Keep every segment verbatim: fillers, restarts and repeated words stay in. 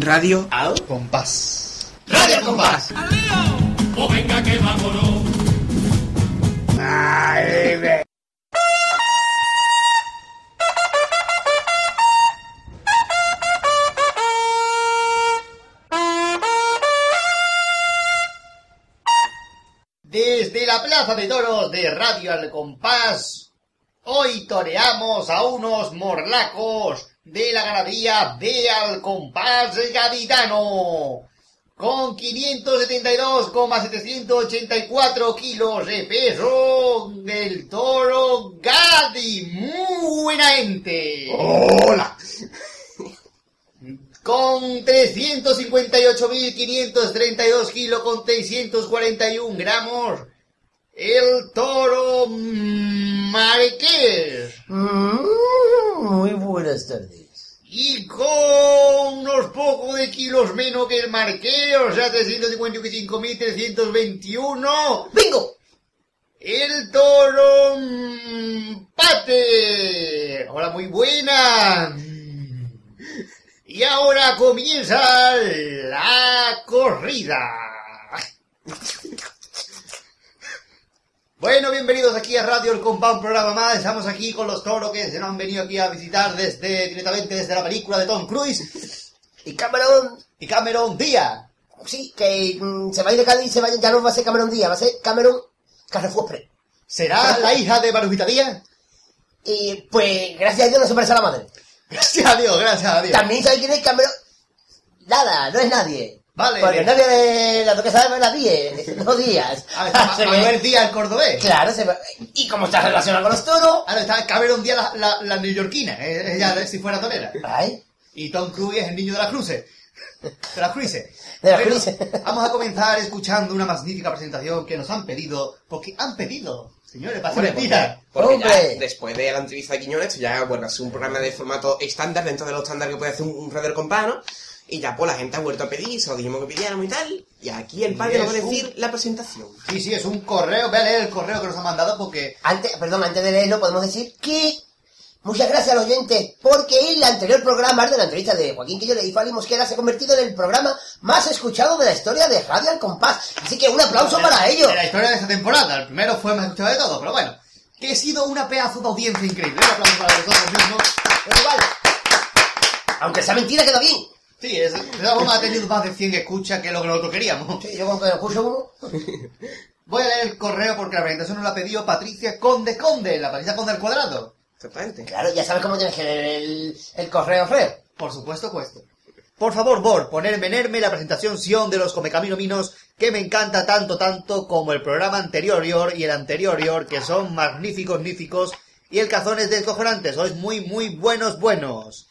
Radio Al Compás. Radio Al Compás. ¡Al lío! ¡O venga que vámonos! ¡Ay, ve! Desde la Plaza de Toros de Radio Al Compás, hoy toreamos a unos morlacos de la ganadería de Al Compás Gaditano, con quinientos setenta y dos coma setecientos ochenta y cuatro kilos de peso del toro Gadi. Muy buena gente. ¡Hola! Con trescientos cincuenta y ocho mil quinientos treinta y dos kilos con seiscientos cuarenta y un gramos, el toro Marqués. Mm, muy buenas tardes. Y con unos pocos de kilos menos que el Marqués, o sea, trescientos cincuenta y cinco mil trescientos veintiuno. ¡Bingo! El toro Pate. Hola, muy buena. Y ahora comienza la corrida. Bueno, bienvenidos aquí a Radio El Compás, un programa más. Estamos aquí con los toros que se nos han venido aquí a visitar desde directamente desde la película de Tom Cruise y Cameron y Cameron Díaz. Sí, que mm, se va a ir de Cádiz, se va, ya no va a ser Cameron Díaz, va a ser Cameron Carrefour. ¿Será la hija de Marujita Díaz? Y pues, gracias a Dios no se parece a la madre. Gracias a Dios, gracias a Dios. También sabe quién es Cameron. Nada, no es nadie. Vale. Porque el novio de la duquesa de las diez, no Díaz. Ah, se me el Díaz, el cordobés. Claro, se va. Y como está relacionado con los toros. Ahora está Cameron Díaz, la, la, la neoyorquina, eh, ella si fuera torera. Ay. Y Tom Cruise es el niño de las cruces. De las cruces. De las Bueno, cruces. Vamos a comenzar escuchando una magnífica presentación que nos han pedido, porque han pedido, señores, para ser mentira. Porque ¡Hombre! ya, después de la entrevista de Quiñones, esto ya, bueno, es un programa de formato estándar, dentro de los estándares que puede hacer un, un Radio El Compás, ¿no? Y ya, pues, la gente ha vuelto a pedir, se lo dijimos que pidiéramos y tal, y aquí el padre Y nos va a es un- decir la presentación. Sí, sí, es un correo, voy a leer el correo que nos han mandado porque... Antes, perdón, antes de leerlo podemos decir que muchas gracias al oyente, porque el anterior programa de la entrevista de Joaquín Quillones y Fali Mosquera se ha convertido en el programa más escuchado de la historia de Radio Al Compás. Así que un aplauso de- para ellos. De la historia de esta temporada, el primero fue más escuchado de todo, pero bueno, que ha sido una pedazo de audiencia increíble. Un aplauso para vosotros mismos. Pero igual, aunque sea mentira, queda bien. Sí, es, de todas formas ha tenido más de cien escuchas que lo que nosotros queríamos. Sí, yo con que escucho uno. Voy a leer el correo porque la presentación nos la ha pedido Patricia Conde Conde, la Patricia Conde al cuadrado. Exactamente. Claro, ya sabes cómo tienes que leer el, el correo feo. Por supuesto, puesto. Por favor, Bor, ponerme en Herme la presentación Sion de los Comecamino Minos, que me encanta tanto, tanto como el programa anterior y el anterior, que son magníficos, magníficos, y el Cazones descojonantes. Sois muy, muy buenos, buenos.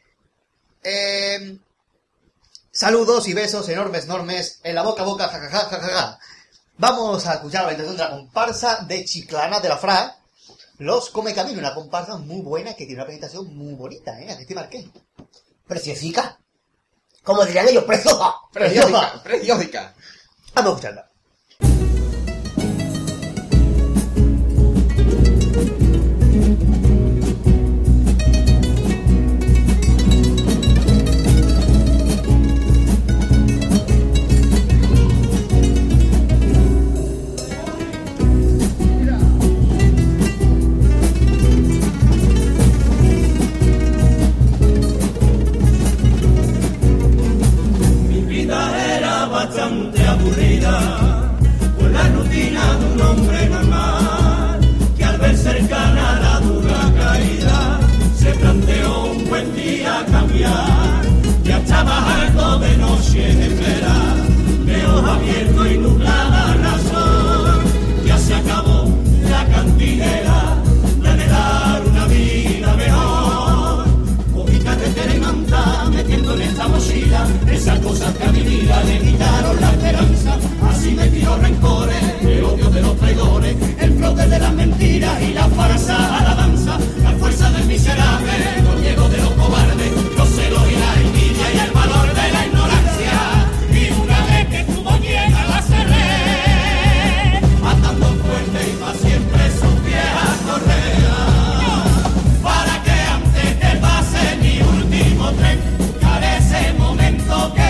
Eh... Saludos y besos enormes, enormes, en la boca a boca, jajaja, jajaja. Vamos a escuchar la presentación de la comparsa de Chiclana de la Fra, Los Comecamino, una comparsa muy buena que tiene una presentación muy bonita, ¿eh? Aquí te marqué. Preciosica. Como dirían ellos, preciosa. Periódica, periódica. Vamos a escucharla. Mi vida era bastante aburrida, con la rutina de un hombre normal, que al ver cercana la dura caída, se planteó un buen día cambiar. Ya estaba harto de noche de esperar, de ojos abiertos y nublada razón. Ya se acabó la cantinera de anhelar una vida mejor. Cogí carretera y manta, metiendo en esta mochila esas cosas que a mi vida le quitaron la esperanza. Así me tiró rencores, el odio de los traidores, el frote de las mentiras y la farsa a la danza. La fuerza del miserable, los miedos de los cobardes, los celos y la envidia y el valor de la ignorancia. Y una vez que estuvo llena la cerré, atando fuerte y para siempre sus viejas correas. Para que antes que pase mi último tren, buscaré ese momento que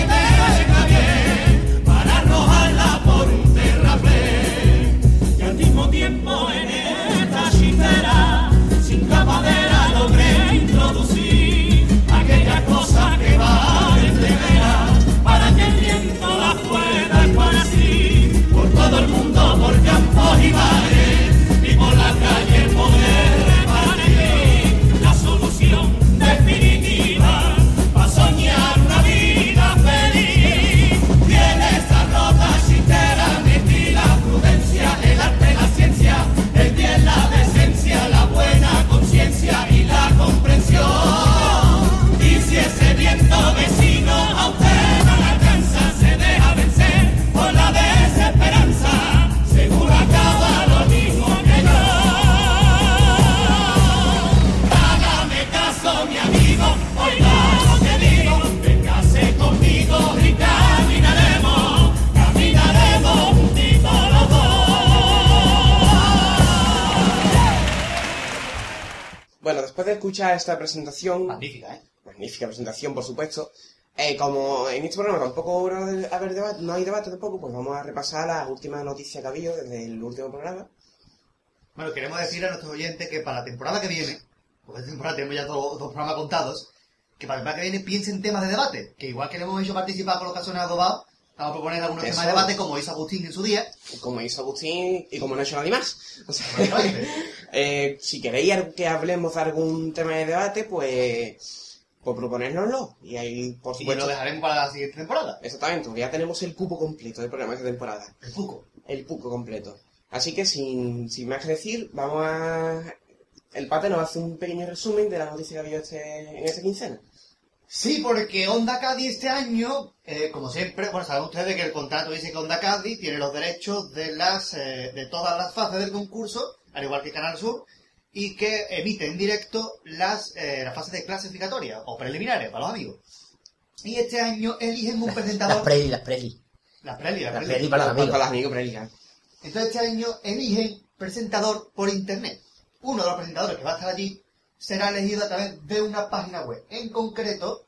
después de escuchar esta presentación, Magnífica, ¿eh? magnífica presentación, por supuesto, eh, como en este programa tampoco no, de- haber debate, no hay debate tampoco, pues vamos a repasar las últimas noticias que ha habido desde el último programa. Bueno, queremos decir a nuestros oyentes que para la temporada que viene, porque esta temporada tenemos ya dos, dos programas contados, que para la temporada que viene piensen temas de debate, que igual que le hemos hecho participar con los casos en Adobe, vamos a proponer algunos Eso. temas de debate, como hizo Agustín en su día. Como hizo Agustín y como no ha hecho nadie más. O sea, Exactamente. eh, si queréis que hablemos de algún tema de debate, pues, pues proponérnoslo. Y ahí, por Y supuesto... lo dejaremos para la siguiente temporada. Exactamente, porque ya tenemos el cupo completo del programa de esta temporada. El Fuco. El cupo completo. Así que sin, sin más que decir, vamos a... El Pate nos hace un pequeño resumen de la noticia que ha habido este, en esta quincena. Sí, porque Onda Cádiz este año, eh, como siempre, bueno, saben ustedes que el contrato dice que Onda Cádiz tiene los derechos de las eh, de todas las fases del concurso, al igual que Canal Sur, y que emite en directo las, eh, las fases de clasificatoria, o preliminares, para los amigos. Y este año eligen un Las presentador... Preli, las Preli. Las preli, las Las preli. Preli para los amigos. Para los amigos, predica. Entonces este año eligen presentador por internet. Uno de los presentadores que va a estar allí será elegido a través de una página web. En concreto,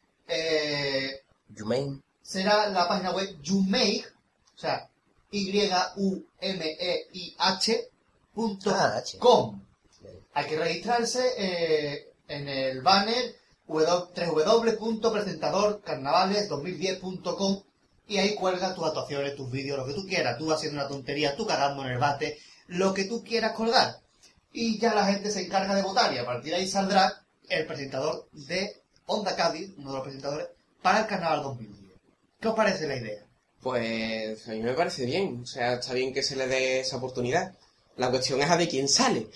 eh, Yumain. será la página web Yumeih, o sea, Y U M E I H punto Ah, H. com. Hay que registrarse eh, en el banner w w w punto presentador carnavales dos mil diez punto com y ahí cuelgas tus actuaciones, tus vídeos, lo que tú quieras, tú haciendo una tontería, tú cagando en el bate, lo que tú quieras colgar. Y ya la gente se encarga de votar y a partir de ahí saldrá el presentador de Onda Cádiz, uno de los presentadores, para el Carnaval dos mil diez. ¿Qué os parece la idea? Pues a mí me parece bien. O sea, está bien que se le dé esa oportunidad. La cuestión es a de quién sale.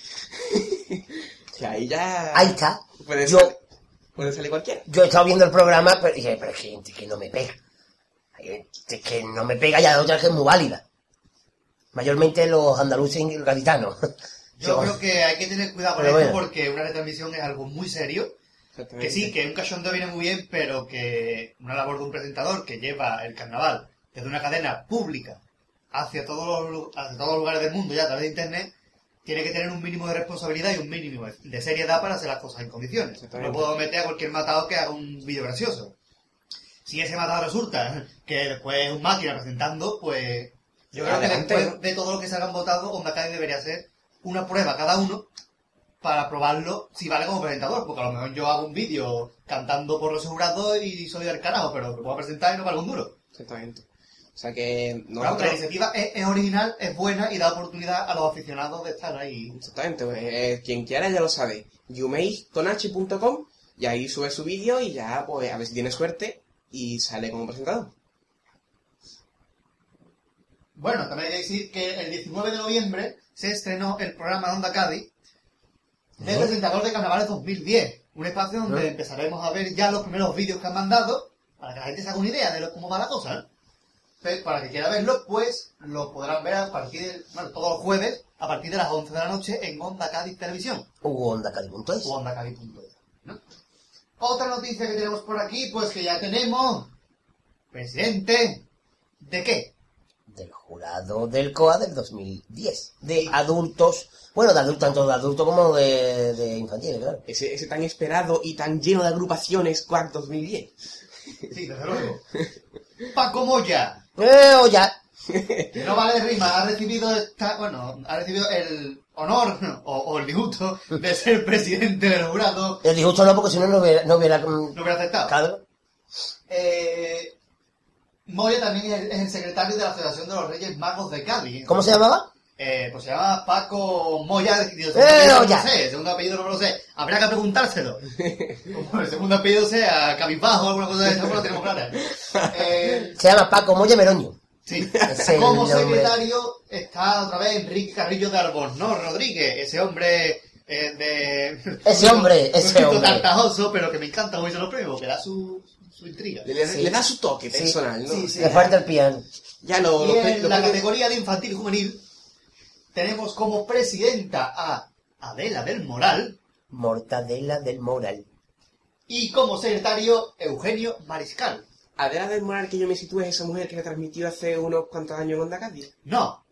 Que ahí ya... Ahí está. Puede, Yo- sal- puede salir cualquiera. Yo he estado viendo el programa, pero dije, pero hay gente que no me pega. Hay gente que no me pega y hay otra que es muy válida. Mayormente los andaluces y los gaditanos. Yo Sí, creo que hay que tener cuidado con Pero esto bueno. porque una retransmisión es algo muy serio. Que sí, que un cachondeo viene muy bien, pero que una labor de un presentador que lleva el carnaval desde una cadena pública hacia todos los, lu- hacia todos los lugares del mundo ya a través de internet, tiene que tener un mínimo de responsabilidad y un mínimo de seriedad para hacer las cosas en condiciones. Exactamente. No puedo meter a cualquier matado que haga un vídeo gracioso. Si ese matado resulta que después es un máquina presentando, pues yo creo que Adelante, después ¿no? de todo lo que se hagan votado, Onda Cádiz debería hacer una prueba cada uno para probarlo si vale como presentador, porque a lo mejor yo hago un vídeo cantando por los jurados y soy del carajo, pero lo puedo presentar y no valgo un duro. Exactamente. O sea que Claro, nosotros... la iniciativa es, es original, es buena y da oportunidad a los aficionados de estar ahí. Exactamente, pues, eh, quien quiera ya lo sabe. yumeih con h punto com y ahí sube su vídeo y ya, pues, a ver si tiene suerte y sale como presentador. Bueno, también hay que decir que el diecinueve de noviembre se estrenó el programa de Onda Cádiz de ¿Eh? presentador de Carnavales dos mil diez. Un espacio donde ¿Eh? empezaremos a ver ya los primeros vídeos que han mandado para que la gente se haga una idea de lo- cómo va la cosa, ¿eh? Pero para que quiera verlo, pues lo podrán ver a partir de, bueno, todos los jueves a partir de las once de la noche en Onda Cádiz Televisión Hugo Onda Cádiz punto es. o onda cádiz punto es, ¿no? Otra noticia que tenemos por aquí, pues que ya tenemos presidente ¿de qué? Del jurado del C O A del dos mil diez. De adultos. Bueno, de adultos, tanto de adultos como de, de infantiles, claro. Ese, ese tan esperado y tan lleno de agrupaciones C U A C dos mil diez. Sí, desde luego. Paco Moya, ¡Eh, o ya! que no vale rima, ha recibido esta, bueno, ha recibido el honor o, o el disgusto de ser presidente del jurado. El disgusto no, porque si no, no hubiera... No hubiera mm, No hubiera aceptado. claro. Eh, Moya también es el, es el secretario de la Asociación de los Reyes Magos de Cádiz. ¿Cómo se llamaba? Eh, pues se llama Paco Moya, el segundo ¡Eh, apellido no Moya! lo sé, el segundo apellido no lo sé, habría que preguntárselo. Como el segundo apellido sea Cabizbajo o alguna cosa de esta, pues lo tenemos clara. Eh, Se llama Paco Moya Meroño. sí, Ese es como el nombre. secretario está otra vez Enrique Carrillo de Albornoz Rodríguez, ese hombre eh, de... Ese hombre, ese un poquito hombre. tartajoso, pero que me encanta mucho los premios, que da su, su intriga. Le, le- Sí. le da su toque Sí. personal, ¿no? Sí, sí. Le falta el piano. Ya lo... Y lo- en lo- la lo- categoría de infantil y juvenil tenemos como presidenta a Adela del Moral Mortadela del Moral. y como secretario Eugenio Mariscal. Adela del Moral que yo me sitúe es esa mujer que le transmitió hace unos cuantos años en Onda Cádiz. No,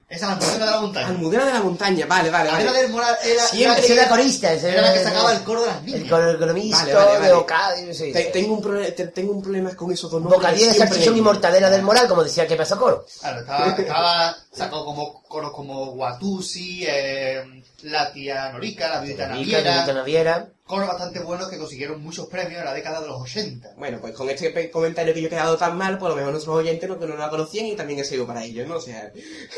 Esa es la Almudena de la montaña. Almudena de la montaña, vale, vale, Adela vale. del Moral era, Siempre Esa era corista, esa era la que sacaba el coro de las niñas. El coro, el coro mixto, Vale, vale, vale. de Ocadi, sí. Te- tengo, un pro- te- tengo un problema con esos dos nombres. Bocadillo de siempre salchichón me- y mortadela del Moral, como decía que pasó coro. Claro, estaba, estaba sacó como coros como Watusi, eh, la tía Norica, la viudita Rica, Naviera, Benito Naviera. coros bastante buenos que consiguieron muchos premios en la década de los ochenta. Bueno, pues con este pe- comentario que yo he quedado tan mal, por lo mejor nuestros oyentes no, que no la conocían y también he sido para ellos, ¿no? O sea,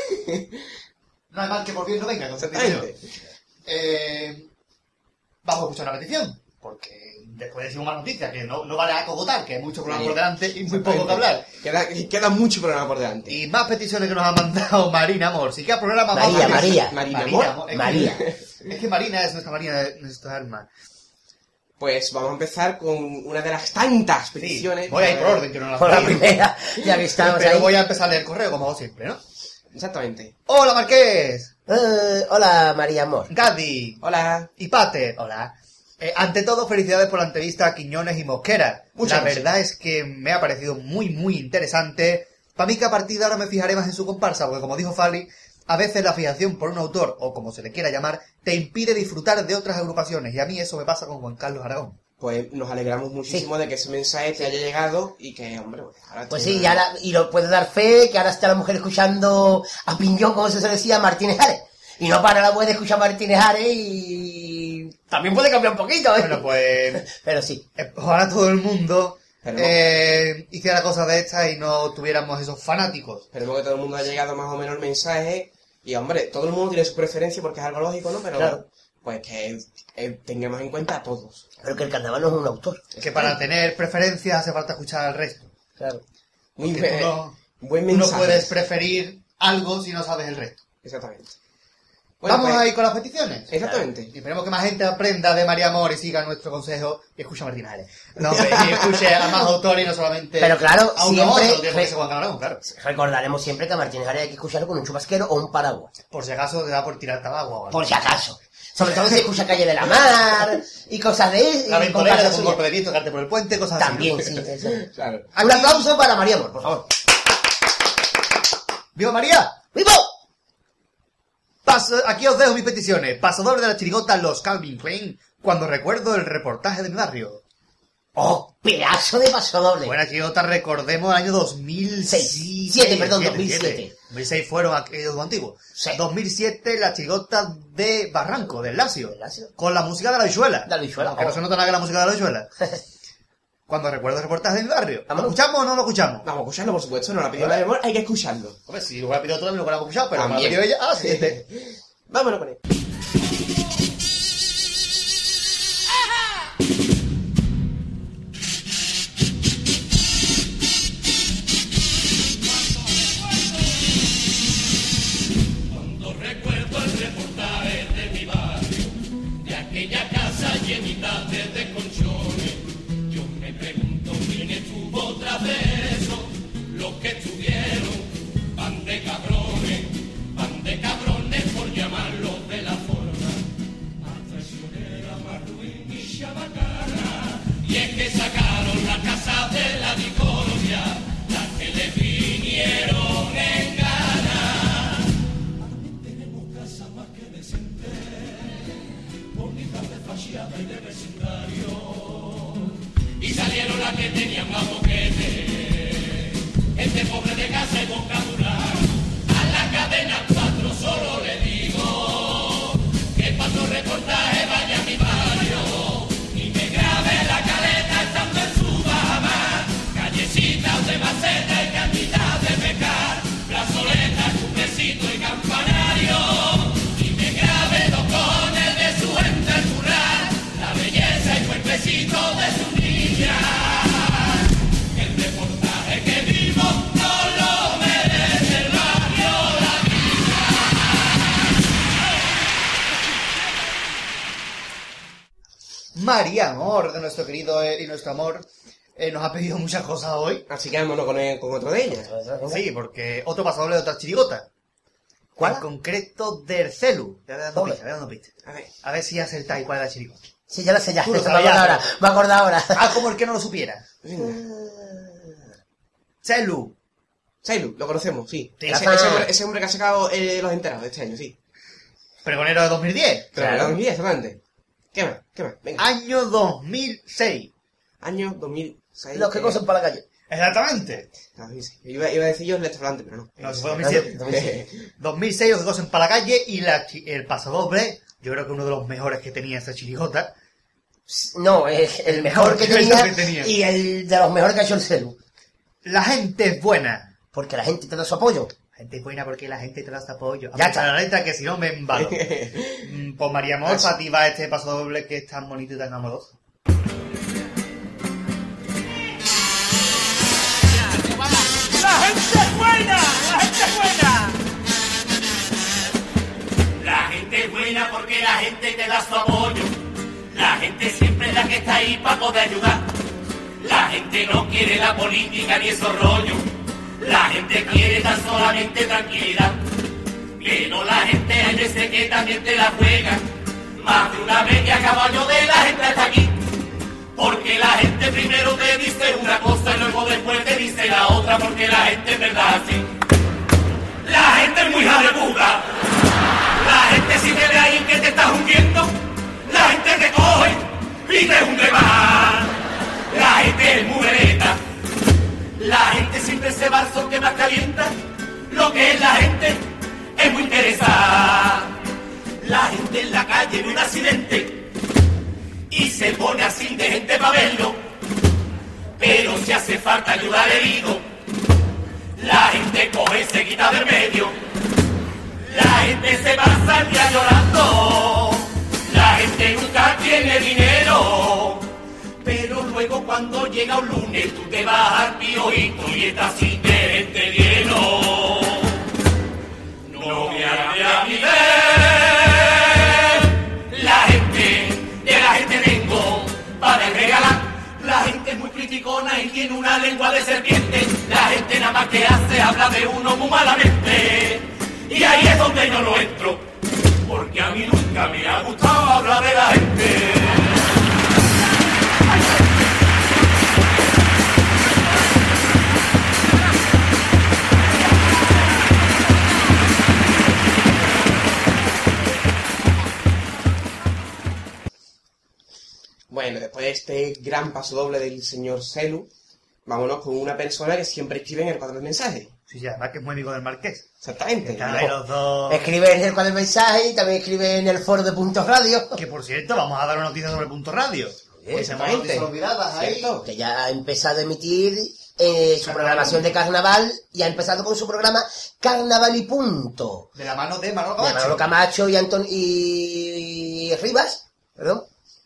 No hay mal que por bien no venga, con exactamente. Eh, vamos a escuchar una petición, porque después decimos más noticias, que no, no vale acogotar, que hay mucho programa por delante y muy poco que hablar. Queda, queda mucho programa por delante. Y más peticiones que nos ha mandado Marina Amor. Sí que el programa más María, más- María. Marina Marina, Amor. Amor. Es María. Que, es que Marina es nuestra Marina, de nuestra alma. Pues vamos a empezar con una de las tantas Sí, peticiones. voy a ir por orden, que no la Por la traigo. primera, ya que estamos Pero ahí. voy a empezar a leer el correo, como hago siempre, ¿no? Exactamente. Hola, Marqués. Eh, hola, María Amor. Gadi. Hola. Y Pater. Hola. Eh, ante todo, felicidades por la entrevista a Quiñones y Mosquera. Muchas la gracias. verdad es que me ha parecido muy, muy interesante. Para mí que a partir de ahora me fijaré más en su comparsa, porque como dijo Fali, a veces la fijación por un autor, o como se le quiera llamar, te impide disfrutar de otras agrupaciones. Y a mí eso me pasa con Juan Carlos Aragón. Pues nos alegramos muchísimo de que ese mensaje te haya llegado y que, hombre, pues ahora Pues te- sí, y, ahora, y lo puedo dar fe que ahora está la mujer escuchando a Piñón, como se decía, a Martínez Ares. Y no para la puede escuchar a Martínez Ares y también puede cambiar un poquito, ¿eh? Bueno, pues Pero sí. eh, ojalá todo el mundo Pero- eh, hiciera cosas de estas y no tuviéramos esos fanáticos. Esperemos que todo el mundo haya llegado más o menos el mensaje. Y, hombre, todo el mundo tiene su preferencia porque es algo lógico, ¿no? Pero, Claro. pues que eh, tengamos en cuenta a todos. Pero que el carnaval no es un autor. Que para tener preferencias hace falta escuchar al resto. Claro. Muy Porque bien. tú no- Buen Tú no mensaje. puedes preferir algo si no sabes el resto. Exactamente. Bueno, Vamos pues, a ir con las peticiones. Exactamente. Y esperemos que más gente aprenda de María Amor y siga nuestro consejo y escuche a Martín Ares. No, hombre, y escuche a más autores y no solamente Pero claro, a uno siempre- otro, que porque se Juan Carlos Aragón, claro. Recordaremos siempre que a Martínez Ares hay que escucharlo con un chubasquero o un paraguas. Por si acaso te da por tirar tabaco o algo. Por si acaso. Sobre todo si escucha Calle de la Mar y cosas de eso. La y ventolera, cosas un suyas. golpe de viento, carte por el puente, cosas así. También, sí. Eso. Claro. Un aplauso para María Amor, por favor. ¡Viva María! ¡Vivo! Paso- aquí os dejo mis peticiones. Pasador de la chirigota Los Calvin Klein, cuando recuerdo el reportaje de mi barrio. ¡Oh, pedazo de paso doble! Buena chirigota, recordemos el año dos mil seis. Siete, perdón, siete, dos mil siete. siete. dos mil seis fueron aquellos antiguos. Sí. dos mil siete la chirigota de Barranco, del Lacio. Del Lacio. Con la música de la Habichuela. De la Habichuela, Aunque no oh. se nota nada que la música de la Habichuela. Cuando recuerdo el reportaje de mi barrio. ¿Lo Vámonos. escuchamos o no lo escuchamos? Vamos a escucharlo, por supuesto. No la pidió la amor, hay que escucharlo. Hombre, si lo hubiera pedido todo, lo hubiera escuchado, pero como lo ha También. pedido ella, ah, siete. Vámonos con él. Cuando recuerdo el reportaje de mi barrio, de aquella casa llenita de colchones, yo me pregunto quién estuvo tras de eso, los que estuvieron, van de cabrones, van de cabrones por llamarlos de la forma más traicionera, más ruin y chabacana. Y es que sacaron la casa de la discordia, la que le vinieron en gana. Tenemos casa más que decente, bonitas de fachada y de vecindario. Y salieron las que tenían más boquete, gente pobre de casa y vocabulario. A la cadena cuatro solo le digo que para tu reportaje vaya a mi barrio y me grabe la caleta estando en su Bahamar. Callecitas de maceta y cantidad de pecar, plazoleta, cumplecito y campanario. Y me grabe los cones de su gente al currar, la belleza y cuerpecito de su niña. El reportaje que vivo no lo merece el barrio, la María Amor, de nuestro querido eh, y nuestro amor, eh, nos ha pedido muchas cosas hoy. Así que vámonos con, el- con otro de ellas. Sí, porque otro pasador de otra chirigota. ¿Cuál? En concreto, del Celu. Ya le dando Joder. pista, le dando pista. A ver. A ver si acertáis cuál es la chirigota. Sí, ya lo sé, ya. Tú lo Me sabes acuerdo ya, ahora. pero- Me acuerdo ahora. Ah, como el que no lo supiera. Venga. Celu. Sailu, lo conocemos, sí. Sí. Ese, Ajá. ese, hombre, ese hombre que ha sacado eh, Los Enterados de este año, sí. Pregonero de dos mil diez. Pero Claro. dos mil diez, exactamente. ¿Qué más? ¿Qué más? Venga. Año dos mil seis. Año dos mil seis. Los que cosen para la calle. Exactamente. Ah, dos mil seis. Iba, iba a decir yo el restaurante, pero no. No, si fue dos mil siete. dos mil seis. dos mil seis, los que cosen para la calle y la, chi- el pasodoble, yo creo que uno de los mejores que tenía esa chirigota. No, es el mejor que El mejor tenía, que tenía. y el de los mejores que ha hecho el celu. La gente es buena. Porque la gente te da su apoyo. La gente es buena porque la gente te da su apoyo. Ya está. La letra que si no me embalo. Mm, Pues María Amor, Así. para ti va este pasodoble que es tan bonito y tan amoroso. ¡La gente es buena! ¡La gente es buena! La gente es buena porque la gente te da su apoyo. La gente siempre es la que está ahí para poder ayudar. La gente no quiere la política ni esos rollos. La gente quiere tan solamente tranquilidad. Pero la gente hay veces que también te la juega. Más de una vez que a caballo de la gente hasta aquí. Porque la gente primero te dice una cosa y luego después te dice la otra, porque la gente es verdad así. La gente es muy jareputa. La gente si te ve ahí que te estás hundiendo, la gente te coge y te hunde más. La gente es mujereta. La gente siempre se va al sol que más calienta. Lo que es la gente es muy interesada. La gente en la calle ve un accidente y se pone así de gente para verlo. Pero si hace falta ayudar al herido, la gente coge y se quita del medio. La gente se pasa el día llorando. La gente nunca tiene dinero. Pero luego cuando llega un lunes tú te vas al piojito y estás sin de gente lleno. No me hable a mi vez. La gente, de la gente vengo para regalar. La gente es muy criticona y tiene una lengua de serpiente. La gente nada más que hace habla de uno muy malamente. Y ahí es donde yo no entro, porque a mí nunca me ha gustado hablar de la gente. Bueno, después de este gran paso doble del señor Selu, vámonos con una persona que siempre escribe en el cuadro de mensajes. Sí, ya, además que es muy amigo del Marqués. Exactamente. Están ahí los dos. Escribe en el cuadro de mensaje y también escribe en el foro de Puntos Radio. Que por cierto, vamos a dar una noticia sobre Punto Radio. Bien, Pues hemos exactamente. noticias olvidadas ahí. Cierto. Que ya ha empezado a emitir eh, su programación de carnaval y ha empezado con su programa Carnaval y Punto. De la mano de Manolo De Camacho. Manolo Camacho y Anton y Rivas, perdón.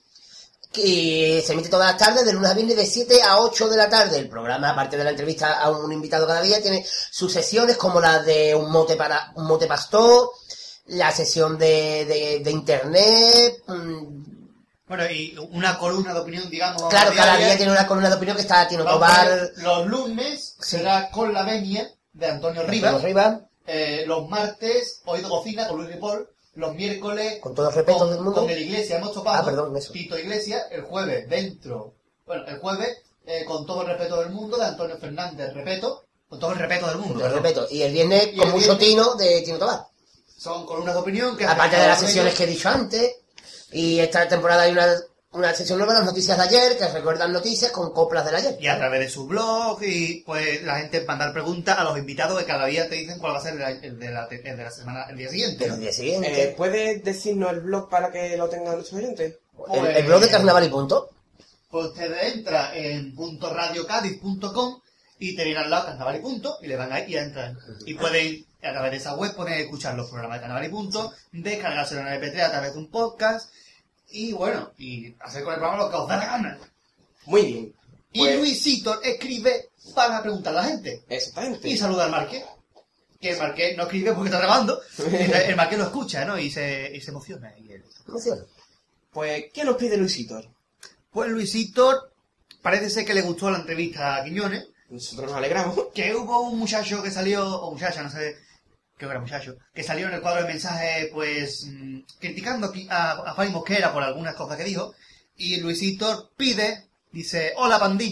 Que se emite todas las tardes, de lunes a viernes, de siete a ocho de la tarde. El programa, aparte de la entrevista a un invitado cada día, tiene sus sesiones como la de un mote para un mote pastor, la sesión de, de, de internet. mmm, Bueno, y una columna de opinión, digamos. Claro, cada diaria. día tiene una columna de opinión que está Tino Vamos Tobar, a ver, Los lunes será Con la Venia de Antonio Rivas. Antonio Rivas, Eh, los martes, Oído Cocina con Luis Ripoll. Los miércoles, con todo el respeto con, del mundo. con el Iglesia hemos topado. Ah, perdón, eso. Tito Iglesia. El jueves, dentro. Bueno, el jueves, eh, con todo el respeto del mundo de Antonio Fernández. Repeto. Con todo el respeto del mundo. Con todo el perdón. respeto. Y el viernes Y con el mucho viernes- Tino de Tino Tobar. Son columnas de opinión que Aparte de las con sesiones ellos. que he dicho antes. Y esta temporada hay una, una sección nueva, las noticias de ayer, que recuerdan noticias con coplas del ayer. Y a través de su blog, y pues la gente mandar preguntas a los invitados que cada día te dicen cuál va a ser el, el de, la, el de la semana, el día siguiente. De los días siguientes. Eh, ¿Puedes decirnos el blog para que lo tengan nuestros oyentes? el, el blog de Carnaval y Punto. Pues usted entra en punto radio cádiz punto com y te viene al lado Carnaval y Punto y le van ahí y entran. Y pueden, a través de esa web, poner escuchar los programas de Carnaval y Punto, descargárselo en el eme pe tres a través de un podcast y bueno, y hacer con el programa lo que os da la gana. Muy bien. Y Pues- Luisito escribe para preguntar a la gente. Exactamente. Y saluda al Marqués. Que el Marqués no escribe porque está grabando. El, el Marqués lo escucha, ¿no? Y se, y se emociona. Y él- Me emociona. Pues, ¿qué nos pide Luisito? Pues Luisito parece ser que le gustó la entrevista a Quiñones. Nosotros nos alegramos. Que hubo un muchacho que salió, o muchacha, no sé, creo que era muchacho, que salió en el cuadro de mensajes, pues, mmm, criticando a, a Fanny Mosquera por algunas cosas que dijo. Y Luisito pide, dice, hola pandilla,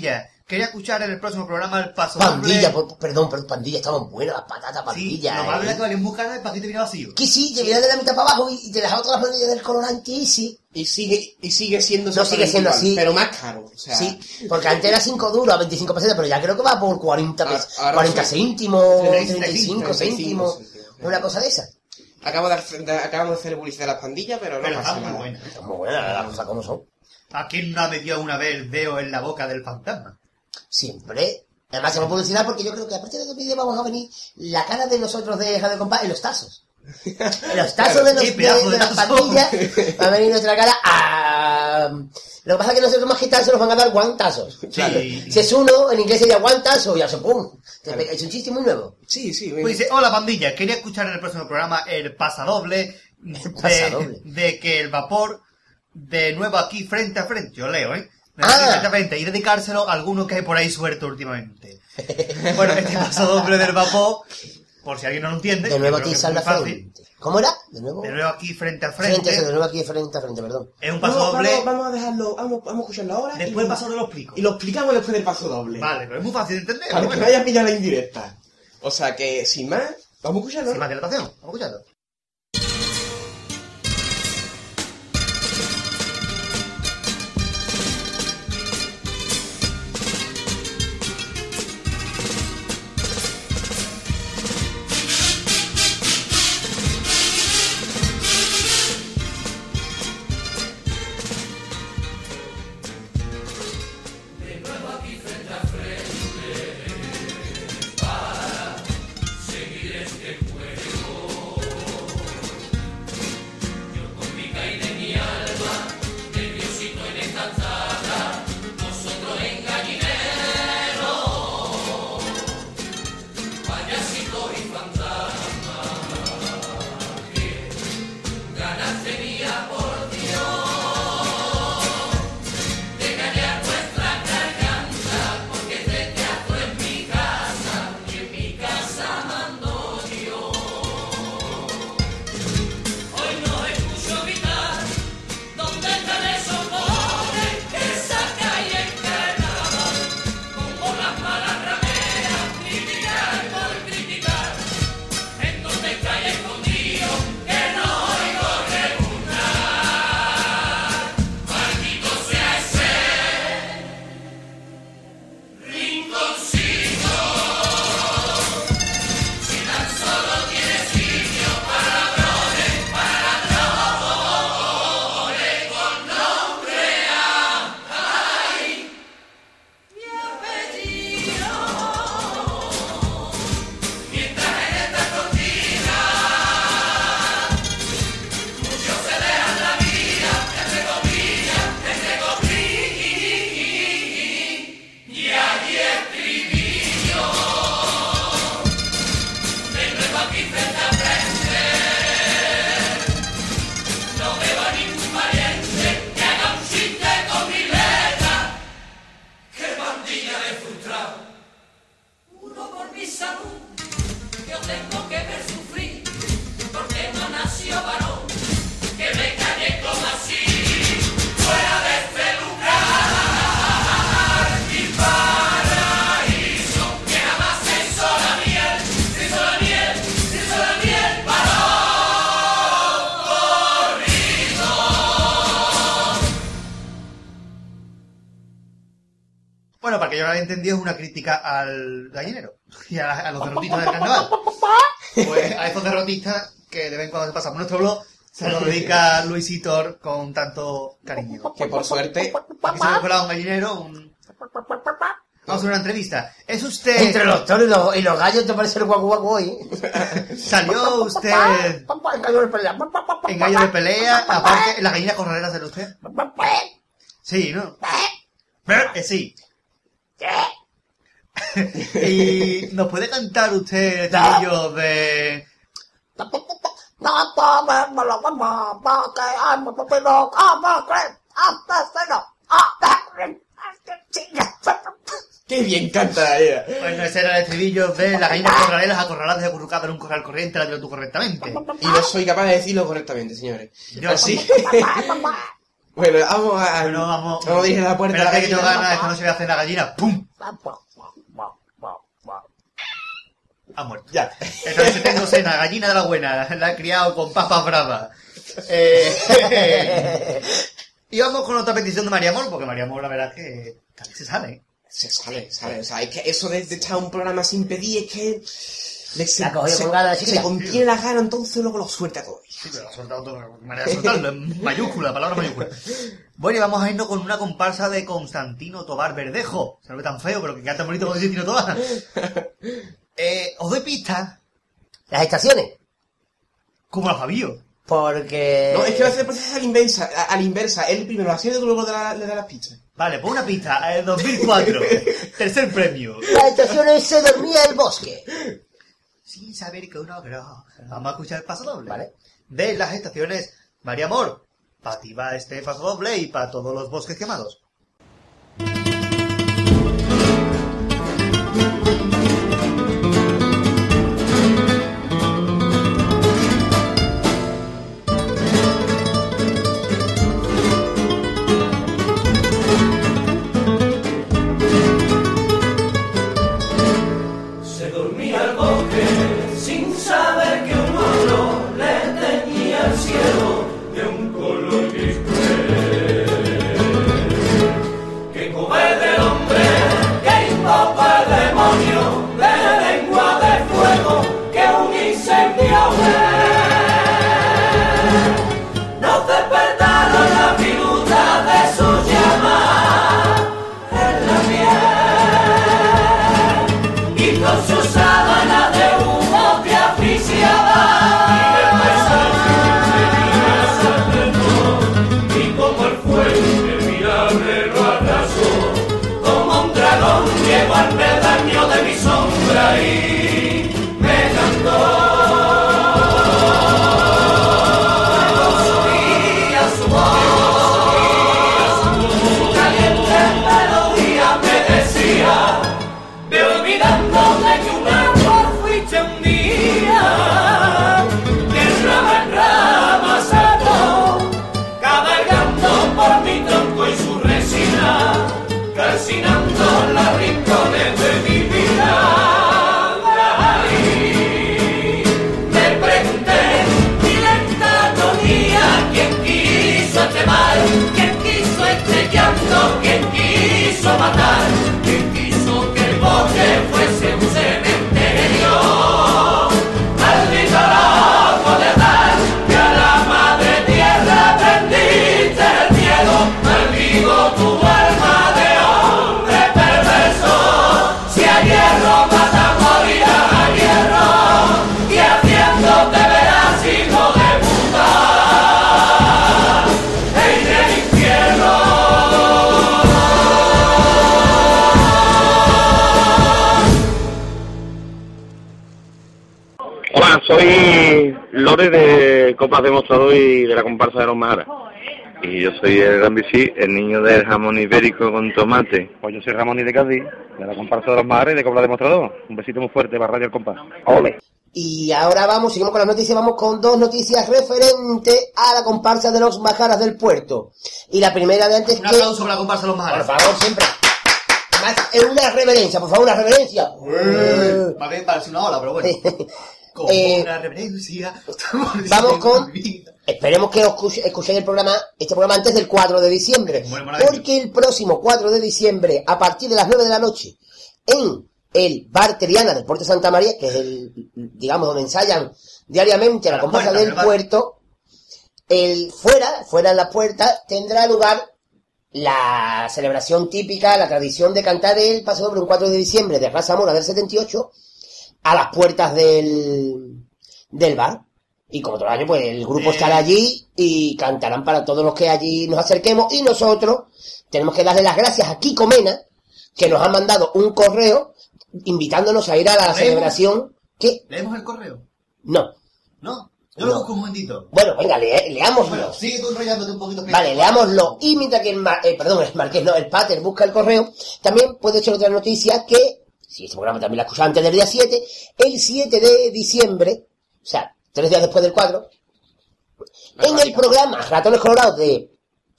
quería escuchar en el próximo programa el paso Pandilla, doble. por- perdón, perdón, pandilla, estaban buenas las patatas, Sí, pandilla. lo malo ¿eh? era que valían muy caras y el paquete venía vacío. Que sí, te viene de la mitad para abajo y y te dejaba todas las pandillas del colorante y sí. Y sigue, y sigue siendo No, sigue siendo igual, así. pero más caro. O sea, Sí, porque antes era cinco duros a veinticinco pesetas, pero ya creo que va por cuarenta, Ahora- pes- ahora cuarenta sí. céntimos, treinta y cinco, treinta y cinco treinta y cinco céntimos, céntimos. una cosa de esa. acabo de, hacer- de- acabamos de hacer publicidad de las pandillas, pero no Pero pasa está muy nada. buena. Es muy buena las cosas como son. ¿A quién no ha metido una vez el dedo en la boca del fantasma? Siempre. Además, se va a publicidad porque yo creo que a partir de este vídeo vamos a venir la cara de nosotros de Radio Compás en los tazos. En los tazos de, los, Qué de, pedazo de de las tazo. pandillas va a venir nuestra cara a... Lo que pasa es que nosotros más que tazos nos van a dar guantazos. Claro. Si es uno, en inglés sería guantazo y hace pum. Es un chiste muy nuevo. Sí, sí. Pues dice, hola pandilla, quería escuchar en el próximo programa el pasadoble de, pasadoble. de que el vapor de nuevo aquí frente a frente, yo leo, ¿eh? De Ah. aquí frente a frente, y dedicárselo a alguno que hay por ahí suelto últimamente. Bueno, este pasadoble del vapor, por si alguien no lo entiende, De nuevo yo creo aquí que es sal muy la fácil. frente. ¿Cómo era? De nuevo. De nuevo aquí frente a Frente, frente, eso, de nuevo aquí frente a frente, perdón. es un Vamos, pasadoble, vamos, vamos a dejarlo, vamos, vamos a escucharlo ahora. después y, el pasadoble lo explico. y lo explicamos después del paso doble. Vale, pero es muy fácil de entender. Para pero que bueno. no haya pillado la indirecta. O sea que, sin más, vamos a escucharlo. Sin más dilatación, vamos a escucharlo. Bueno, para que yo no lo haya entendido, es una crítica al gallinero y a, a los derrotistas del carnaval. Pues a esos derrotistas que de vez en cuando se pasan por nuestro blog, se lo dedica Luisitor con tanto cariño. Que por suerte, Aquí se me ha colado un gallinero, un... Vamos a hacer una entrevista. ¿Es usted... Entre los toros y los, y los gallos te parece el guacu guacu hoy. ¿Salió usted En gallo de pelea. en gallo de pelea? Aparte, ¿en las gallinas corraleras de usted? Sí, ¿no? Eh, sí. ¿Y nos puede cantar usted el trillo de... qué bien canta ella. Bueno, ese era el estribillo de las gallinas corraleras acorraladas y acurrucadas en un corral corriente, la dilo tú correctamente. Y no soy capaz de decirlo correctamente, señores. Yo Así, Bueno, vamos a... Bueno, vamos. Vamos a ir a la puerta de la Espérate que yo gallina. gana, esta noche voy a hacer la gallina. ¡Pum! Ha muerto. Ya. Esta noche tengo cena, gallina de la buena. La he criado con papas bravas. Eh, y vamos con otra petición de María Amor, porque María Amor la verdad es que casi se sale, ¿eh? Se sale, sale. O sea, es que eso de, de echar un programa sin pedir es que... Le se, La ha cogido se, con ganas, se chiquita. contiene la gana, entonces luego lo suelta todo. Sí, pero lo ha soltado todo. Manera de soltarlo, en mayúscula, palabra mayúscula. Bueno, y vamos a irnos con una comparsa de Constantino Tobar Verdejo. Se lo ve tan feo, pero que canta bonito como Constantino Tobar. Eh, os doy pistas. Las estaciones. Como la Fabio. Porque... No, es que va a hacer el proceso a la inversa. A, a la inversa. Él primero hace y luego le da, le da las pistas. Vale, pues una pista. Eh, dos mil cuatro. Tercer premio. Las estaciones se dormía el bosque. Sin saber que uno creo. Vamos a escuchar el paso doble. Vale. De las estaciones María Amor. Para ti va este paso doble y para todos los bosques quemados. Se dormía el bosque sin saber que un otro le teñía el cielo de un color gris cruel. Que cobarde el hombre que invoca el demonio de lengua de fuego que un incendio ve. Nos despertaron la viruta de su llama en la piel y con su sábana de humo te asfixiaba. Y como el fuego inmirable lo arrasó, como un dragón llegó al pedaño de mi sombra y me cantó. Subía su voz, su caliente melodía me decía: ve olvidándote que un árbol fuiste un día, que rama en rama saltó, cabalgando por mi tronco y su resina, calcinando los rincones de mi vida. Ay, me pregunté, mi lenta agonía, ¿quién quiso este mal? ¿Quién quiso este llanto? ¿Quién quiso matar? ¿Quién quiso que el bosque fuese un cementerio? Maldito loco de dar que a la madre tierra prendiste el miedo. Maldigo tu alma de hombre perverso. Si a hierro mata, morirá a hierro. Y haciéndote verás, hijo de puta, en el infierno. Hola, soy Lore de Copas de Mostrador y de la comparsa de los Majaras. Y yo soy el Gran Bici, el niño del jamón ibérico con tomate. Pues yo soy Ramón y de Cádiz, de la comparsa de los Majaras y de Copas de Mostrador. Un besito muy fuerte para Radio El Compás. ¡Ole! Y ahora vamos, seguimos con las noticias, vamos con dos noticias referentes a la comparsa de los Majaras del Puerto. Y la primera de antes Un que... aplauso para la comparsa de los Por Majaras. favor, siempre. Además, es una reverencia, por favor, una reverencia. Eh, Más bien parece una ola, pero bueno. Como Eh, una reverencia. Vamos con... Esperemos que os escuche- escuchéis el programa, este programa antes del cuatro de diciembre. Bueno, maravilloso. Porque el próximo cuatro de diciembre, a partir de las nueve de la noche, en el Bar Triana del Puerto de Santa María, que es el, digamos, donde ensayan diariamente a la A la comparsa puerta del del bar. puerto, el fuera, fuera en la puerta, tendrá lugar la celebración típica, la tradición de cantar el paso doble un cuatro de diciembre de Raza Mora del setenta y ocho a las puertas del, del bar. Y como todos los años, pues el grupo Eh. estará allí y cantarán para todos los que allí nos acerquemos. Y nosotros tenemos que darle las gracias a Kiko Mena, que nos ha mandado un correo invitándonos a ir a la ¿Leemos? celebración. ¿Qué? ¿Leemos el correo? No. ¿No? Yo lo No. busco un momentito. Bueno, venga, le- leámoslo. Bueno, sigue tú enrollándote un poquito. Vale, leámoslo. Y mientras que el, mar, eh, perdón, el Marqués, no, el Pater busca el correo, también puede echar otra noticia que, si este programa también la escuchaba antes del día siete, el siete de diciembre, o sea, tres días después del cuadro, en el programa Ratones Colorados de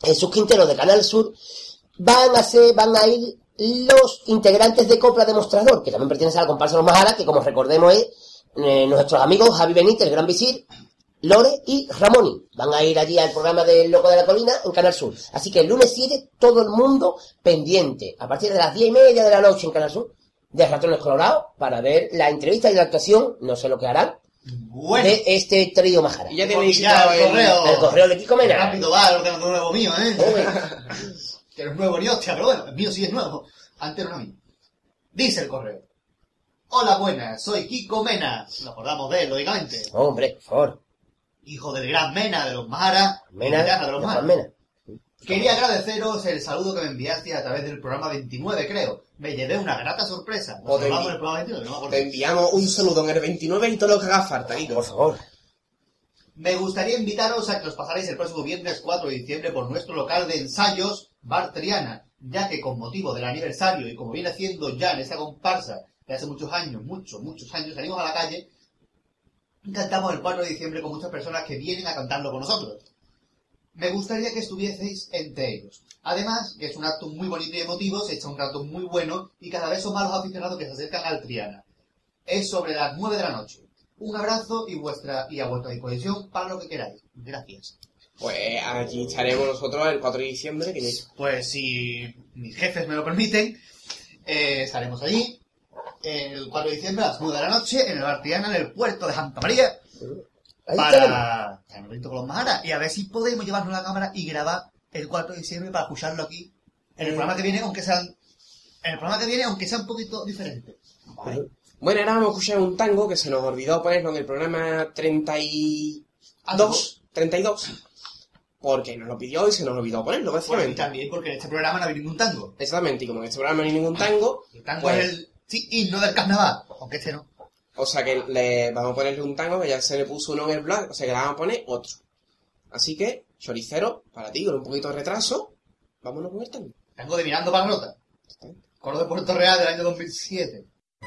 en sus quinteros de Canal Sur, van a ser, van a ir los integrantes de Copla Demostrador, que también pertenecen a la comparsa Los Majara, que como recordemos es eh, nuestros amigos Javi Benítez, el Gran Visir, Lore y Ramoni. Van a ir allí al programa del Loco de la Colina en Canal Sur. Así que el lunes siete, todo el mundo pendiente, a partir de las diez y media de la noche en Canal Sur, de Ratones Colorados, para ver la entrevista y la actuación, no sé lo que harán, Bueno, de este trío Majara. Y ya Porque tenéis ya citado el correo. El correo de Kiko Mena. rápido va, lo tengo nuevo mío, ¿eh? Uy. Que no es nuevo ni hostia, pero bueno, el mío sí es nuevo. Antes no era mío. Dice el correo. Hola, buenas, soy Kiko Mena. Nos acordamos de él, lógicamente. Hombre, por favor. Hijo del gran Mena de los Majara. Mena, Mena de los de Majara. Juan Mena. Quería agradeceros el saludo que me enviaste a través del programa veintinueve, creo. Me llevé una grata sorpresa. Nos O te hablamos envi- del programa veintinueve, no me acuerdo. Te enviamos un saludo en el veintinueve y todo lo que haga falta, Kiko. Por favor. Me gustaría invitaros a que os pasarais el próximo viernes cuatro de diciembre por nuestro local de ensayos, Bar Triana, ya que con motivo del aniversario y como viene haciendo ya en esta comparsa de hace muchos años, muchos, muchos años, salimos a la calle y cantamos el cuatro de diciembre con muchas personas que vienen a cantarlo con nosotros. Me gustaría que estuvieseis entre ellos. Además, que es un acto muy bonito y emotivo, se echa un rato muy bueno y cada vez son más los aficionados que se acercan al Triana. Es sobre las nueve de la noche. Un abrazo y vuestra y a vuestra disposición para lo que queráis. Gracias. Pues allí estaremos nosotros el cuatro de diciembre, que ya- Pues si mis jefes me lo permiten, eh, estaremos allí el cuatro de diciembre a las nueve de la noche en el Bar Triana, en el puerto de Santa María, Ahí tenemos. para estar un ratito con los Majara y a ver si podemos llevarnos la cámara y grabar el cuatro de diciembre para escucharlo aquí en el programa que viene, aunque sean en el programa que viene, aunque sea un poquito diferente. Vale. Bueno, ahora vamos a escuchar un tango que se nos olvidó ponerlo en el programa treinta y dos, treinta y dos, porque nos lo pidió y se nos olvidó ponerlo, Bueno, y básicamente. también porque en este programa no hay ningún tango. Exactamente, y como en este programa no hay ningún tango, El tango pues, es el sí, himno del carnaval, aunque este no. o sea que le vamos a ponerle un tango que ya se le puso uno en el blog, o sea que le vamos a poner otro. Así que, choricero, para ti, con un poquito de retraso, vámonos con el tango. Tango de Mirando para la Nota. Coro de Puerto Real del año dos mil siete.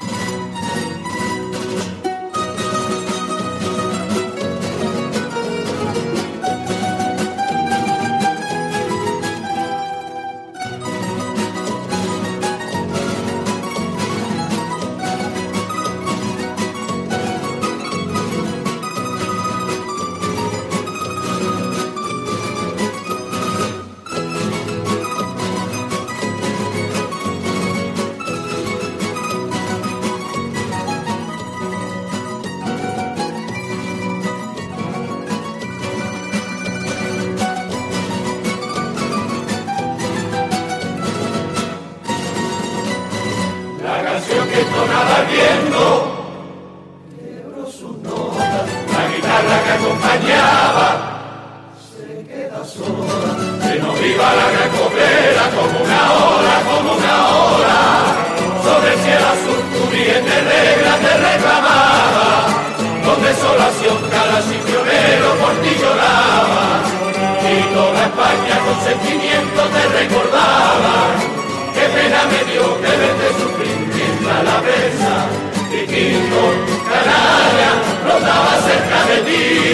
La canción que entonaba el viento quebró sus notas, la guitarra que acompañaba se queda sola, que no viva la gran coplera como una ola, como una ola, sobre el cielo azul tu bien de regla te reclamaba, con desolación cada pionero por ti lloraba, y toda España con sentimiento te recordaba. Qué pena me dio que verte sufrir mientras la presa y Quinto Canalla rotaba cerca de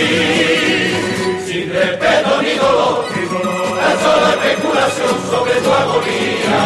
ti. Sin respeto ni dolor, tan solo especulación sobre tu agonía.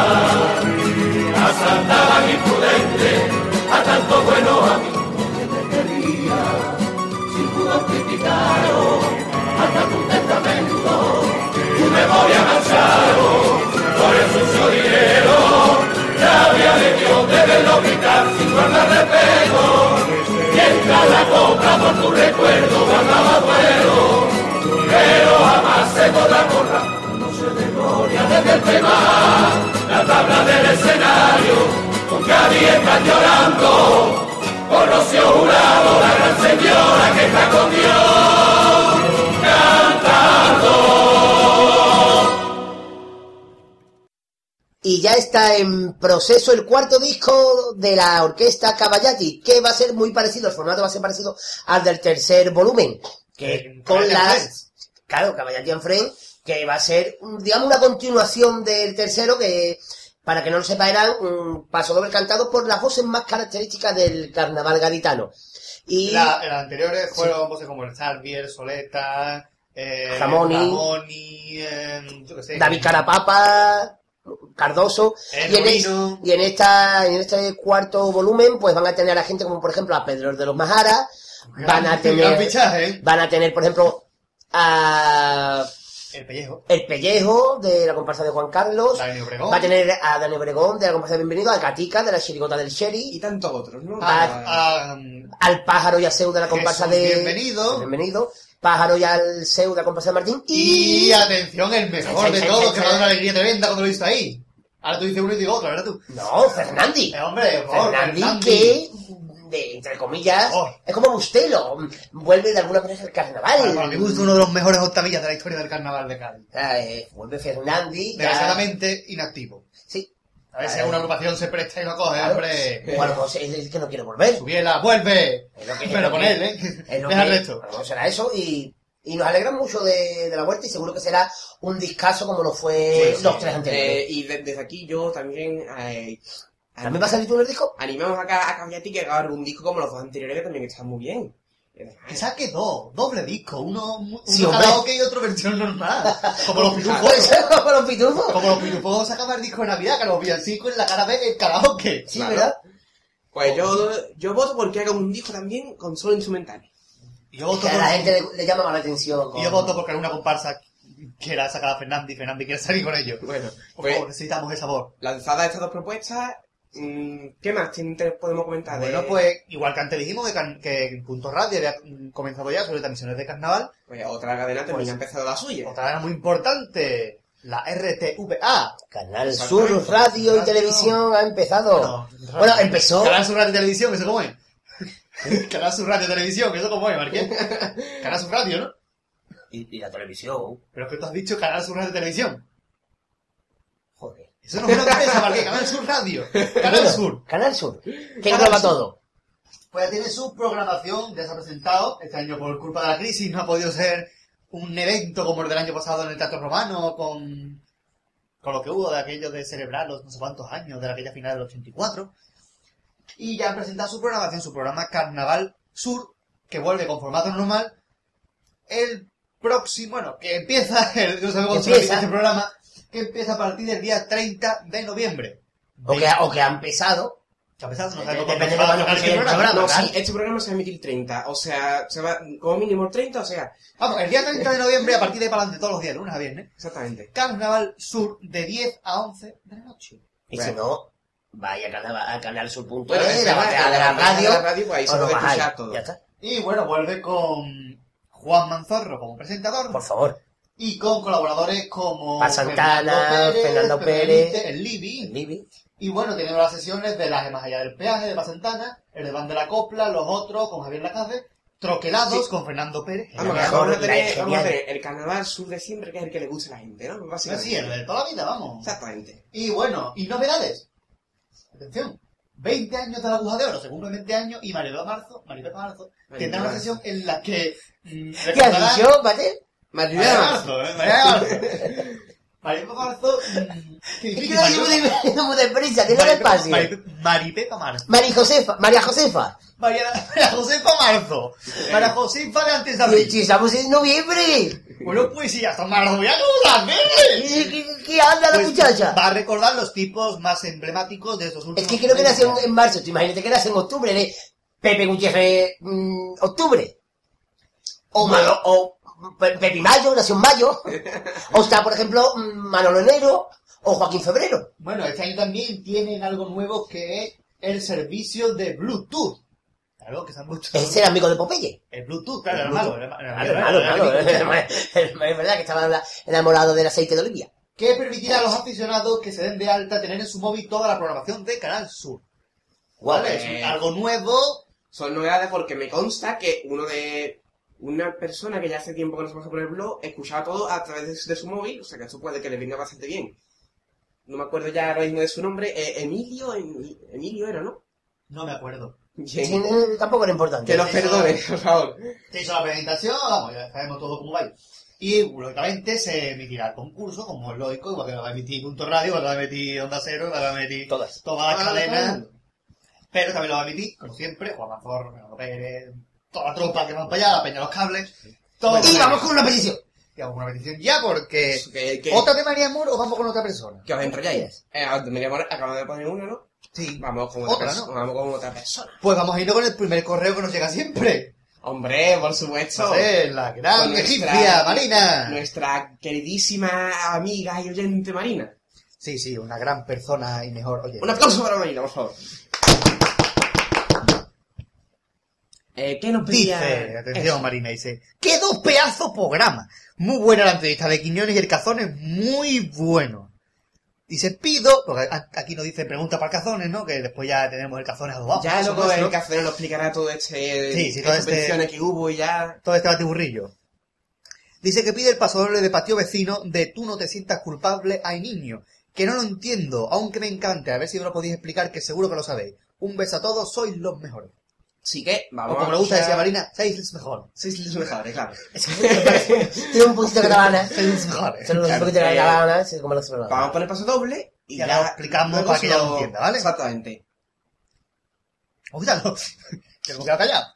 Asaltaban imprudente a tantos buenos amigos que te quería. Sin pudo criticaron hasta tu testamento, tu memoria mancharon por el sucio dinero, rabia de Dios de verlo gritar sin guardar respeto, y en cada copa por tu recuerdo guardaba duelo, pero jamás se podrá borrar, no se de gloria desde el tema, la tabla del escenario, con Cádiz están llorando, por Rocío Jurado, la gran señora que está con Dios, cantando. Y ya está en proceso el cuarto disco de la orquesta Caballati, que va a ser muy parecido, el formato va a ser parecido al del tercer volumen, que Eh, con Caballati las... Friends. Claro, Caballati and Friends, que va a ser, digamos, una continuación del tercero, que, para que no lo sepa, eran un paso doble cantado por las voces más características del carnaval gaditano. Y... La, las anteriores fueron voces como el Xavier, Soleta, eh, Ramoni. Ramoni, eh, yo qué sé. David Carapapa, Cardoso, El y en, es- Molino. y en esta en este cuarto volumen pues van a tener a gente como por ejemplo a Pedro de los Majara, van a Gran tener fichaje, ¿eh? van a tener por ejemplo a El pellejo. El Pellejo de la comparsa de Juan Carlos, Dani Obregón. va a tener a Dani Obregón de la comparsa de Bienvenido, a Catica de la chirigota del Sherry, Y tantos otros, ¿no? A, a, al Pájaro y a Seu de la comparsa Jesús de Bienvenido. Bienvenido, Pájaro y al Seu de la comparsa de Martín Y y atención, el mejor de Sí, sí, todos, sí, que sí. me ha dado una alegría tremenda cuando lo he visto ahí. Ahora tú dices uno y digo otro, ¿verdad tú? no, Fernandi. Eh, hombre, por favor, Fernandi, Fernandi. que, de, entre comillas, Oh. es como Bustelo, vuelve de alguna manera al carnaval. Bueno, para mi gusto, uno de los mejores octavillas de la historia del carnaval de Cádiz. Ah, eh, vuelve Fernandi. ya- Desgraciadamente inactivo. Sí. A ver si Ah, alguna agrupación se presta y lo coge, claro. hombre. Bueno, pues es el que no quiere volver. Subiela, vuelve. Es lo que- es Pero lo con que- él, ¿eh? Es lo Deja el que- resto. bueno, será eso y, y nos alegra mucho de, de la vuelta y seguro que será un discazo como lo fue Sí, sí. los tres anteriores. Eh, y de- desde aquí yo también... Eh, ¿También va a salir tú en el disco? animamos acá a Caviati que haga algún disco como los dos anteriores que también están muy bien. Que saque dos, doble disco, uno, uno Sí, hombre. karaoke y otro versión normal. Como los pitufos. Pues como los pitufos. Como los pitufos sacaban el disco de Navidad, que los villancicos en la cara B el karaoke. Sí, Claro. ¿verdad? Pues yo, yo voto porque haga un disco también con solo instrumentales. Y yo voto Que a por- la gente le, le llama más la atención. Y yo voto porque alguna comparsa quiera sacar a Fernández y Fernández quiere salir con ellos. Bueno, Por pues favor, necesitamos ese sabor. lanzadas estas dos propuestas, mm, ¿qué más ten- te podemos comentar? de- Bueno, pues, igual que antes dijimos que, can- que en Punto Radio había mm, comenzado ya sobre transmisiones de carnaval, Pues otra cadena también Pues- ha empezado la suya. otra era muy importante, la R T V A. Canal Exactamente. Sur, radio y Radio. televisión ha empezado. No, Bueno, empezó. Canal Sur Radio y Televisión, ¿eso cómo es? Canal Sur Radio y Televisión, ¿eso cómo es, Marqués? Canal Sur Radio, ¿no? Y, y la televisión. Pero es que tú has dicho Canal Sur Radio y Televisión. Joder. Eso no es una empresa, Marqués, Canal Sur Radio. Canal Sur. Canal Sur. Que Canal engloba Sur. todo. Pues tiene su programación, ya se ha presentado. Este año, por culpa de la crisis, no ha podido ser un evento como el del año pasado en el Teatro Romano, con, con lo que hubo de aquello de celebrar los no sé cuántos años de aquella final del ochenta y cuatro. Y ya han presentado su programación, su programa Carnaval Sur, que vuelve con formato normal el próximo, bueno, que empieza, el, no sabemos cuándo se Empieza. empieza este programa, que empieza a partir del día treinta de noviembre. O que, ha- o que ha empezado. Que a pesar de no Dep- sabemos depende cuándo de se va a cuándo tocar termine este el programa. programa. No, claro. sí, este programa se va a emitir treinta, o sea, se va como mínimo treinta, o sea, Vamos, el día treinta de noviembre, a partir de ahí para adelante, todos los días, lunes a viernes, exactamente. Carnaval Sur de diez a once de la noche. Y Bueno. si no, vaya a canal, a canal sur punto Bueno, es, es la verdad, bateada de en la la radio. de la radio, pues ahí se os lo puede bajáis. escuchar todo. Ya está. Y bueno, vuelve con Juan Manzorro como presentador Por favor. y con colaboradores como Pa Santana, Fernando Pérez, Elite, el Libby. El Libby. Y bueno, tienen las sesiones de las de Más Allá del Peaje, de Pa Santana, el de Van de la Copla, los otros con Javier Lacaze, Troquelados Sí. con Fernando Pérez. Vamos, La que mejor, vamos a la tener, es vamos a genial. tener el carnaval sur de siempre, que es el que le gusta a la gente, ¿no? Básicamente. Así, el de toda la vida, vamos. Exactamente. Y bueno, y novedades. Atención, veinte años de la aguja de oro, se cumplen veinte años, y Maribel Marzo, Maribel Marzo, tendrá una Marzo. sesión en la que mm, ¿Qué has recordará- dicho, Pater? Maribel Maribel Marzo. Marzo, ¿eh? Maribel Marzo. Maribel Marzo, mm, qué Es difícil, que lo digo Maribel- muy, muy deprisa, que no Maripepa- despacio. Maripe- Maripepa Marzo. María Josefa, María Josefa. María, María Josefa Marzo. María Josefa de antes de Y abril. si estamos en noviembre. Bueno, pues si ya está marzo, ya no la ¿Qué, qué, qué anda la Pues, muchacha? va a recordar los tipos más emblemáticos de estos Es últimos que creo que nació años. en, en marzo. Tú imagínate que nació en octubre, de Pepe Gutiérrez, mm, octubre. O, Ma- o Pe- Pepe Mayo, nació en mayo. O está, por ejemplo, mm, Manolo Enero o Joaquín Febrero. Bueno, este año también tienen algo nuevo que es el servicio de Bluetooth. Claro, que se han mucho. Ese era amigo de Popeye. El Bluetooth, claro, El era malo. Bluetooth. Era, era, Claro, era- hermano, era- hermano. era- Es verdad que estaba enamorado del aceite de Olivia. que permitirá a los aficionados que se den de alta tener en su móvil toda la programación de Canal Sur. ¿Vale? Eh, Es algo nuevo. Son novedades porque me consta que uno de... Una persona que ya hace tiempo que no se pasa por el blog, escuchaba todo a través de, de su móvil, o sea que esto puede que le venga bastante bien. No me acuerdo ya ahora mismo de su nombre, eh, Emilio, Em- Emilio era, ¿no? No me acuerdo. Bien. Sí, no, tampoco era importante. Que nos Eso- perdone, por favor. Se hizo la presentación, vamos, ya sabemos todo cómo va a ir. Y, lógicamente, se emitirá el concurso, como es lógico, igual que lo va a emitir Punto Radio, igual que lo va a emitir Onda Cero, igual que lo va a emitir Todas. todas las Ah, cadenas. claro. Pero también lo va a emitir, como siempre, Juan Manzorro, Fernando Pérez, toda la tropa que van para allá, la peña los cables. Todo Y vamos con una petición. digamos, una petición ya, porque... Que, que, ¿Otra de María Amor o vamos con otra persona? que os enrolláis. Eh, María Amor acabamos de poner una, ¿no? Sí. Vamos con otra, Otra, persona. ¿no? Vamos con otra persona. Pues vamos a irnos con el primer correo que nos llega siempre. Hombre, por supuesto. Va a ser la gran Con nuestra- egipcia, Marina. Nuestra queridísima amiga y oyente Marina. Sí, sí, una gran persona y mejor. Oye, Un aplauso para Marina, por favor. Eh, ¿Qué nos pedía? dice, atención Eso. Marina, dice, ¡qué dos pedazos programa! Muy buena la entrevista de Quiñones y el Cazón es muy bueno. Dice, pido, porque a- aquí nos dice pregunta para Cazones, ¿no? Que después ya tenemos el Cazones adobado. Ya Eso luego nuestro. el café nos explicará todo este... Sí, sí, todo estas este- peticiones que hubo y ya... Todo este batiburrillo. Dice que pide el paso doble de patio vecino de Tú no te sientas culpable, hay niño. Que no lo entiendo, aunque me encante. A ver si me lo podéis explicar, que seguro que lo sabéis. Un beso a todos, sois los mejores. Así que, vamos O como a le gusta decir a escuchar- Marina, sois los mejores. Sí, sí, los mejores, claro. Tiene un poquito de catalana. Sois los mejores. Solo un Claro, poquito de eh, catalana, así como lo se Vamos a poner paso doble y Ya ya... lo explicamos luego para que ella lo se entienda, ¿vale? Exactamente. Cuidado, que me quedo callado.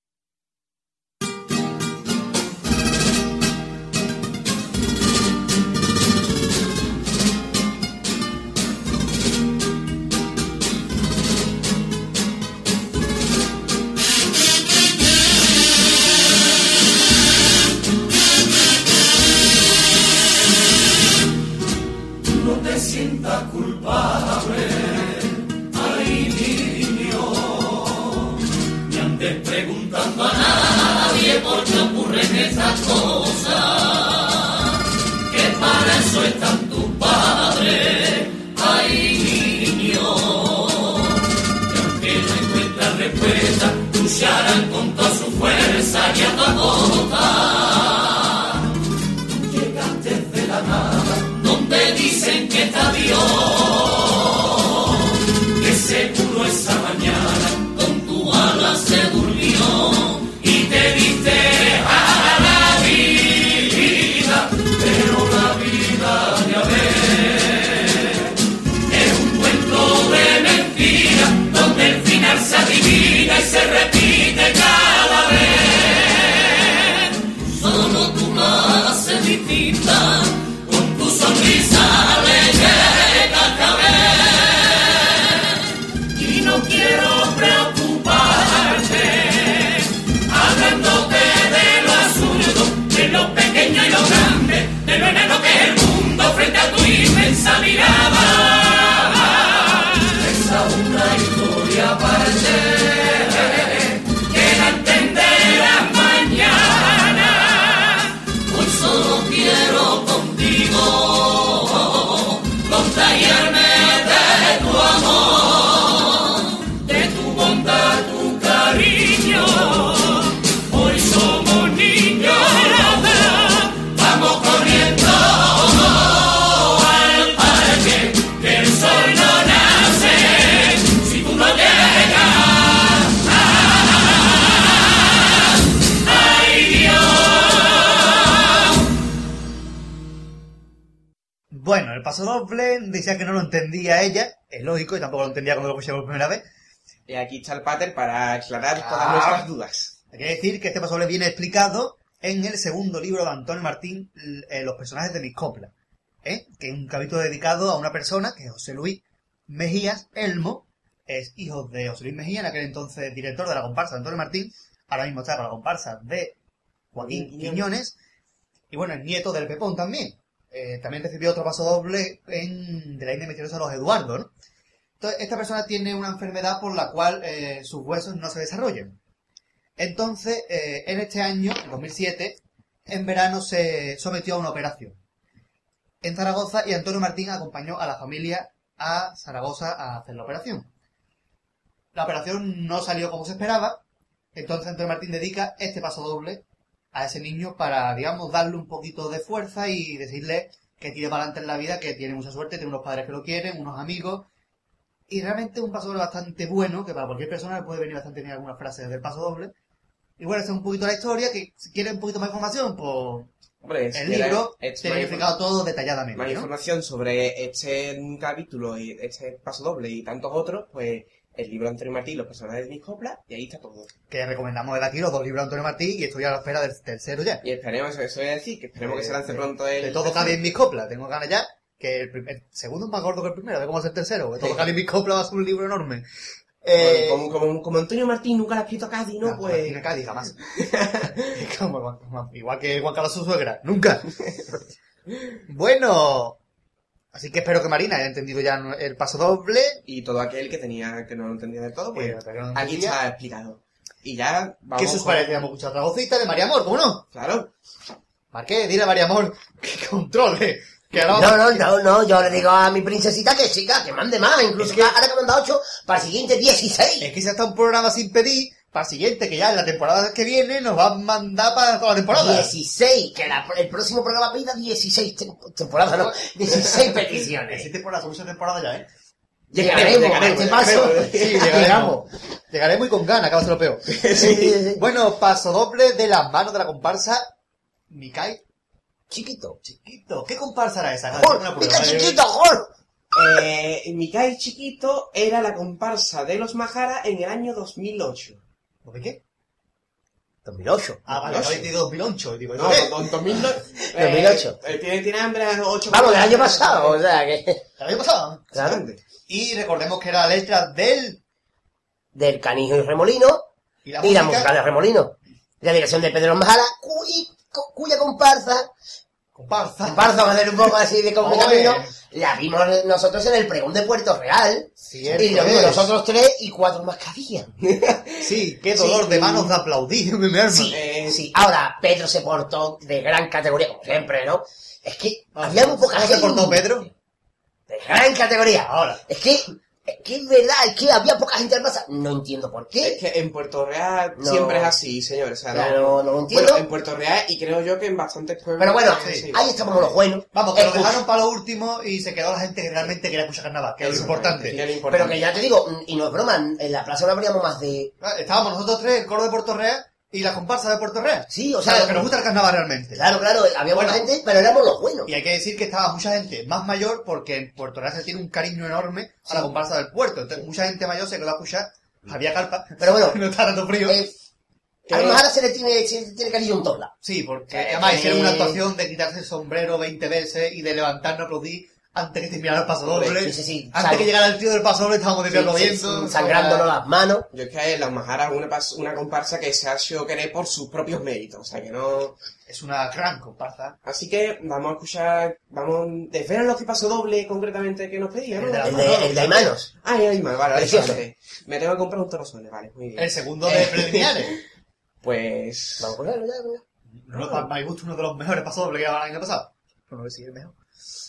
No te sientas culpable, ay niño, ni andes preguntando a nadie por qué ocurren estas cosas, que para eso están tus padres, ay niño, que aunque no encuentras respuesta, lucharán con toda su fuerza y a toda costa. Llegaste de la nada, donde dicen que está Dios, que seguro esa mañana con tu ala se durmió y te diste a la vida, pero la vida ya ves, es un cuento de mentira, donde el final se adivina y se repite cada vez, solo tú la haces distinta, con tu sonrisa alegre cada vez. Y no quiero preocuparte, hablándote de lo absurdo, de lo pequeño y lo grande, de lo enano que es el mundo frente a tu inmensa mirada. Esa es una historia aparte, que la entenderás mañana. Hoy solo quiero contigo contagiarme de tu amor, de tu bondad, tu cariño. Hoy somos niños, vamos corriendo al parque, que el sol no nace si tú no llegas. ¡Ay, Dios! Bueno, el paso doble decía que no lo entendía ella, es lógico, y tampoco lo entendía cuando lo escuché por primera vez. Y aquí está el pater para aclarar Ah. todas nuestras dudas. Hay que decir que este paso doble viene explicado en el segundo libro de Antonio Martín, l- eh, Los personajes de mis coplas, ¿eh? Que es un capítulo dedicado a una persona, que es José Luis Mejías Elmo, es hijo de José Luis Mejía, en aquel entonces director de la comparsa de Antonio Martín, ahora mismo está con la comparsa de Joaquín Quiñones. Quiñones, y bueno, es nieto del Pepón también. Eh, también recibió otro paso doble en, de la India Misteriosa de los Eduardos, ¿no? Entonces, esta persona tiene una enfermedad por la cual eh, sus huesos no se desarrollan. Entonces, eh, en este año, en dos mil siete, en verano se sometió a una operación en Zaragoza y Antonio Martín acompañó a la familia a Zaragoza a hacer la operación. La operación no salió como se esperaba, entonces Antonio Martín dedica este paso doble a ese niño para, digamos, darle un poquito de fuerza y decirle que tire para adelante en la vida, que tiene mucha suerte, tiene unos padres que lo quieren, unos amigos. Y realmente es un paso doble bastante bueno, que para cualquier persona le puede venir bastante bien algunas frases del paso doble. Y bueno, esta es un poquito la historia, que si quieren un poquito más de información, pues Hombre, si el quieres, libro es te más he infor- explicado todo detalladamente, más ¿no? información sobre este capítulo y este paso doble y tantos otros, pues el libro de Antonio Martín, los personajes de mis coplas, y ahí está todo. Que recomendamos de aquí los dos libros de Antonio Martín y estoy a la espera del tercero ya. Y esperemos, eso, eso voy a decir, que esperemos que se lance pronto el... De todo cabe en mis coplas, tengo ganas ya, que el, primer, el segundo es más gordo que el primero, a ver cómo es el tercero, de todo cabe en mis coplas va a ser un libro enorme. Eh, como, como, como Antonio Martín nunca lo ha escrito a Cádiz, ¿no? no, Pues... Martín a Cádiz, jamás. como, como, igual que Juan Carlos su suegra, nunca. Bueno, así que espero que Marina haya entendido ya el paso doble. Y todo aquel que tenía que no lo entendía del todo, pues Eh, que no aquí entendía. está explicado. Y ya vamos ¿Qué sus con- parece? Hemos escuchado otra vocita de María Amor, ¿cómo no? Claro. Marqué, dile a María Amor que controle. Que ahora No, no, no, no, yo le digo a mi princesita que chica, que mande más, incluso Es que- que ahora que me han dado ocho, para el siguiente dieciséis. Es que si hasta un programa sin pedir, para el siguiente, que ya en la temporada que viene, nos va a mandar para toda la temporada. dieciséis, que la- el próximo programa pida dieciséis tem- temporadas, no, dieciséis peticiones. Sí, temporada, son muchas temporadas ya, ¿eh? Llegaremos, llegaremos, a este paso. llegaremos. Sí, llegaremos. Llegaremos y con ganas, acaba de ser lo peor. Sí, sí, sí. Bueno, paso doble de las manos de la comparsa Mikai Chiquito. Chiquito. ¿Qué comparsa era esa? ¡Jor! Una ¡Pica prueba, ¿eh? chiquito, Jor! Eh, Mikai Chiquito era la comparsa de los Majara en el año dos mil ocho. ¿De qué? dos mil ocho. Ah, vale, habéis dicho dos mil ocho. Y digo, No, ¿qué? dos- dos mil ocho. dos mil ocho. Eh, tiene, tiene hambre a ocho. Vamos, del año pasado, o sea que... ¿El año pasado? Claro. Y recordemos que era la letra del... Del Canijo y Remolino Y la y la música... música de Remolino. La dirección de Pedro Majara, cuy- cu- cuya comparsa, Comparsa. comparsa, va a hacer un poco así de como Oye. camino, la vimos nosotros en el pregón de Puerto Real. Cierto Y lo vimos es. nosotros tres y cuatro más que había. Sí, qué dolor Sí. de manos de aplaudir, mi hermano. Sí, Eh, sí. Ahora, Pedro se portó de gran categoría, como siempre, ¿no? Es que Ah, había muy poca ¿cómo se gente. portó Pedro? De gran categoría. Ahora. Es que, es que es verdad, es que había poca gente en plaza. No entiendo por qué. Es que en Puerto Real No. siempre es así, señores. O sea, Claro, no lo entiendo. Bueno, en Puerto Real y creo yo que en bastantes pueblos. Pero bueno, es así. ahí estamos los buenos. Vamos, que lo Escucha. dejaron para lo último y se quedó la gente que realmente quería escuchar carnaval, que es lo Eso, importante. que es lo importante. Pero que ya te digo, y no es broma, en la plaza no habríamos más de... Ah, Estábamos nosotros tres, el coro de Puerto Real y la comparsa de Puerto Real. Sí, o O sea, sea, los que nos gusta el carnaval realmente. Claro, claro, había Bueno. buena gente, pero éramos los buenos. Y hay que decir que estaba mucha gente más mayor porque en Puerto Real se tiene un cariño enorme a la comparsa del puerto. Entonces mucha gente mayor se quedó a escuchar. Había carpa. Pero bueno, no está tanto frío. Eh, a lo mejor ahora se le tiene, se le tiene cariño en todos lados. Sí, porque Eh, además eh, hicieron una actuación de quitarse el sombrero veinte veces y de levantarnos a aplaudir antes que terminara el paso doble. Sí, sí, sí. Antes Sal- que llegara el tío del paso doble estábamos de pie Sí, sí, aplaudiendo. sí, sangrándonos las manos. Yo es que la Majara es una, pas- una comparsa que se ha hecho querer por sus propios méritos. O sea, que no. Es una gran comparsa. Así que vamos a escuchar. Vamos. ¿Desvelan lo que pasó doble concretamente que nos pedían? El de ¿no? la El de, el de Aymanos. Ah, ahí, vale, vale, Precioso. vale. Me tengo que comprar un torosole, vale, muy bien. El segundo de preliminares. Pues. Vamos a ponerlo ya, venga. No, para mi gusto, uno de los mejores pasos dobles que llevaba el año pasado. Pero no sé si es el mejor.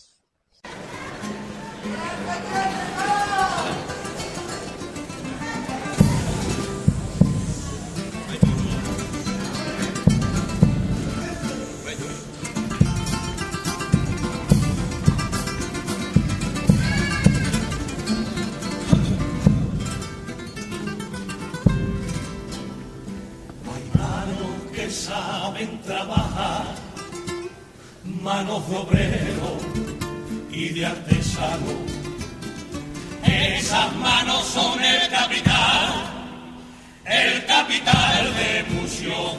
Que saben trabajar, manos de obrero y de artesano. Esas manos son el capital, el capital de muchos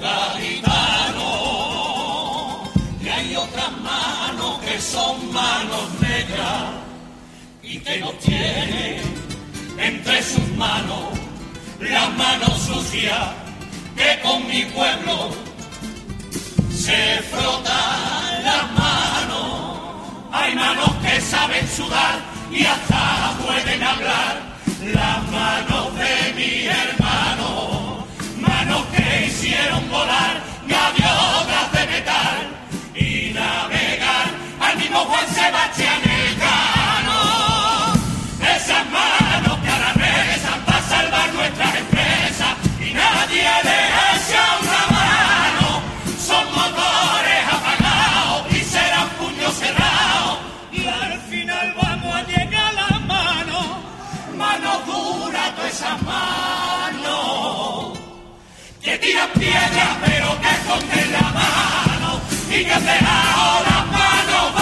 gaditanos. Y hay otras manos que son manos negras y que no tienen entre sus manos las manos sucias que con mi pueblo se frotan las manos. Hay manos que saben sudar y hasta pueden hablar, las manos de mi hermano, manos que hicieron volar gaviotas de metal y navegar al mismo Juan Sebastián Elcano. Esas manos que ahora rezan para salvar nuestras empresas y nadie les echa una mano, son motores apagados y serán puños cerrados y al final vamos a llegar a la mano, mano dura todas esas manos que tiran piedras pero que esconden la mano y que han dejado las manos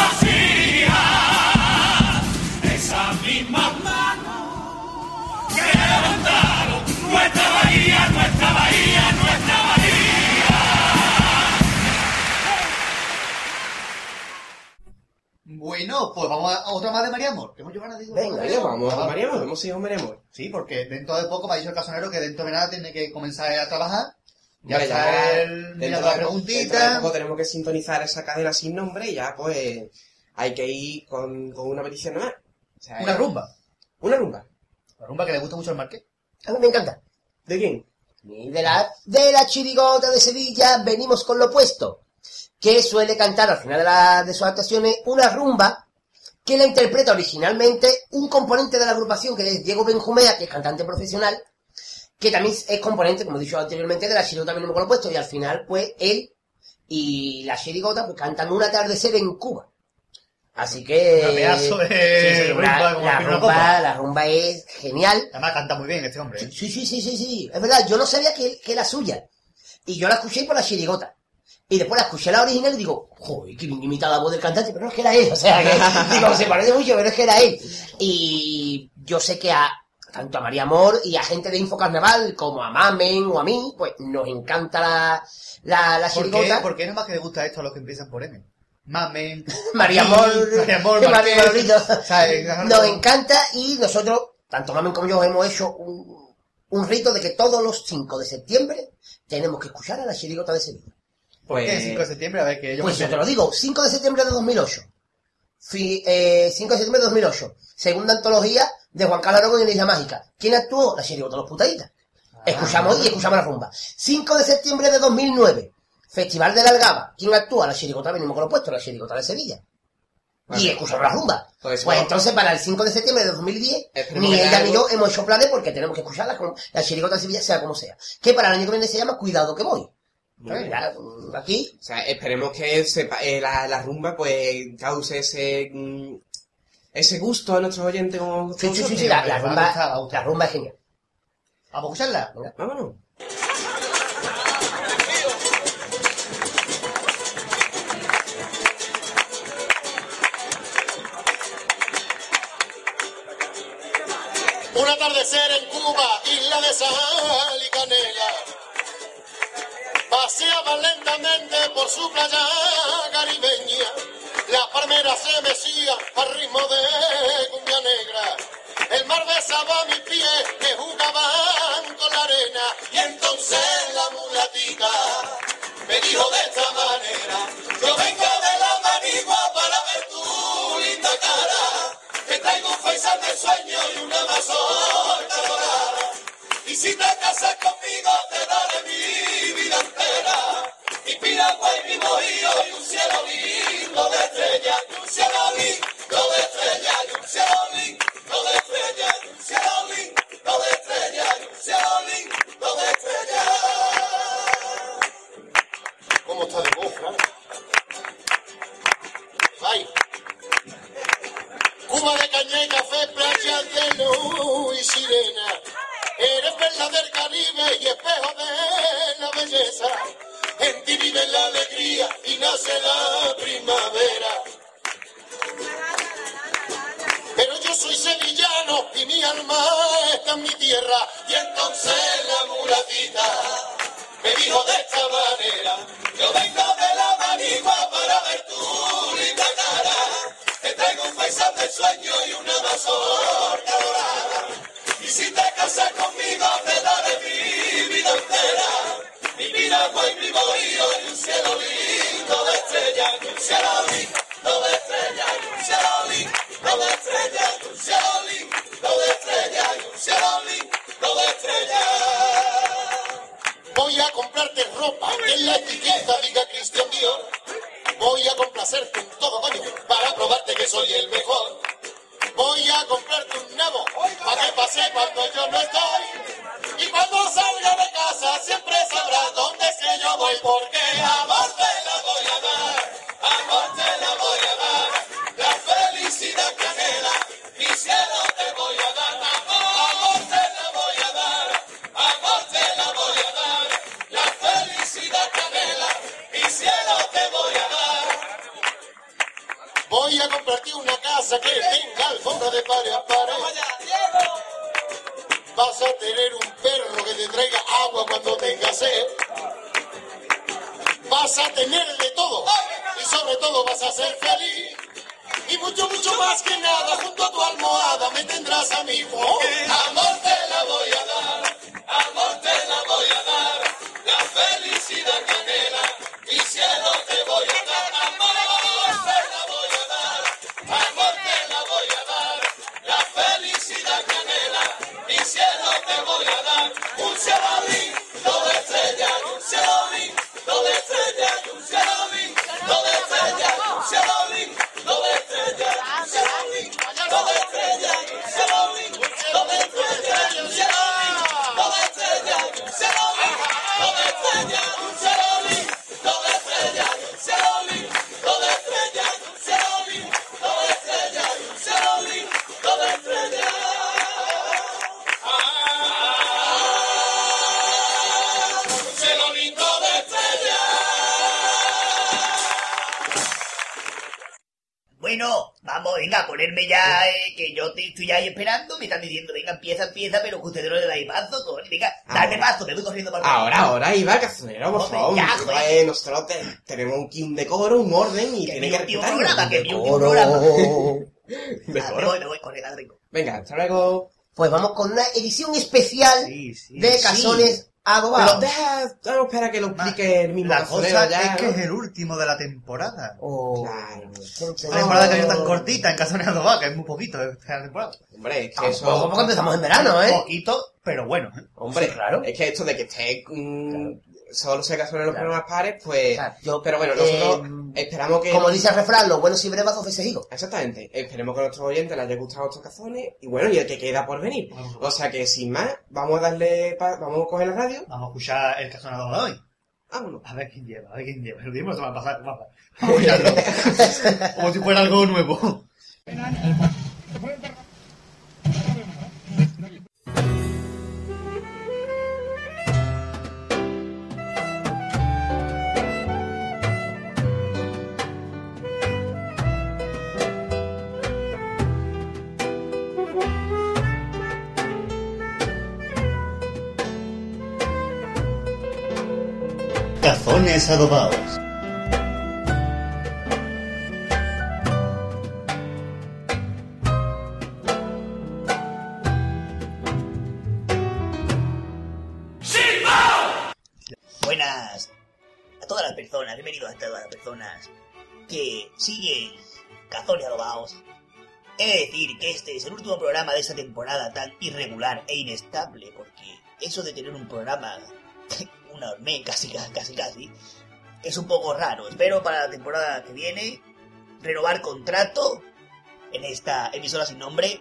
vacías, esas mismas manos que levantan nuestra Bahía, nuestra Bahía. Bueno, pues vamos a otra más de María Amor. Tengo yo ganas de Venga, Venga, vamos a María Amor, vamos a ir a María Amor. Sí, porque dentro de poco me ha dicho el casonero que dentro de nada tiene que comenzar a trabajar. Ya Vale, está ya el dentro mirando de la poco- dentro de preguntita. poco tenemos que sintonizar esa cadena sin nombre y ya pues hay que ir con, con una petición nomás. O sea, Una rumba. Una rumba. Una rumba que le gusta mucho al Marqués. A mí me encanta. ¿De quién? Y de la, de la chirigota de Sevilla venimos con lo opuesto, que suele cantar al final de, la, de sus actuaciones una rumba que la interpreta originalmente un componente de la agrupación, que es Diego Benjumea, que es cantante profesional, que también es componente, como he dicho anteriormente, de la chirigota venimos con lo opuesto, y al final, pues, él y la chirigota pues cantan Un atardecer en Cuba. Así que... Una pedazo de rumba la, como la Pino rumba, Copa. la rumba es genial. Además canta muy bien este hombre. ¿eh? Sí, sí, sí, sí, sí. Es verdad, yo no sabía que, que era suya. Y yo la escuché por la chirigota. Y después la escuché la original y digo, joder, que bien imita la voz del cantante, pero no es que era él. O sea, que digo, se parece mucho, pero es que era él. Y yo sé que a tanto a María Amor y a gente de Info Carnaval, como a Mamen o a mí, pues nos encanta la, la, la ¿Por qué? chirigota. ¿Por qué no más que le gusta esto a los que empiezan por M? Mamen, María Amor, María Amor, María Marqués. Amorcito. ¿Sabes? Nos encanta y nosotros, tanto Mamen como yo, hemos hecho un, un rito de que todos los cinco de septiembre tenemos que escuchar a la chirigota de Sevilla. ¿Por qué Pues- el cinco de septiembre? A ver, que yo Pues me yo te lo digo, cinco de septiembre de dos mil ocho. Fi- eh, cinco de septiembre de dos mil ocho. Segunda antología de Juan Carlos Aragón en la Isla Mágica. ¿Quién actuó? La chirigota de los putaditas. Escuchamos y escuchamos la rumba. cinco de septiembre de dos mil nueve. Festival de la Algaba. ¿Quién actúa? La chirigota, venimos con lo puesto, la chirigota de Sevilla. Vale. Y escuchamos la rumba. Pues, Pues bueno. entonces para el cinco de septiembre de dos mil diez, Esperemos ni que ella algo- ni yo hemos hecho planes porque tenemos que escucharla con la chirigota de Sevilla, sea como sea. Que para el año que viene se llama Cuidado que voy. Muy bien. Ya, mm, aquí, O sea, esperemos que sepa- eh, la, la rumba pues cause ese mm, ese gusto a nuestros oyentes como sí, sí, sí, nosotros. sí, la, la va a rumba, gustar, va a gustar. la rumba es genial. ¿Vamos a escucharla? Venga. Vámonos. Un atardecer en Cuba, isla de sal y canela. Paseaba lentamente por su playa caribeña. Las palmeras se mecían al ritmo de cumbia negra. El mar besaba mis pies que jugaban con la arena. Y entonces la mulatita me dijo de esta manera: yo vengo de la Manigua para ver tu linda cara. Te traigo un faisán de sueño y una mazorca dorada. Y si te casas conmigo te daré mi vida entera. Mi piragua y mi bohío y un cielo lindo de estrellas. Y un cielo lindo de estrellas. Y un cielo lindo de estrellas. Y un cielo lindo de estrellas. Y un cielo lindo de estrellas. ¿Cómo está de voz, Fran? Bye. Cuba de caña y café, playa de luz y sirena. Eres perla del Caribe y espejo de la belleza. En ti vive la alegría y nace la primavera. Pero yo soy sevillano y mi alma está en mi tierra. Y entonces la mulatita me dijo de esta manera: yo vengo de la Manigua para ver tu linda cara. Te traigo un paisán de sueño y una mazorca dorada. Y si te casas conmigo te daré mi vida entera. Mi piragua y mi bohío y un cielo lindo de estrellas. Y un cielo lindo de estrellas. Y un cielo lindo de estrellas. Y un cielo lindo de estrellas. Y un cielo lindo de estrellas. Voy a comprarte ropa que en la etiqueta diga Christian Dior. Voy a complacerte en todo, coño, para probarte que soy el mejor. Voy a comprarte un nabo para que pase cuando yo no estoy. Y cuando salga de casa siempre sabrás dónde es que yo voy. Porque amor te la voy a dar, amor te la voy a dar. La felicidad que anhela, mi cielo te voy a dar. Amor, amor te la voy a dar, amor te la voy a dar. La felicidad que anhela, mi cielo te voy a dar. Voy a comprarte una casa que tenga alfombra de pared a pared. Vas a tener un perro que te traiga agua cuando tengas sed. Vas a tener de todo y sobre todo vas a ser feliz. Y mucho, mucho más que nada, junto a tu almohada me tendrás a mí. Porque amor te la voy a dar, amor te la voy a dar, la felicidad que anhela, mi cielo te voy a dar. Amor te la voy a dar, amor te la voy a dar, la felicidad que anhela, mi cielo te voy a dar. Un cielo lindo de estrellas, un cielo lindo de estrellas, un cielo lindo de estrellas, un cielo lindo de estrellas, un cielo lindo de estrellas, un cielo lindo de estrellas, un cielo lindo de estrellas, un cielo lindo de estrellas, un cielo lindo de estrellas, un cielo lindo de estrellas, un cielo lindo de estrellas, un cielo lindo de estrellas. Un cielo lindo de estrellas. Bueno, vamos, venga, a ponerme ya, eh, que yo te estoy ahí esperando, me están diciendo, venga, empieza, empieza, pero que ustedes no le dais paso, coño, venga, dale Ahora. paso, me voy corriendo para el Ahora, ahora, Iba, cazonero, por Joder, favor. ya, Tú, joder. eh, nosotros te- tenemos un, un decoro, un orden y Que tiene mi que último respetarlo. programa, que mi último Oro. programa. Ah, me Decoro. voy, me voy, corre, dale, vengo. Venga, hasta luego. Pues vamos con una edición especial Sí, sí. de sí. cazones Pero adobados. deja, no, espera que lo explique el mismo La cazonero cosa ya. es que ¿no? es el último de la temporada. Oh. Claro. Una temporada que ha sido tan cortita en Cazones Adobados, que es muy poquito esta temporada. Hombre, es que Tampoco eso... porque empezamos en verano, ¿eh? Poquito, pero bueno. Hombre, Sí, claro. es que esto de que esté mm, solo se casan en los Claro. programas pares, pues... Claro, yo, pero bueno, nosotros eh, esperamos que... Como dice el refrán, los buenos y brevas dos veces higos. Exactamente. Esperemos que a nuestros oyentes les haya gustado estos cazones y bueno, y el que queda por venir. O sea que sin más, vamos a darle... pa- vamos a coger la radio. Vamos a escuchar el Cazón Adobado de hoy. Vámonos. A ver quién lleva, a ver quién lleva. El mismo se va a pasar. Vamos a escucharlo. Como si fuera algo nuevo. Cazones Adobados. Buenas a todas las personas, bienvenidos a todas las personas que siguen Cazones Adobados. He de decir que este es el último programa de esta temporada tan irregular e inestable, porque eso de tener un programa una hormega, casi, casi, casi, es un poco raro. Espero para la temporada que viene renovar contrato en esta emisora sin nombre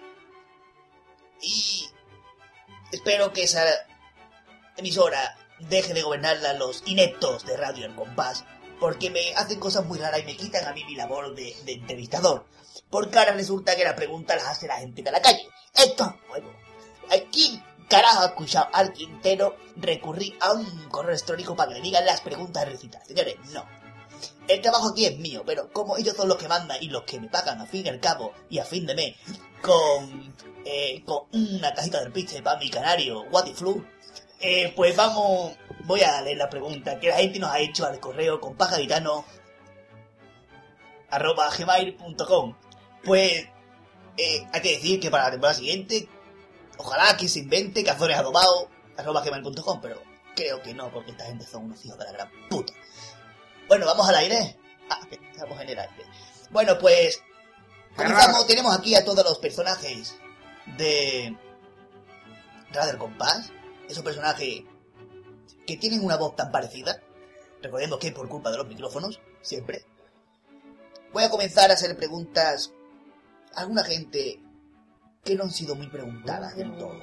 y espero que esa emisora deje de gobernarla los ineptos de Radio El Compás, porque me hacen cosas muy raras y me quitan a mí mi labor de, de entrevistador, porque ahora resulta que las preguntas las hace la gente de la calle. Esto es nuevo. Aquí carajo ha escuchado al Quintero recurrir a un correo electrónico para que le digan las preguntas recitadas? Señores, no. El trabajo aquí es mío, pero como ellos son los que mandan y los que me pagan a fin y al cabo y a fin de mes con, eh, con una cajita del pizza para mi canario, Watiflu, eh, pues vamos, voy a leer la pregunta que la gente nos ha hecho al correo compasgaditano arroba gmail punto com. Pues eh, hay que decir que para la temporada siguiente ojalá que se invente cazones adobados arroba gmail punto com, pero creo que no, porque esta gente son unos hijos de la gran puta. Bueno, ¿vamos al aire? Ah, que estamos en el aire. Bueno, pues comenzamos. Tenemos aquí a todos los personajes de Radio El Compás. Esos personajes que tienen una voz tan parecida. Recordemos que es por culpa de los micrófonos, siempre. Voy a comenzar a hacer preguntas a alguna gente que no han sido muy preguntadas del todo.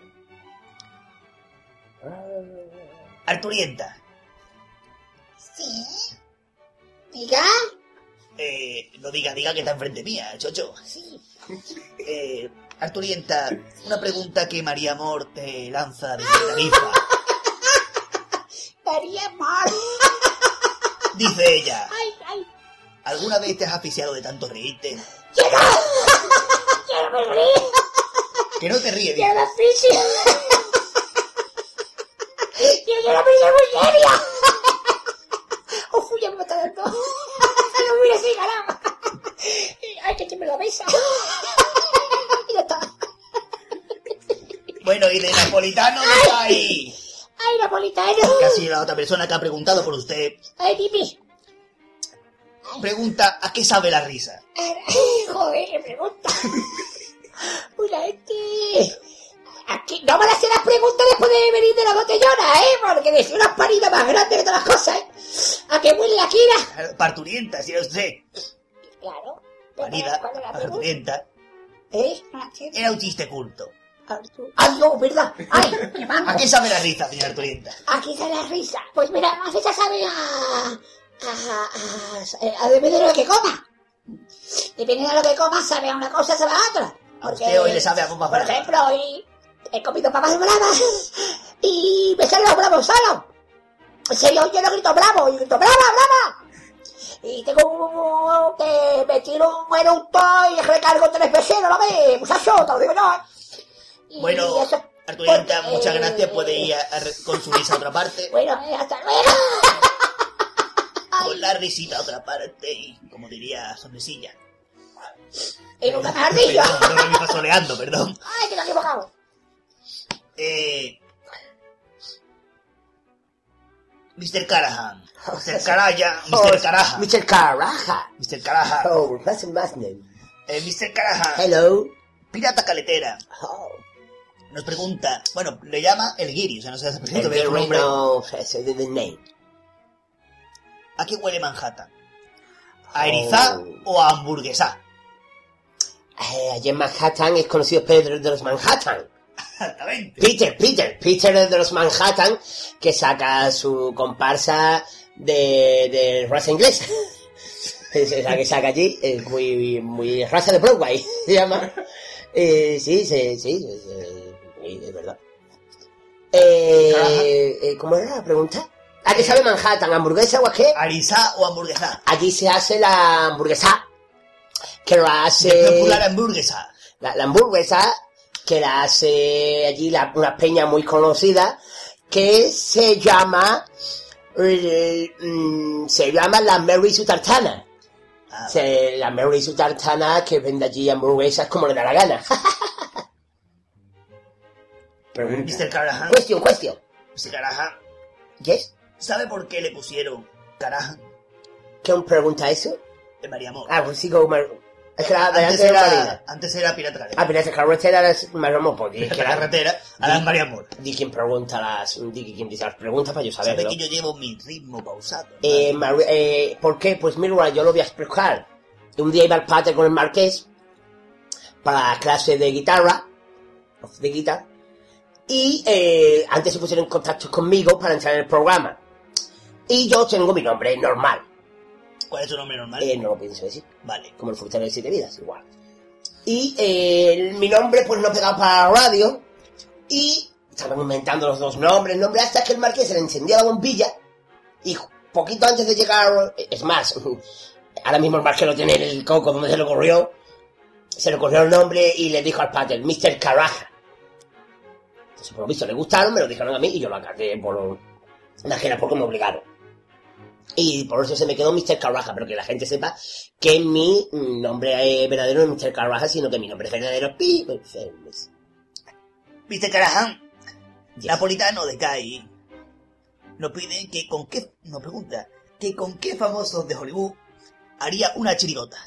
Arturienta. Sí. Diga. Eh, no diga, diga que está enfrente mía, chocho. Sí. Eh, Arturienta, una pregunta que María Amor te lanza desde Tarifa. María Amor. Dice ella, Ay, ay. ¿alguna vez te has asfixiado de tanto reírte? Quiero. Quiero morir. Que no te ríes, Yo la física. Yo soy una persona muy seria. Uf, ya me está dando. No mira así, caramba. Ay, que me la besa. Ya está. Bueno, y de napolitano no está ahí. Ay, napolitano. Casi la otra persona que ha preguntado por usted. Ay, dime. Pregunta, ¿a qué sabe la risa? Ay, joder, qué pregunta. Uy, la gente... Aquí no me las sé las preguntas después de venir de la botellona, ¿eh? Porque decía unas paridas más grandes que todas las cosas, ¿eh? ¿A qué huele la quina? Parturienta, si no sé. Claro. Parida, ¿Cuál es la pregunta? parturienta. ¿Eh? No la entiendo. Era un chiste culto. ¡Ay, no, verdad! ¡Ay, qué mango! ¿A qué sabe la risa, señora Parturienta? Aquí sale la risa. Pues mira, más ella sabe a... A... A... a depende de lo que coma. Depende de lo que coma, sabe a una cosa, sabe a otra. A usted hoy le sabe a papas Por bravas. ejemplo, hoy he comido papas bravas y me salen los bravos solos. En serio, yo no grito bravo, yo grito brava, brava. Y tengo un, que me tiro un eructo y recargo tres veces, ¿no lo ves? Muchacho, te lo digo yo. Y Bueno, eso, Parturienta, pues, muchas eh, gracias. Puede ir a, a re- con su risa a otra parte. Bueno, eh, hasta luego. Con la risita a otra parte y, como diría, sonrisilla. Y nunca me has dicho. Perdón, no me iba soleando, perdón. Ay, que me he equivocado. Eh... mister Carahan. mister Caraya. mister Caraja. mister Caraja. mister Caraja. Oh, that's a last name. Eh, mister Carahan. Hello. Pirata caletera. Oh. Nos pregunta... Bueno, le llama el Guiri. O sea, no se hace pregunta, El pero su nombre. no, ese de the name. ¿A qué huele Manhattan? ¿A erizá Oh. o a hamburguesá? Eh, allí en Manhattan es conocido Pedro de los Manhattan. Exactamente. Peter, Peter, Peter de los Manhattan, que saca su comparsa de, de raza inglesa. Es la que saca allí, es muy, muy raza de Broadway, se llama. Eh, sí, sí, sí, es, es, es verdad. Eh, eh, ¿Cómo era la pregunta? ¿A qué sabe Manhattan? ¿Hamburguesa o a qué? ¿A erizá o hamburguesá? Allí se hace la hamburguesa, que lo hace... De popular hamburguesa. La, la hamburguesa, que la hace allí la, una peña muy conocida, que se llama... eh, mm, se llama la Mary su tartana. Ah, Se, la Mary su tartana, que vende allí hamburguesas como le da la gana. Pregunta. mister Carahan. Cuestión, cuestión. mister Carahan. ¿Yes? ¿Sabe por qué le pusieron Carahan ¿Qué pregunta eso? de María Amor? Ah, pues sigo... Mar... Es que la antes, antes era Marina. era, antes era Pirata Caletera. Ah, pero esa carretera es más o menos, porque es la que la... carretera, ahora es María Amor. Di quien pregunta las... Di quien dice las preguntas para yo Sabe saberlo. que yo llevo mi ritmo pausado. ¿no? Eh, Mar- eh, ¿Por qué? Pues mira, yo lo voy a explicar. Un día iba al padre con el Marqués para la clase de guitarra, de guitarra, y eh, antes se pusieron en contacto conmigo para entrar en el programa. Y yo tengo mi nombre normal. ¿Cuál es tu nombre normal? Eh, no lo pienso decir. Vale. Como el frutero de siete vidas, igual. Y eh, mi nombre pues no pegaba para la radio. Y estaban inventando los dos nombres, el nombre, hasta que el Marqués se le encendía la bombilla. Y poquito antes de llegar, es más, ahora mismo el Marqués lo tiene en el coco donde se le ocurrió. Se le ocurrió el nombre y le dijo al pater, mister Caraja. Entonces por lo visto le gustaron, me lo dijeron a mí y yo lo acaté por la ajena porque me obligaron. Y por eso se me quedó mister Caraja, pero que la gente sepa que mi nombre verdadero no es mister Caraja, sino que mi nombre verdadero es Pi. mister Carahan, Yes. napolitano de Cai, nos pide que con qué, nos pregunta, que con qué famosos de Hollywood haría una chirigota.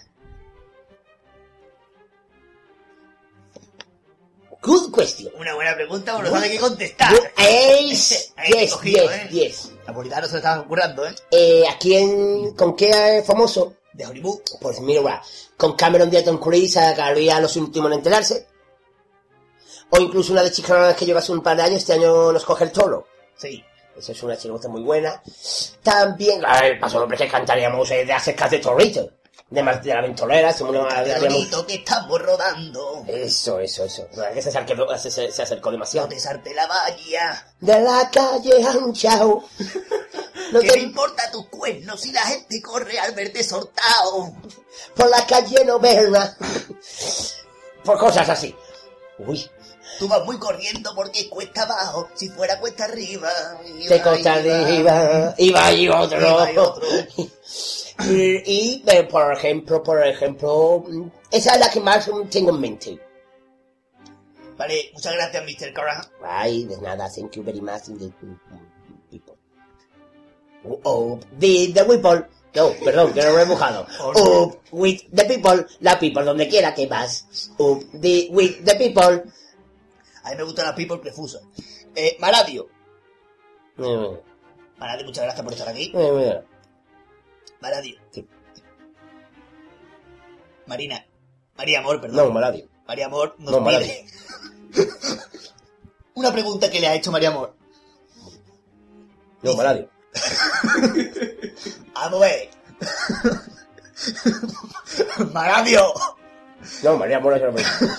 Good question. Una buena pregunta, pero no sabe qué contestar. Good ace. Ahí Yes, cogido, yes, ¿eh? yes. Napolitano se lo estaba currando, ¿eh? Eh, ¿A quién, con qué famoso? De Hollywood. Pues mira, con Cameron Díaz, Tom Cruise, acabaría los últimos en enterarse. O incluso una de Chicago que lleva hace un par de años, este año nos coge el toro. Sí. Esa es una chirigota muy buena. También, a ver, paso hombre que cantaríamos eh, de acerca de Torrito. De, Mar- de la Ventolera, si uno Qué haríamos... bonito que estamos rodando. Eso, eso, eso. No, es que se acercó, se, se, se acercó No demasiado. te sarte la valla. De la calle Anchao. No ¿Qué te... me importa tus cuernos si la gente corre al verte sortao? Por la calle Noverna. Por cosas así. Uy, Tú vas muy corriendo porque cuesta abajo, si fuera cuesta arriba. Se costa arriba, iba y otro. Iba y otro. y, y, eh, por ejemplo, por ejemplo, esa es la que más tengo en mente. Vale, muchas gracias, mister Callahan. Ay, de nada, thank you very much, the people. Oh, oh, the, the people. Oh, perdón, que no lo he mojado. Oh, with the people, la people, donde quiera que vas. Oh, the, with the people. A mí me gusta la people prefusa. Eh, Maradio. Mm. Maradio, muchas gracias por estar aquí. Mm. Maradio. Sí. Marina. María Amor, perdón. No, Maradio. María Amor nos No, pide una pregunta que le ha hecho María Amor. No, Maradio. Vamos a ver. Maradio. No, María Mola se lo pregunto.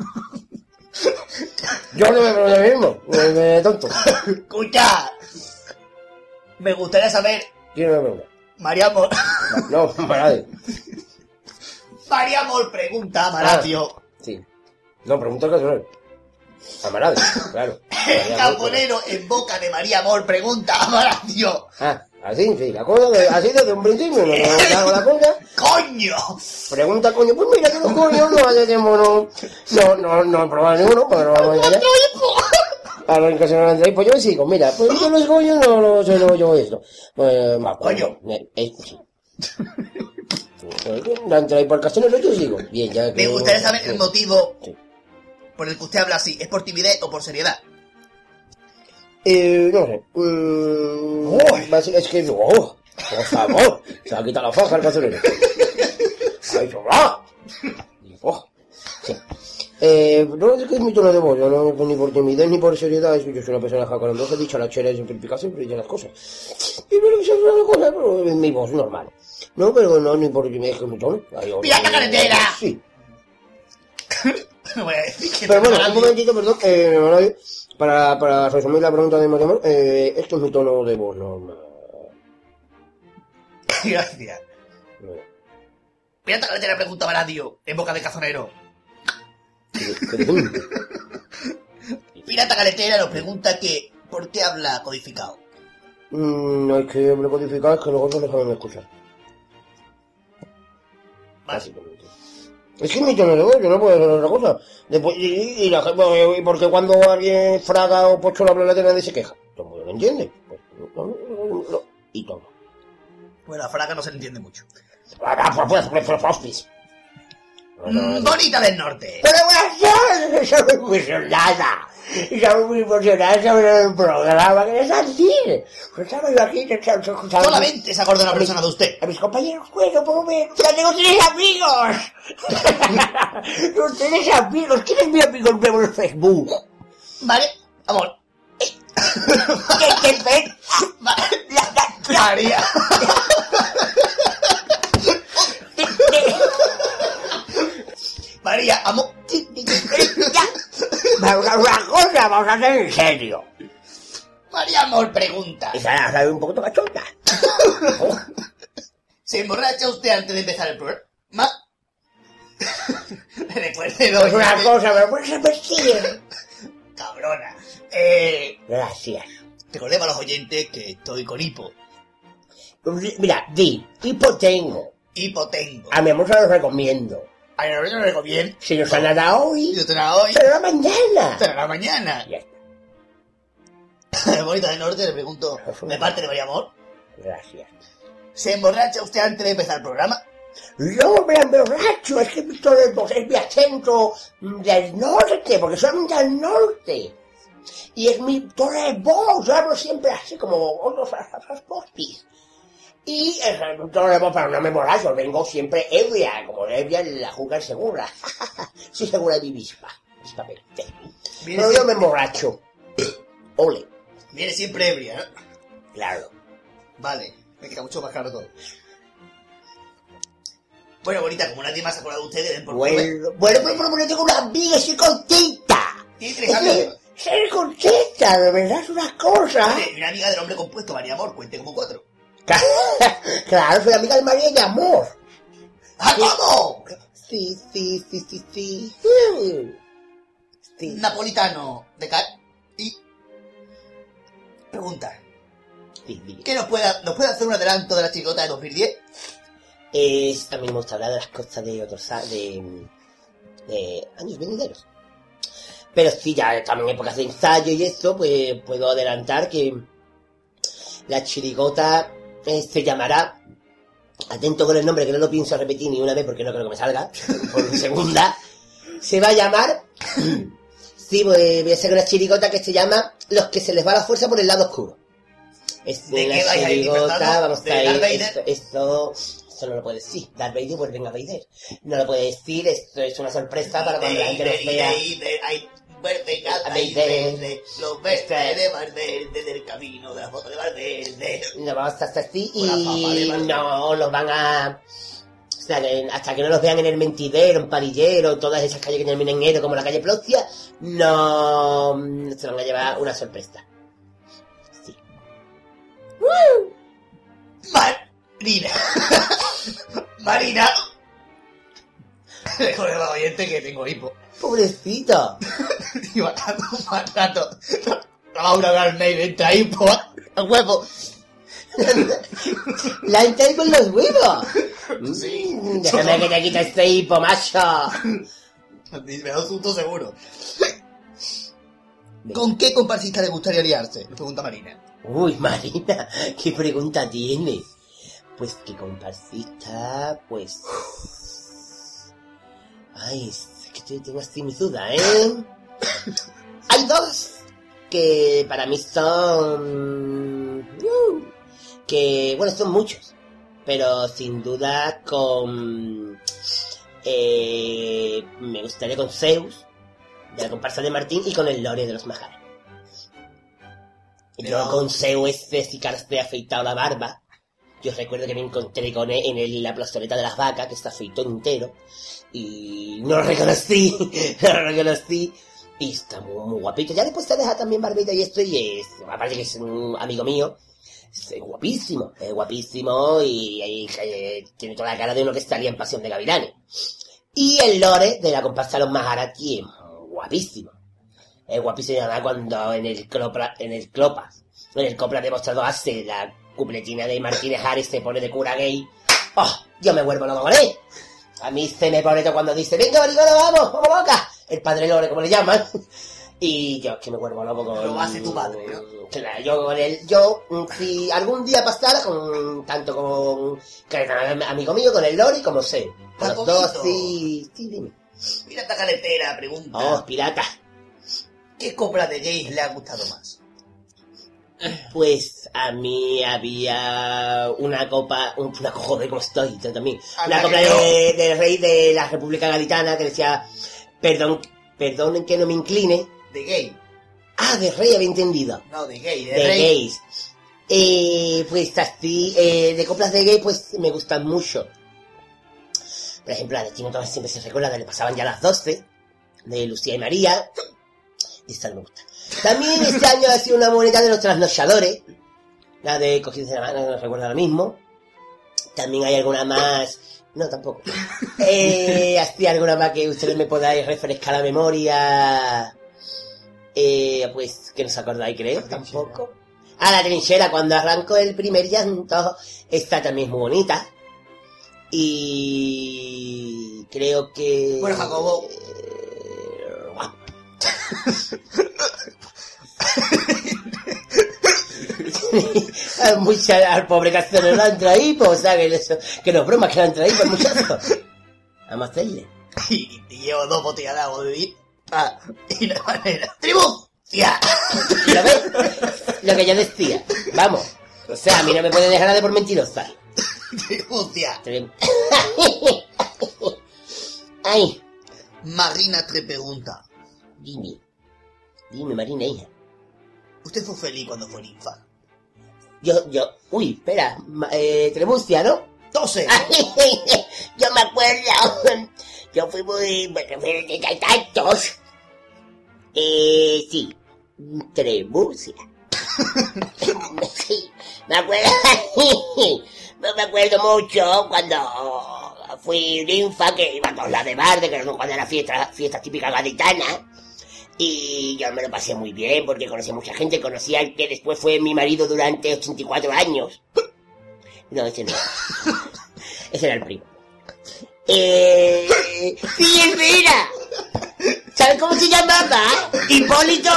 Yo no me pregunto lo mismo, me, me tonto. Escucha. Me gustaría saber, ¿Quién me pregunta? María Amor. No, Maradio. María Amor pregunta a Maradio. Sí. No, pregunta al caso. A Maradio, claro. El camponero en boca de María Amor pregunta a Maradio. Ah, así, sí, la cosa, de- así desde un principio, no, no hago la cosa. ¡Coño! Pregunta, coño, pues mira que los coños no hace tiempo, no, no, no, no he probado ninguno, pero no vamos a engañar. A los que se me han pues yo sigo, mira, pues yo los coños no, no sé, no, yo esto. Pues, más Coño. Eh, eh, sí. La entrada y por el castillo yo sigo. Bien, ya que... Me gustaría saber el motivo Sí. por el que usted habla así. ¿Es por timidez o por seriedad? Eh, no sé. Eh, basi- es que... ¡Oh! Por favor. Se ha quitado la faja el cazolero. ¡Ay, sobrado! ¡Oh! Sí. Eh, no es que es mi tono de voz, yo no ni por timidez ni por seriedad, es que yo soy una persona jacarandosa, dicha la chera, siempre pica, siempre dice las cosas. Y no le sé una cosa, pero es mi voz normal. No, pero no, ni por timidez, que es mi tono. Ay, oh, ¡Pirata carretera! Sí. No voy a decir que Pero no, bueno, un Maradio. momentito, perdón, eh, Maradio, para, para resumir la pregunta de María Amor, eh, esto es mi tono de voz normal. Gracias. Pirata carretera pregunta a Maradio en boca de cazonero. ¿Qué- qué dicen? Pirata Caletera nos pregunta que ¿por qué habla codificado? Mm, no es que hable codificado, es que los otros no saben escuchar. Vale. Básicamente. Es que es mi tono de voz, yo no puedo hacer otra cosa. Después, y, y la gente, ¿y por qué cuando alguien fraga o pocho habla la nadie se queja? Todo el mundo lo entiende. Pues, no, no, no, no, y todo. Bueno, a Fraga no se le entiende mucho. Mm, bonita del norte. Pero buenas tardes, soy muy emocionada. Soy muy emocionada sobre el programa que les decir. Estaba yo aquí escuchando. Solamente se acuerda una persona de usted. A mis compañeros, bueno, por ver. ¡Ya tengo tres amigos! Los tres amigos. ¿Quién es mi amigo nuevo en Facebook? Vale, amor. ¿Qué, qué fe? María. María, amor. Vamos a una cosa, vamos a hacer en serio. María Amor pregunta. Esa la sabe un poquito cachonda. ¿Se emborracha usted antes de empezar el programa? Recuerde, Es una cosa, pero puedes repetir. Cabrona. Eh, Gracias. recordemos a los oyentes que estoy con hipo. Mira, di, hipo tengo. Hipo tengo. A mi amor se lo recomiendo. A mi amor no lo recomiendo. Si no sanará hoy, Yo te la hoy. será mañana. Hasta la mañana. Ya está. Bonita del Norte le pregunto, de parte de María Amor, Gracias. ¿se emborracha usted antes de empezar el programa? Yo me emborracho, es que mi tono de voz es mi acento del norte, porque soy del norte. Y es mi tono de voz, yo hablo siempre así, como otros postis. Y es mi tono de voz, pero no me emborracho, vengo siempre ebria, como ebria en la jugar segura. Soy segura de mí misma, justamente. Viene Pero yo me siempre, emborracho. Ole, viene siempre ebria, ¿no? claro. Vale, me queda mucho más claro todo. Bueno, bonita, como nadie más se acuerda de usted, den por culo. Bueno, bueno, pero, pero, pero tengo una amiga, estoy contenta. Tiene tres Es que amigos. ser contenta, de verdad es una cosa. Vale, una amiga del hombre compuesto, María Amor, cuente como cuatro. Claro, soy amiga de María de Amor. ¡Ah, cómo! Sí, sí, sí, sí, sí. Sí. napolitano de car... Y... Pregunta. Sí, sí. ¿Qué nos puede, nos puede hacer un adelanto de la chirigota de dos mil diez? Es, a mí me gusta hablar de las cosas de otros a- de, de años venideros. Pero sí, ya estamos en épocas de ensayo y eso, pues puedo adelantar que la chirigota eh, se llamará, atento con el nombre que no lo pienso repetir ni una vez porque no creo que me salga, por segunda, se va a llamar, sí, pues, voy a hacer una chirigota que se llama Los que se les va la fuerza por el lado oscuro. Es ¿De una qué vais a ir chirigota, disfrazado? vamos ¿De a ir, Darth Vader? esto, esto, esto no lo puede decir, Darth Vader vuelven a Vader, no lo puede decir, esto es una sorpresa para cuando la gente nos vea. Verde, canta y verde, los verdes de Valverde, del camino de la foto de Valverde. No vamos a estar así Una papa de y Valverde. no los van a... O sea, que hasta que no los vean en el Mentidero, en Parillero, todas esas calles que terminan en Ero, como la calle Plocia, no se van a llevar una sorpresa. Sí. Marina. Marina. Recuerda al oyente que tengo hipo. Pobrecito. Y bajando un mal rato. Laura Garnay entra hipo. A huevo. La entra con los huevos. Sí. Mm, Déjame que te quite este hipo, macho. Me da un susto seguro. ¿Con qué comparsista le gustaría liarse? Le pregunta Marina. Uy, Marina, ¿qué pregunta tienes? Pues que comparsista, pues... Ay, es que te- tengo así mis dudas, ¿eh? Hay dos que para mí son... uh, que, bueno, son muchos, pero sin duda con... Eh, me gustaría con Zeus, de la comparsa de Martín, y con el Lore de los Majares. Pero- Yo con Zeus ese sí que ahora estoy afeitado la barba. Yo recuerdo que me encontré con él en el- la plazoleta de las vacas, que se afeitó entero. Y no lo reconocí, no lo reconocí. Y está muy, muy guapito. Ya después se deja también barbita y esto, y es, aparte que es un amigo mío, es guapísimo, es guapísimo y, y, eh, tiene toda la cara de uno que estaría en Pasión de Gavilanes. Y el Lore de la comparsa de los Maharati es guapísimo. Es guapísimo, además cuando en el Clopra, en el Clopas, en el Copra demostrado hace la cupletina de Martínez Ares, se pone de cura gay. ¡Oh! Yo me vuelvo loco con él. A mí se me pone todo cuando dice, venga, maricona, vamos, vamos loca. El padre Lore, como le llaman. Y yo es que me vuelvo loco con... Lo hace tu padre, ¿no? Claro, yo con él, yo, mm, si algún día pasara con, tanto con, que era amigo mío, con el Lore como sé. Con los dos, Jacobito. sí, sí, dime. Mira esta caletera, pregunta. Oh, pirata. ¿Qué copla de gays le ha gustado más? Pues a mí había una copa, un- una joder, ¿cómo estoy? Yo también. Anda Una copla que no. de, del rey de la República Gaditana que decía, perdón, perdonen que no me incline. De gay. Ah, de rey había entendido. No, de gay, de, De rey. gays. Eh, pues así, eh, de coplas de gay, pues me gustan mucho. Por ejemplo, la de Tino Tomás siempre se recuerda, le pasaban ya las doce, de Lucía y María. Esta no me gusta. También este año ha sido una moneda de los trasnochadores. La de Cogidos de la Mano, no recuerdo ahora mismo. También hay alguna más... No, tampoco. Eh, así alguna más que ustedes me podáis refrescar la memoria. Eh, pues que no os acordáis, creo, tampoco. Ah, la trinchera, cuando arranco el primer llanto. Esta también es muy bonita. Y... creo que... Bueno, Jacobo. Eh, guau. Hay mucha, al pobre Castelo lo han traído, pues, o sea, que, eso, que no es broma, que lo han traído, pues, muchacho. Vamos a hacerle. Y te llevo dos botellas de agua de beber. Ah, y la manera. ¡Tribu! ¡Ya! ¿Lo ves? Lo que yo decía. Vamos. O sea, a mí no me puede dejar de por mentirosa. ¡Tribu! ¡Ya! Ay, Marina te pregunta. dime. Dime, Marina, hija. ¿Usted fue feliz cuando fue ninfa? Yo, yo... Uy, espera. ma- Eh, Tremucia, ¿no? ¡doce! Yo me acuerdo. Yo fui muy... Bueno, fui de tantos. Eh, sí. Tremucia. Sí, me acuerdo. No me acuerdo mucho cuando fui ninfa, que iba a todos lados de bar, de que no cuando era fiesta, fiesta típica gaditana. Y yo me lo pasé muy bien porque conocí a mucha gente. Conocí al que después fue mi marido durante ochenta y cuatro años. No, ese no. Ese era el primo. Eh... ¡Sí, espera! ¿Sabes cómo se llamaba? ¡Hipólito!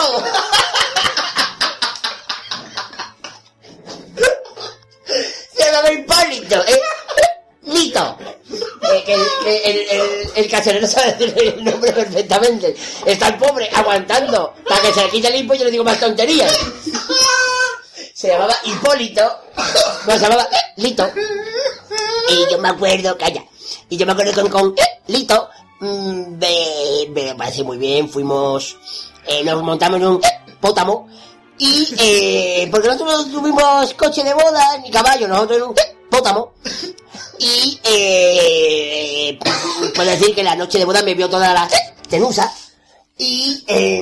Se llamaba Hipólito, ¿eh? Lito. Eh, que el, el, el, el caserero sabe decir el nombre perfectamente. Está el pobre aguantando para que se le quite el hipo y yo le digo más tonterías. Se llamaba Hipólito. No, se llamaba Lito. Y yo me acuerdo, calla. Y yo me acuerdo con, con Lito. Mmm, me, me parece muy bien. Fuimos, eh, nos montamos en un pótamo. Y, eh, porque nosotros no tuvimos coche de boda ni caballo, nosotros en un pótamo. Y, eh, puedo decir que la noche de boda me vio toda la tenusa. Y, eh,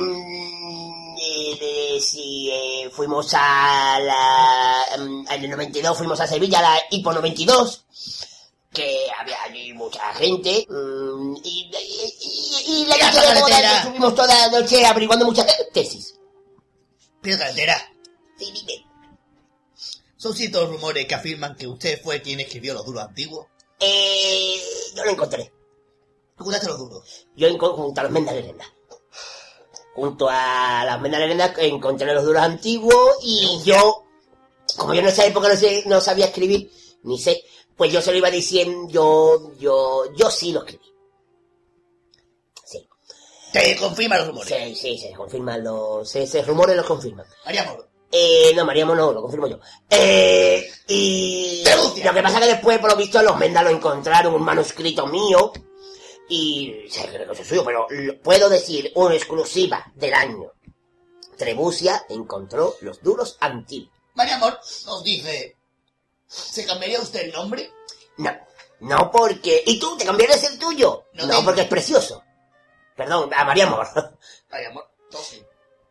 eh, sí, eh, fuimos a la, en el noventa y dos fuimos a Sevilla, a la Hipo noventa y dos, que había allí mucha gente. Mm, y, y, y, y la noche de boda estuvimos toda la noche averiguando muchas tesis. Pero carretera. Sí, dime. ¿Son ciertos rumores que afirman que usted fue quien escribió los duros antiguos? Eh, yo lo encontré. ¿Tú encontraste los duros? Yo encontré junto a los Mendas Lerendas. Junto a las Mendas Lerendas encontré los duros antiguos y yo, como yo en esa época no, sé, no sabía escribir, ni sé, pues yo se lo iba diciendo, yo, yo, yo sí lo escribí. Sí. ¿Te confirman los rumores? Sí, sí, se confirman los, se, se rumores los confirman. María Moro. Eh, no, María Moro no, lo confirmo yo. Eh, y ¡Denuncia! Lo que pasa es que después, por lo visto, los Mendas lo encontraron, un manuscrito mío, y se cree que es suyo, pero puedo decir una exclusiva del año. Trebucia encontró los duros antiguos. María Mor nos dice, ¿se cambiaría usted el nombre? No, no porque... ¿Y tú te cambiarías el tuyo? No, No, tengo. porque es precioso. Perdón, a María Mor. María Mor, no sé.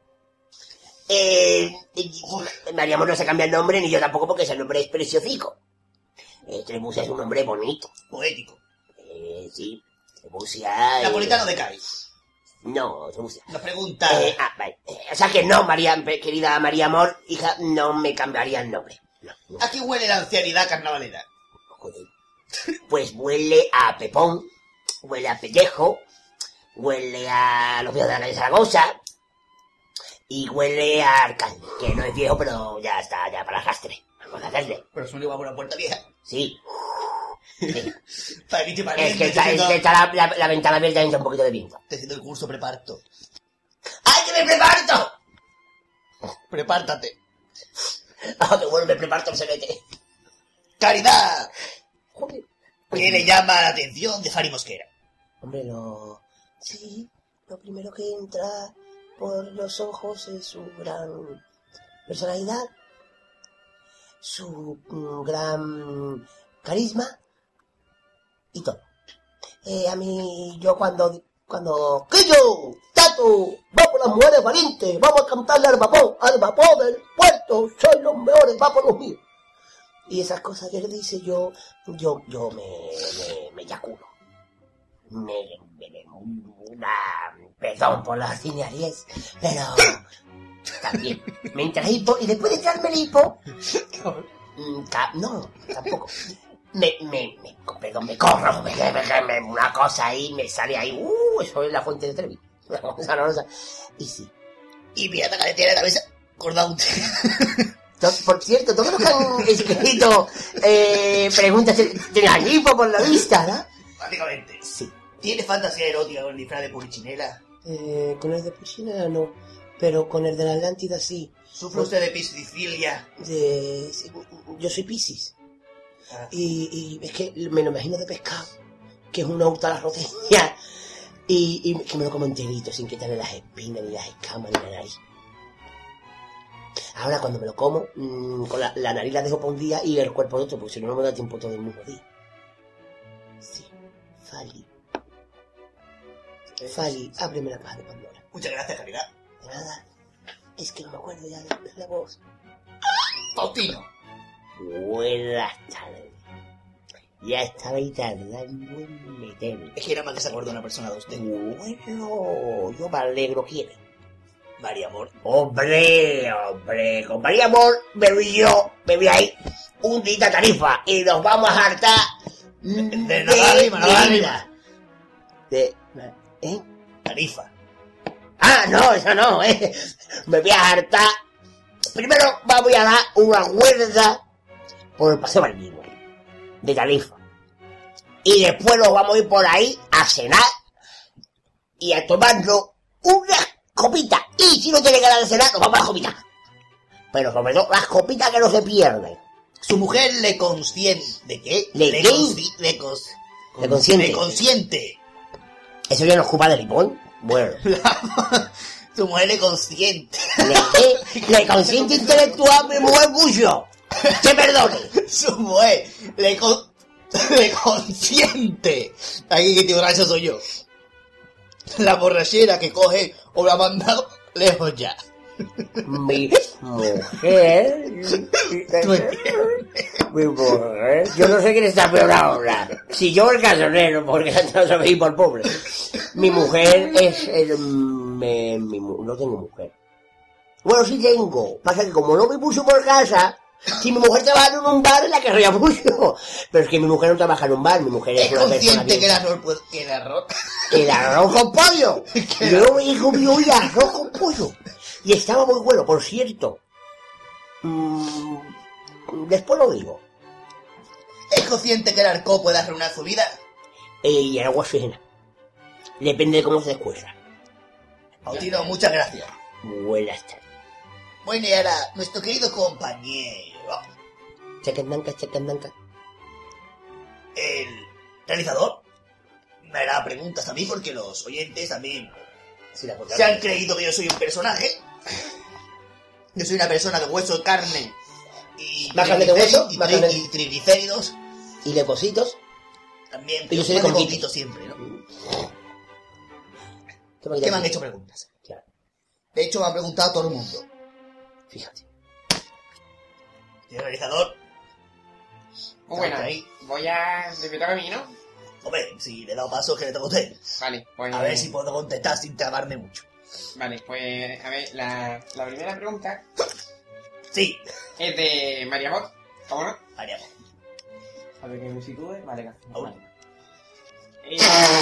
Eh, María Mor no se cambia el nombre, ni yo tampoco, porque ese nombre es preciosico. Eh, Trebucia es un nombre bonito. Poético. Eh, sí, Trebucia... eh, Napolitano de Cádiz. No, Trebucia. Nos pregunta... Eh, ah, vale. Eh, o sea que no, María, querida María Amor, hija, no me cambiaría el nombre. No, no. ¿A qué huele la ancianidad carnavalera? Joder. Pues huele a pepón, huele a pellejo, huele a los viejos de la calle Zaragoza y huele a Arcán, que no es viejo, pero ya está, ya para arrastre. Vamos a hacerle. Pero es un igual por una puerta vieja. Sí. Sí. Para que te Es que está, es que está la, la, la ventana abierta y entra un poquito de viento. Te haciendo el curso preparto. ¡Ay, que me preparto! Prepártate. ¡Ah, que bueno, me preparto el secrete! ¡Caridad! Joder. ¿Qué le llama la atención de Fari Mosquera? Hombre, lo... Sí, lo primero que entra por los ojos es su gran personalidad, su mm, gran carisma y todo. Eh, a mí, yo cuando... Cuando... ¡Quillo! ¡Tato! ¡Vamos las mujeres valientes! ¡Vamos a cantarle al vapor! ¡Al vapor del puerto! ¡Soy los mejores! ¡Va por los míos! Y esas cosas que él dice, yo... Yo, yo me... Me, me eyaculo. Me, me, me, una, perdón por la cinearies, pero también me entra el hipo y después de entrarme el hipo, mm, ca, no, tampoco, me, me, me, perdón, me corro, me, me, me, una cosa ahí, me sale ahí, uh, eso es la fuente de Trevi, una cosa horrorosa, y sí. Y mira la carretera de la cabeza, acordado usted. Por cierto, todos los que han escrito eh, preguntas tienen hipo por la vista, ¿no? Básicamente. Sí. ¿Tiene fantasía erótica con el disfraz de Purichinela? Eh, con el de Purichinela no, pero con el de la Atlántida sí. ¿Sufre usted de piscifilia? De, sí, yo soy Piscis. Ah. Y, y es que me lo imagino de pescado, que es una autarroteña, y, y que me lo como enterito, sin quitarle las espinas, ni las escamas, ni la nariz. Ahora cuando me lo como, mmm, con la, la nariz la dejo para un día y el cuerpo de otro, porque si no, no me da tiempo todo el mismo día. Sí, Fali. Fali, ábreme la caja de Pandora. Muchas gracias, Caridad. De nada. Es que no me acuerdo ya de, de la voz. Faustino. Buenas tardes. Ya estabais tardando en meterme. Es que era más que se acuerda una persona de usted. Bueno, yo me alegro, ¿quién? María Amor. Hombre, hombre, con María Amor me vi yo, me vi ahí un día Tarifa y nos vamos a hartar De, de nada arriba, nada arriba. De, ¿eh? Tarifa. Ah, no, eso no, eh. Me voy a hartar. Primero vamos a dar una vuelta por el Paseo Marítimo de Tarifa. Y después nos vamos a ir por ahí a cenar y a tomarnos una copita. Y si no tiene ganas de cenar, nos vamos a las copitas. Pero sobre todo las copitas que no se pierden. Su mujer le consiente. ¿De qué? ¿Le le qué? consi- le, cons- Le consiente. Le consiente. ¿Eso ya no es culpa de Limón? Bueno. Su mujer le consiente. Le, le consiente intelectual mi mujer mucho. Que perdone. Su mujer le, con- le consiente. Aquí que tío borracho soy yo. La borrachera que coge o la manda lejos ya. Mi mujer. Mi mujer. Yo no sé quién está peor ahora. Si yo o el casonero, porque no sabéis por pobre. Mi mujer es el. Me, mi, no tengo mujer. Bueno, sí tengo. Pasa que como no me puso por casa. Si mi mujer trabaja en un bar, en la que ría mucho. Pero es que mi mujer no trabaja en un bar, mi mujer es, Es una persona consciente bien. que el arroz puede- que el arroz. El arroz con pollo. Yo me dijo mi hoy arroz con pollo. Y estaba muy bueno, por cierto. Mm, después lo digo. Es consciente que el arco puede arruinar su vida. Eh, y el agua cena. Depende de cómo se descueza. Faustino, muchas gracias. Buenas tardes. Bueno, y ahora, nuestro querido compañero, Chacandanca, chacandanca. el realizador, me hará preguntas a mí porque los oyentes también Sí, la se han creído que yo soy un personaje. Yo soy una persona de hueso, carne y, ¿Más carne de hueso? y, ¿Más tri- carne? y triglicéridos. Y leucocitos. También, Y yo pero soy de más de conguito. conguito siempre, ¿no? ¿Qué me, ¿Qué me han hecho preguntas? Claro, De hecho, me han preguntado todo el mundo. fíjate. El realizador, Muy buena. ahí. Voy a... ¿Me toca a mí, no? hombre, si le he dado paso, que le toca a usted. Vale, pues... A ver si puedo contestar sin trabarme mucho. Vale, pues... A ver, la, la primera pregunta Sí, es de María Bot. ¿Cómo no? María. A ver que me sitúe. Vale, gracias. Aún. Eh,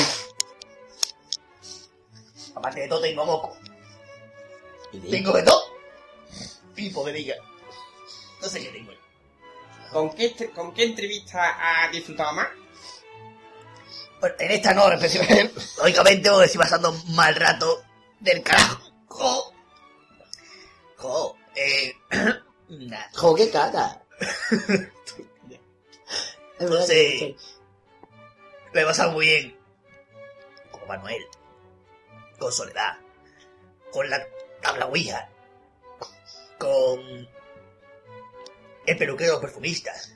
Aparte de todo, tengo moco. ¿Y de- ¿Tengo de todo? Pipo de liga. No sé qué tengo. ¿con, qué, este- ¿Con qué entrevista has disfrutado más? Pues en esta no, especialmente. Lógicamente, porque estoy pasando un mal rato del carajo. Jo. Jo. Eh. Nah. Jo, qué caca. Es verdad No sé. que- Lo he pasado muy bien. Con Manuel. Con Soledad. Con la tabla Ouija. Con el peluquero de los perfumistas.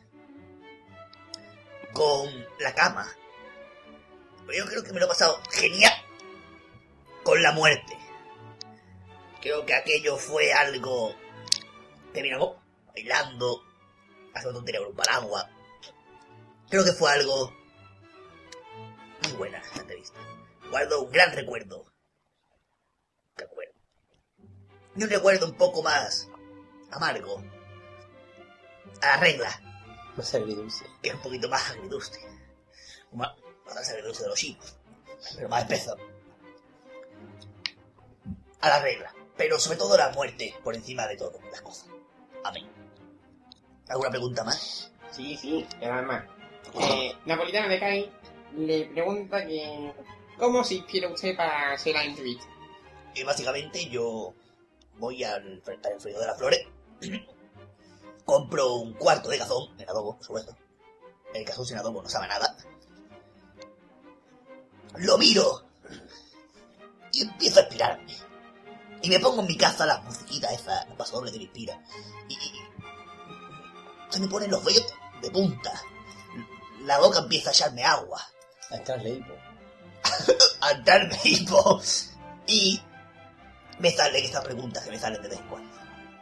Con la cama. Pero yo creo que me lo he pasado genial con la muerte. Creo que aquello fue algo que me enamoró, bailando, haciendo tontería con un paraguas. Creo que fue algo muy buena esta entrevista. Guardo un gran recuerdo. Recuerdo. Y un recuerdo un poco más amargo. A la regla, Más agridulce. que es un poquito más agridulce. Más, más agridulce de los chinos, pero más espeso. A la regla, pero sobre todo la muerte por encima de todo, las cosas. Amén. ¿Alguna pregunta más? Sí, sí, nada más. Eh, Napolitano de Cai le pregunta que... ¿Cómo se inspira usted para hacer la entrevista? Y básicamente yo voy al, al frío de las flores, compro un cuarto de cazón, en adobo, por supuesto. El cazón sin adobo no sabe nada. Lo miro y empiezo a inspirarme. Y me pongo en mi casa las musiquitas esas, los pasodobles que me inspiran. Y, y se me ponen los vellos de punta. La boca empieza a echarme agua. A estarle hipo. A darme hipo. Y me salen estas preguntas que me salen de vez en cuando.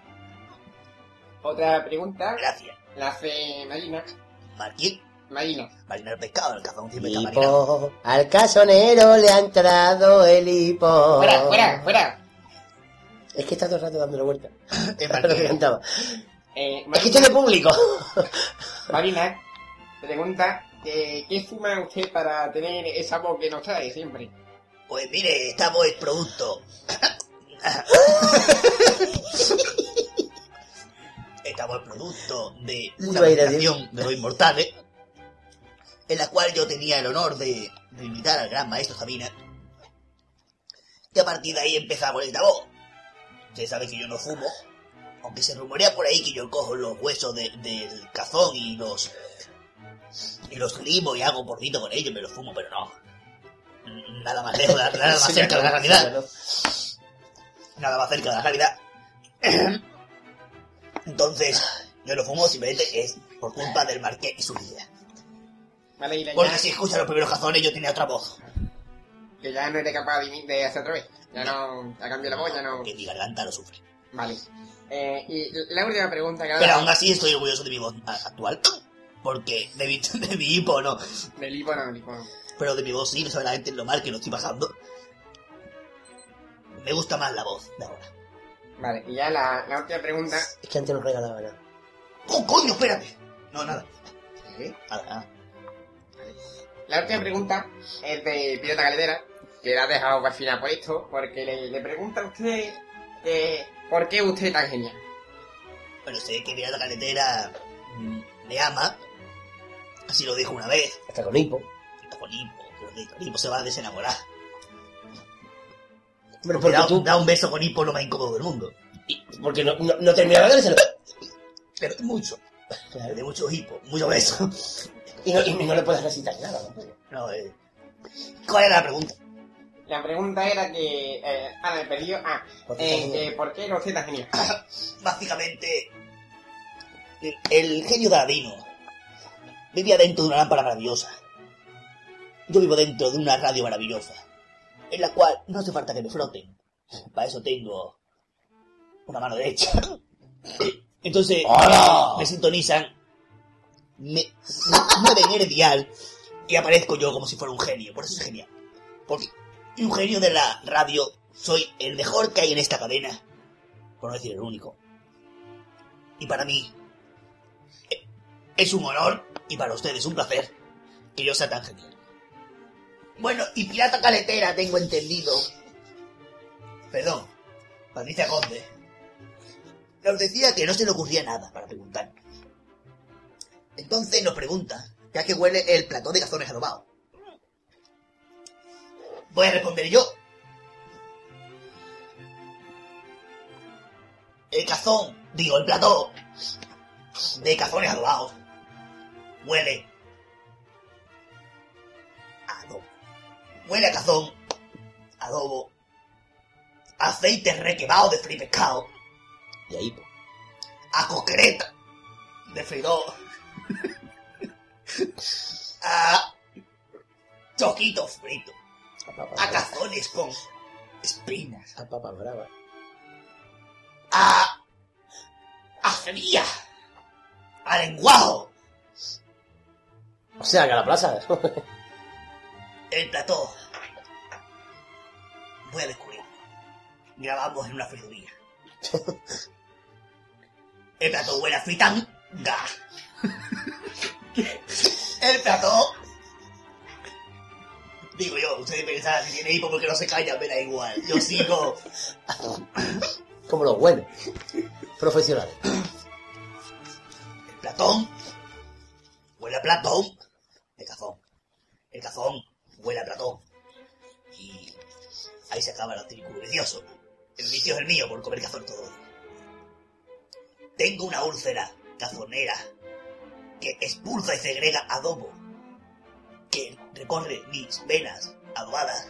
Otra pregunta Gracias. la hace Marina. Marquín, Marina. marina el pescado, el cazón siempre está marinado. Hipo. Al casonero le ha entrado el hipo. Fuera, fuera, fuera. Es que está todo el rato dándole vuelta. Es Lo que cantaba. Eh, Es que tiene público. Marina pregunta que, ¿qué fuma usted para tener esa voz que nos trae siempre? Pues mire, esta voz es producto. Esta voz es producto de una Vaya, presentación de Los Inmortales, en la cual yo tenía el honor de, de invitar al gran maestro Sabina. Y a partir de ahí empezamos esta voz. Usted sabe que yo no fumo, aunque se rumorea por ahí que yo cojo los huesos de- del cazón y los y los limo y hago porrito con ellos, me los fumo, pero no. Nada más lejos, nada más Eso ya cerca de la no, realidad. ¿no? Nada más cerca de la realidad. Entonces, yo lo fumo simplemente es por culpa del marqués y su vida. Vale, y la Porque ya, si escucha los primeros cazones yo tenía otra voz. que ya no eres capaz de, de hacer otra vez. Ya no, ha cambiado la voz, ya no... Que mi garganta lo sufre. Vale. Eh, y la última pregunta que Pero ahora... aún así estoy orgulloso de mi voz a- actual. Porque de mi, de mi hipo no. Del hipo no, del hipo no. Pero de mi voz sí, no sabe la gente lo mal que lo estoy pasando. Me gusta más la voz de ahora. Vale, y ya la, la última pregunta... Es que antes nos regalaba nada. ¡Oh, coño, espérate! No, nada. ¿eh? Nada, nada. La última pregunta es de Pirata Caletera, que la ha dejado para el final por esto, porque le, le pregunta a usted eh, ¿por qué usted es tan genial? Pero sé que Pirata Caletera mm, me ama. Así lo dijo una vez. Hasta con hipo. Está con hipo, pero que con hipo se va a desenamorar. Pero Porque porque da, tú... da un beso con hipo lo más incómodo del mundo. Porque no, no, no terminaba de dárselo. Pero es mucho. De mucho hipo, mucho beso. Y no, y no le puedes recitar nada tampoco. No, eh. ¿Cuál era la pregunta? La pregunta era que... Eh, ah, me perdió... Ah, ¿Por qué eh, tan que genial? ¿por qué usted es tan genial? Básicamente, el, el genio de Aladino vivía dentro de una lámpara maravillosa. Yo vivo dentro de una radio maravillosa, en la cual no hace falta que me floten. Para eso tengo una mano derecha. Entonces, ¡Hola! me sintonizan, me, me mueven el dial y aparezco yo como si fuera un genio. Por eso es genial. Porque un genio de la radio, soy el mejor que hay en esta cadena, por no decir el único. Y para mí eh, es un honor, y para ustedes un placer, que yo sea tan genial. Bueno, y Pirata Caletera, tengo entendido. Perdón, Patricia Conde. Nos decía que no se le ocurría nada para preguntar. Entonces nos pregunta, ya que huele el platón de cazones adobados. Voy a responder yo. El cazón, digo, el platón de cazones adobados huele a adobo. Huele a cazón, adobo, aceite requemado de fri pescado, Y ahí, pues. a cosquereta de freidor, a choquitos fritos, A papas a bravas. cazones con espinas, A papas bravas. a a fría, a lenguajo. O sea, que a la plaza. El plató. Voy a descubrirlo. Grabamos en una friduría. El plató huele a fritanga. El plató. Digo yo, ustedes pensaban si tiene hipo porque no se calla, me da igual. Yo sigo. Como los buenos. Profesionales. El platón. Huele a platón. El cazón. El cazón huele a platón. Y ahí se acaba el círculo vicioso. El vicio es el mío por comer cazón todo. Tengo una úlcera cazonera que expulsa y segrega adobo, que recorre mis venas adobadas.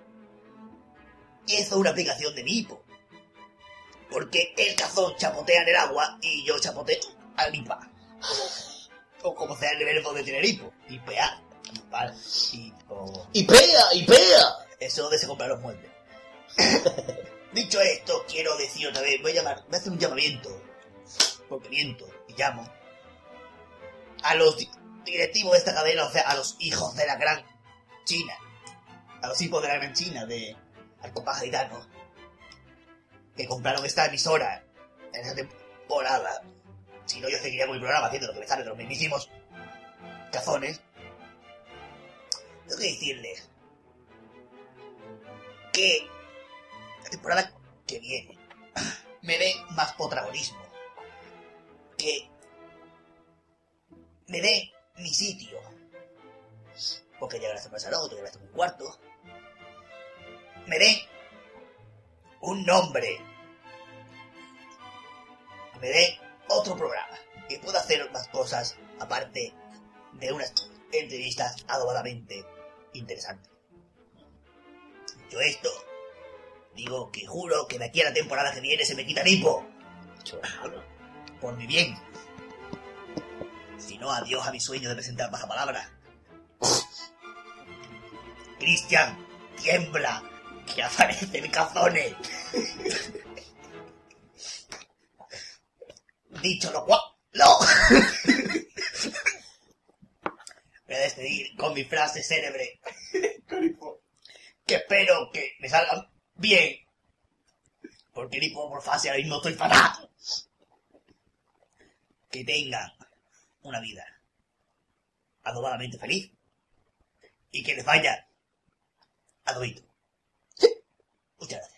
Y eso es una aplicación de mi hipo. Porque el cazón chapotea en el agua y yo chapoteo al hipa. O como sea el verbo de tener hipo. Hipear. Hipar. Hipo. ¡Y pea! ¡Y pea! Eso de se comprar los muebles. Dicho esto, quiero decir otra vez, voy a llamar, voy a hacer un llamamiento, porque miento y llamo, a los di- directivos de esta cadena, o sea, a los hijos de la gran China, a los hijos de la gran China, de al compás gitano, que compraron esta emisora en esta temporada. Si no, yo seguiría con mi programa haciendo lo que me sale de los mismísimos cazones. Tengo que decirles que la temporada que viene me dé más protagonismo, que me dé mi sitio, porque llegará a pasar otro, llegará a un cuarto, me dé un nombre, me dé otro programa, que pueda hacer más cosas aparte de unas entrevistas adobadamente interesantes. Yo esto, digo que juro que de aquí a la temporada que viene se me quita el hipo. Por mi bien. Si no, adiós a mi sueño de presentar Pasapalabra. Cristian, tiembla, que aparece el Cazones. Dicho lo cual, ¡no! Voy a despedir con mi frase célebre. Que espero que me salgan bien. Porque el hipo por fase ahora mismo estoy fatal. Que tengan una vida adobadamente feliz. Y que les vaya adobito. Muchas gracias.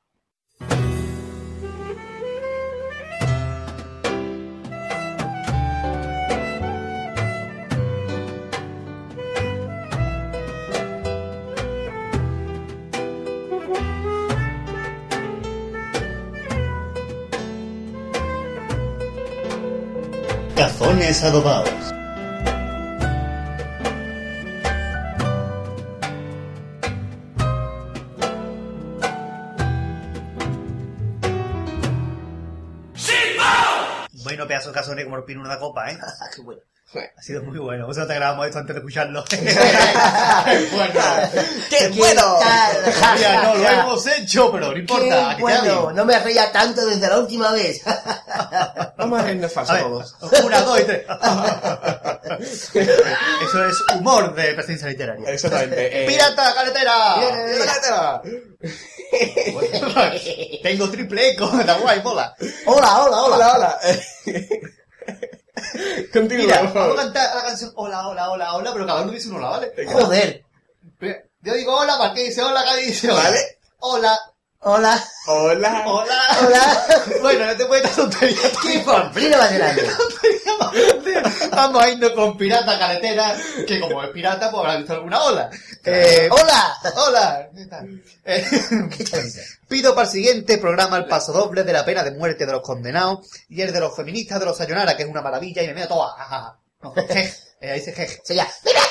Cazones adobados. Bueno, pedazo de cazones como los pinos de una copa, ¿eh? Qué bueno. Ha sido muy bueno. Vosotros te grabamos esto antes de escucharlo. ¡Qué bueno! ¡Qué bueno! Todavía no lo hemos hecho, pero no importa. ¡Qué que bueno! quede bien. No me reía tanto desde la última vez. Vamos a reírnos falso A ver, todos. una, dos y tres. Eso es humor de presencia literaria. Exactamente. eh, ¡Pirata, caletera! ¡Pirata! Tengo triple eco, está guay, mola. Hola, hola, hola. Hola, hola. Continúa, Mira, por vamos a favor. cantar la canción Hola, hola, hola, hola, pero cada uno dice un hola, ¿vale? Joder. Yo digo hola, ¿para qué dice hola? ¿Qué dice hola? ¿Vale? Hola, Hola. Hola. hola. Hola. Bueno, no te puedes dar tontería. ¡Qué pamplina más grande! Vamos a irnos con Pirata Caletera, que como es pirata, pues habrá visto alguna ola. Eh, ¡Hola! hola. ¿Qué tal? Eh, pido para el siguiente programa el paso doble de la pena de muerte de los condenados y el de los feministas de los Sayonara, que es una maravilla y me meo toda. Ja, ja, ja. No, jej, eh, ahí dice jeje. Sería...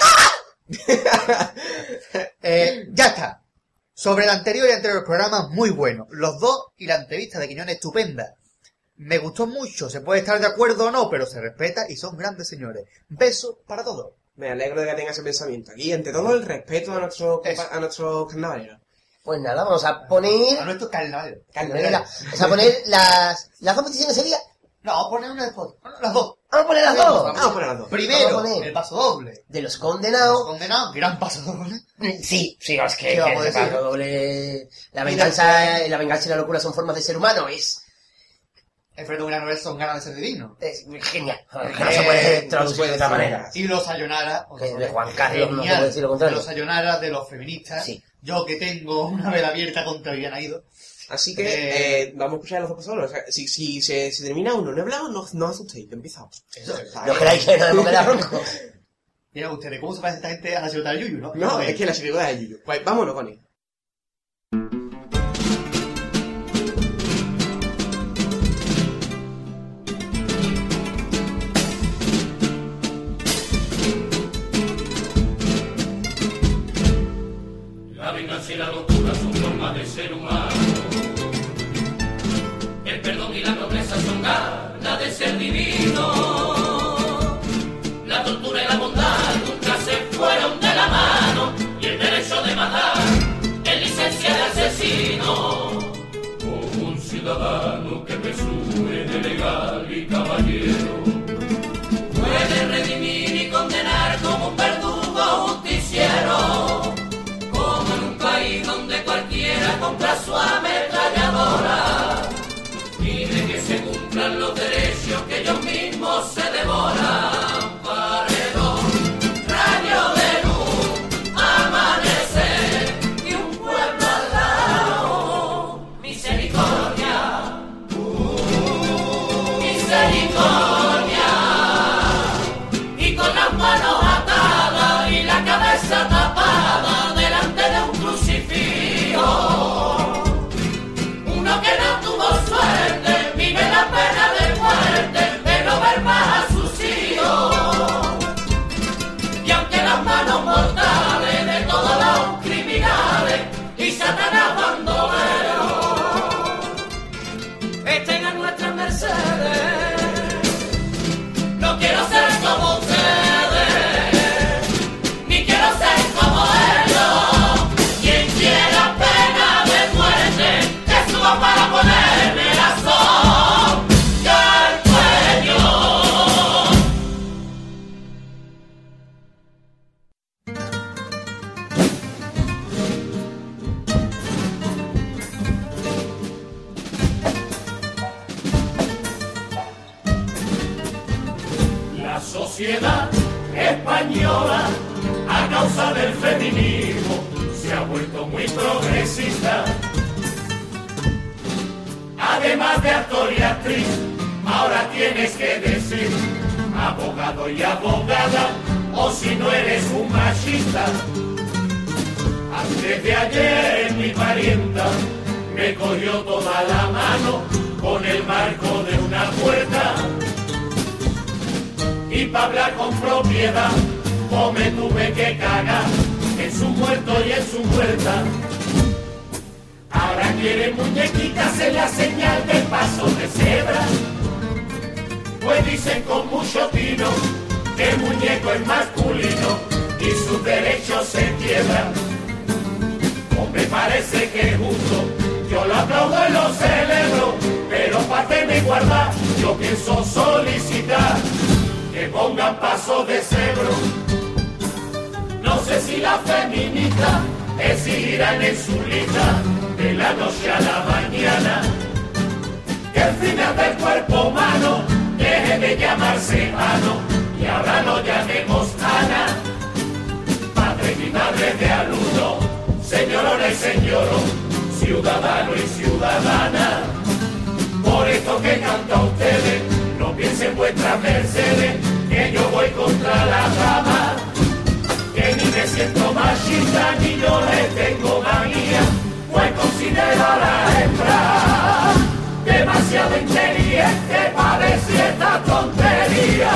Eh, ya está. Sobre el anterior y anterior programa, muy bueno. Los dos y la entrevista de Quiñones estupenda. Me gustó mucho, se puede estar de acuerdo o no, pero se respeta y son grandes señores. Besos para todos. Me alegro de que tenga ese pensamiento. Aquí, ante todo, el respeto a nuestros Eso. a nuestros carnavaleros. Pues nada, vamos a poner... A nuestro carnaval. Carnavaleros. Vamos a poner las... ¿Las competiciones sería? No, poner una después. Las dos. Vamos a poner las dos. Vamos a poner las dos. Primero, Vamos a poner. el paso doble. De los Los condenados... condenados, gran paso doble. Sí, sí, es que, ¿Qué vamos a que decir? paso doble... La venganza, la venganza y la locura son formas de ser humano. Es, Alfredo Granollers son ganas de ser divino. es genial. Eh, Que no se puede no traducir se puede de otra decir. manera. Y los Sayonara. Que de Juan Carlos no se genial, puede decir lo contrario. De los Sayonara, de los feministas. Sí. Yo que tengo una vela abierta contra Viviana Ido. Así que Eh, eh, vamos a escuchar los dos pasos. O sea, si, si se si termina uno, no he hablado, no, no os asustéis, que empezamos. Eso. No queráis que nos hemos quedado roncos. Mira ustedes, ¿cómo se parece esta gente a la ciudad de Yuyu, no? No, es que la chirigota es Yuyu. Pues vámonos con él. La venganza y la locura son formas de ser humano. El perdón y la nobleza son ganas de ser divino. La tortura y la bondad nunca se fueron de la mano. Y el derecho de matar es licencia de asesino. Como un ciudadano que presume de legal y caballero, puede redimir y condenar como un verdugo justiciero. Como en un país donde cualquiera compra su ametralladora, sociedad española, a causa del feminismo, se ha vuelto muy progresista. Además de actor y actriz, ahora tienes que decir abogado y abogada, o si no eres un machista. Antes de ayer mi parienta me cogió toda la mano con el marco de una puerta, y para hablar con propiedad o me tuve que cagar en su muerto y en su muerta. Ahora quieren muñequitas en la señal del paso de cebra, pues dicen con mucho tino que el muñeco es masculino y sus derechos se quiebran. O me parece que es justo, yo lo aplaudo y lo celebro, pero para tener y guardar, yo pienso solicitar que pongan paso de cebro. No sé si la feminista exigirán en su lista de la noche a la mañana que el final del cuerpo humano deje de llamarse ano y ahora lo llamemos Ana. Padre y madre de alumno, señorona y señoro, ciudadano y ciudadana, por esto que canta ustedes, no piensen vuestras mercedes, que yo voy contra la rama, que ni me siento machista ni yo le tengo manía, pues considero a la hembra demasiado inteligente para decir esta tontería.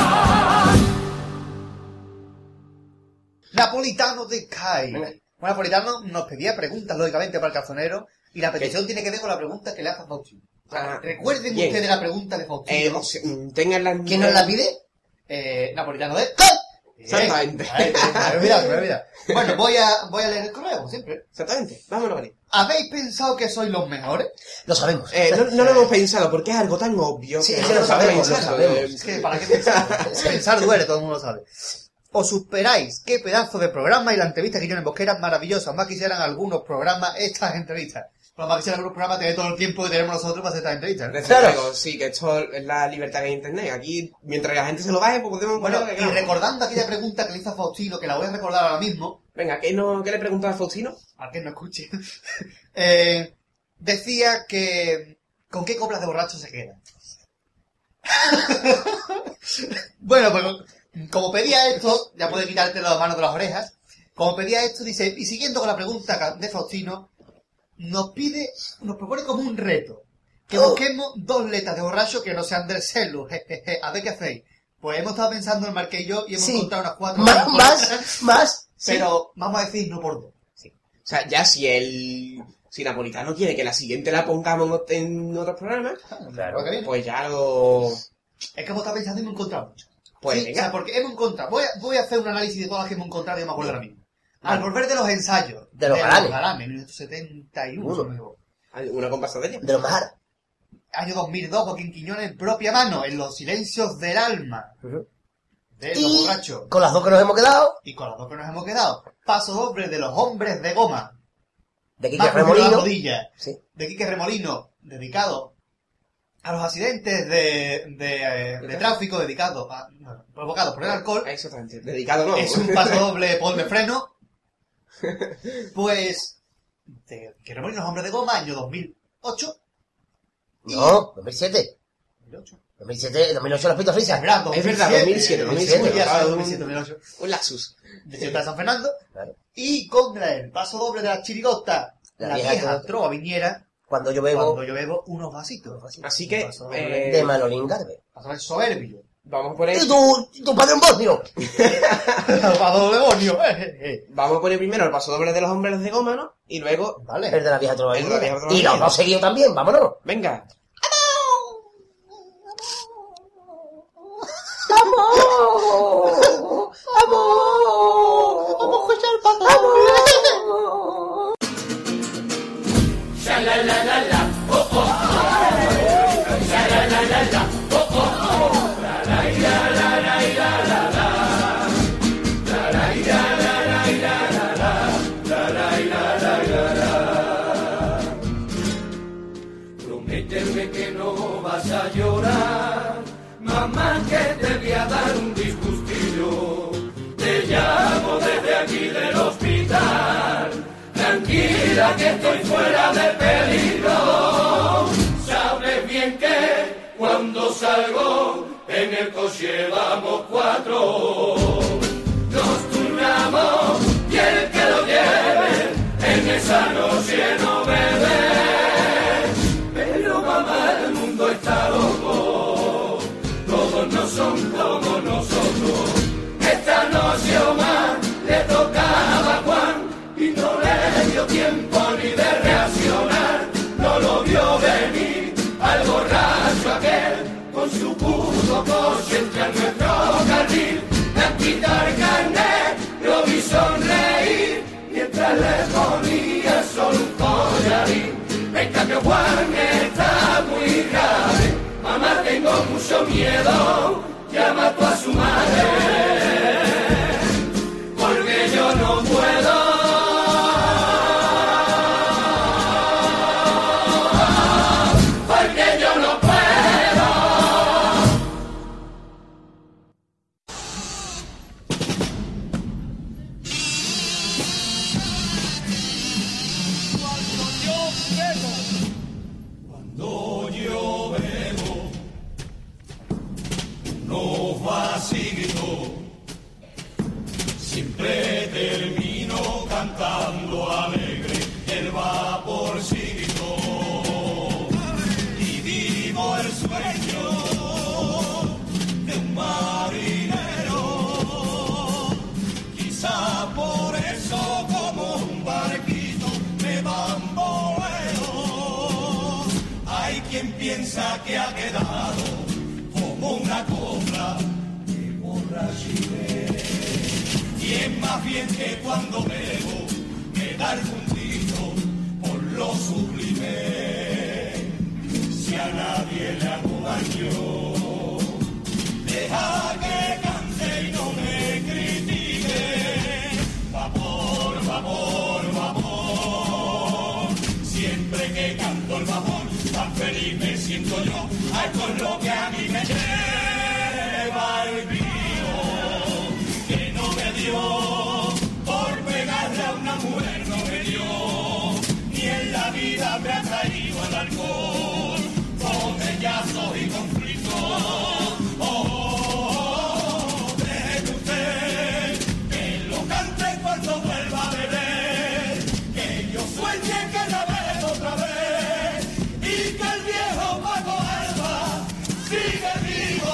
Napolitano de Kai. Bueno, Napolitano nos pedía preguntas, lógicamente, para el calzonero, y la petición tiene que ver con la pregunta que le hace a Faustino. Ah, Recuerden bien. ustedes la pregunta de Faustino. Eh, o sea, tengan la... ¿Quién nos la pide? Eh, Napolitano de... Exactamente. Bien. Ay, me he olvidado, me he olvidado. Bueno, voy a, voy a leer el correo, como siempre. Exactamente. Vámonos, vale. ¿Habéis pensado que sois los mejores? Lo sabemos. Eh, no, no lo hemos pensado porque es algo tan obvio. Sí, que sí, no lo nos hace sabemos, lo pensarlo. sabemos. Eh, Es que, ¿para qué pensar? Pensar duele, todo el mundo lo sabe. Os superáis, qué pedazo de programa, y la entrevista que yo en Bosquera maravillosas. Más quisieran algunos programas estas entrevistas. Pero más quisieran algunos programas tener todo el tiempo que tenemos nosotros para hacer estas entrevistas. Desde Claro. luego, sí, que esto es la libertad que hay en internet. Aquí, mientras la gente se lo baje, pues podemos Bueno, poner lo que y queramos. recordando aquella pregunta que le hizo a Faustino, que la voy a recordar ahora mismo, Venga, ¿qué, no, ¿qué le preguntas a Faustino? para que no escuche, eh, decía que... ¿Con qué coplas de borracho se queda? Bueno, pues como pedía esto, ya puedes quitarte las manos de las orejas, como pedía esto, dice, y siguiendo con la pregunta de Faustino, nos pide, nos propone como un reto, que Oh. busquemos dos letras de borracho que no sean del celu, jejeje, a ver qué hacéis. Pues hemos estado pensando en Marqués y yo y hemos Sí. encontrado unas cuatro Más, por más, letra, más. pero vamos a decir no por dos. O sea, ya si el... Si Napolitano quiere que la siguiente la pongamos en otros programas, Claro que viene. pues ya lo... Es que hemos estado pensando y hemos encontrado mucho. Pues Sí, venga. o sea, porque hemos encontrado. Voy a, voy a hacer un análisis de todas las que hemos encontrado y me acuerdo ahora mismo. Al volver de los ensayos. De los Galanes. Galanes, mil novecientos setenta y uno, si no me equivoco. ¿Una compasa de ella? De los Mahara. Año dos mil dos, Joaquín Quiñones en propia mano, en los silencios del alma. De los Y borrachos. con las dos que nos hemos quedado, Y con las dos que nos hemos quedado. Paso doble de los hombres de goma. de Quique Más de la Remolino. rodilla. Sí. De Quique Remolino, dedicado a los accidentes de, de, eh, de tráfico, dedicado a, no, provocados por el alcohol. Exactamente. Dedicado no. Es un paso doble Paul de freno. Pues, de Quique Remolino, los hombres de goma, año dos mil ocho. No, dos mil siete. dos mil ocho. dos mil siete, dos mil ocho los pitos Es risas. verdad, Es verdad, dos mil siete, dos mil siete, dos mil siete, ya, ah, dos mil siete, dos mil ocho. Un lapsus. De Ciudad de San Fernando. Claro. Y contra el paso doble de la chirigota, La la, vieja vieja, trova. trova viniera, Cuando yo bebo cuando yo bebo unos vasitos. Así que, Paso doble. eh, de Manolín Garbe. Paso doble soberbio. vamos a poner... ¿Y tu, y tu padre un bosnio? Paso doble bonio. Vamos a poner primero el paso doble de los hombres de goma, ¿no? Y luego... Vale. El de la vieja trova. El de la vieja trova. Y los dos seguidos también, vámonos. Venga. ¡Amor! ¡Amor! ¡Vamos a escuchar el paso ¡Amor! Sha la la la la, oh oh. Sha la la la la, oh oh. La la la la la la la la. La la la la la la la la. La la la la la la. Prométeme que no vas a llorar, mamá, que te voy a dar un día. ya que estoy fuera de peligro. Sabes bien que cuando salgo en el coche vamos cuatro. Nos turnamos y el que lo lleve en esa noche no bebe. Pero mamá, el mundo está loco, todos no son como nosotros. Esta noche o más le tocaba a Juan y no le dio tiempo ni de reaccionar. No lo vio venir al borracho aquel con su puto coche entre nuestro carril. De quitar carnet, lo vi sonreír mientras le ponía solo un collarín. En cambio Juan está muy grave, mamá tengo mucho miedo, llama tú a su madre, porque yo no puedo, porque yo no puedo. Cuando yo bebo, no vacilo, siempre termino cantando alegre el vaporcito y vivo el sueño de un marinero. Quizá por eso como un barquito me bamboleo. Hay quien piensa que ha quedado como una cobra de borrachile. Y es más bien que cuando bebo me da el puntito por lo sublime. Si a nadie le hago daño, deja que cante y no me critique. Vapor, vapor, vapor. Siempre que canto el vapor, tan feliz me siento yo. Ay, con lo que a mí me lleva el vino, que no me dio por pegarle a una mujer, no me dio, ni en la vida me ha traído al alcohol, botellazos y conflictos. Oh, oh, oh, deje usted que lo cante cuando vuelva a beber, que yo sueñe que la veo otra vez y que el viejo Paco Alba sigue vivo,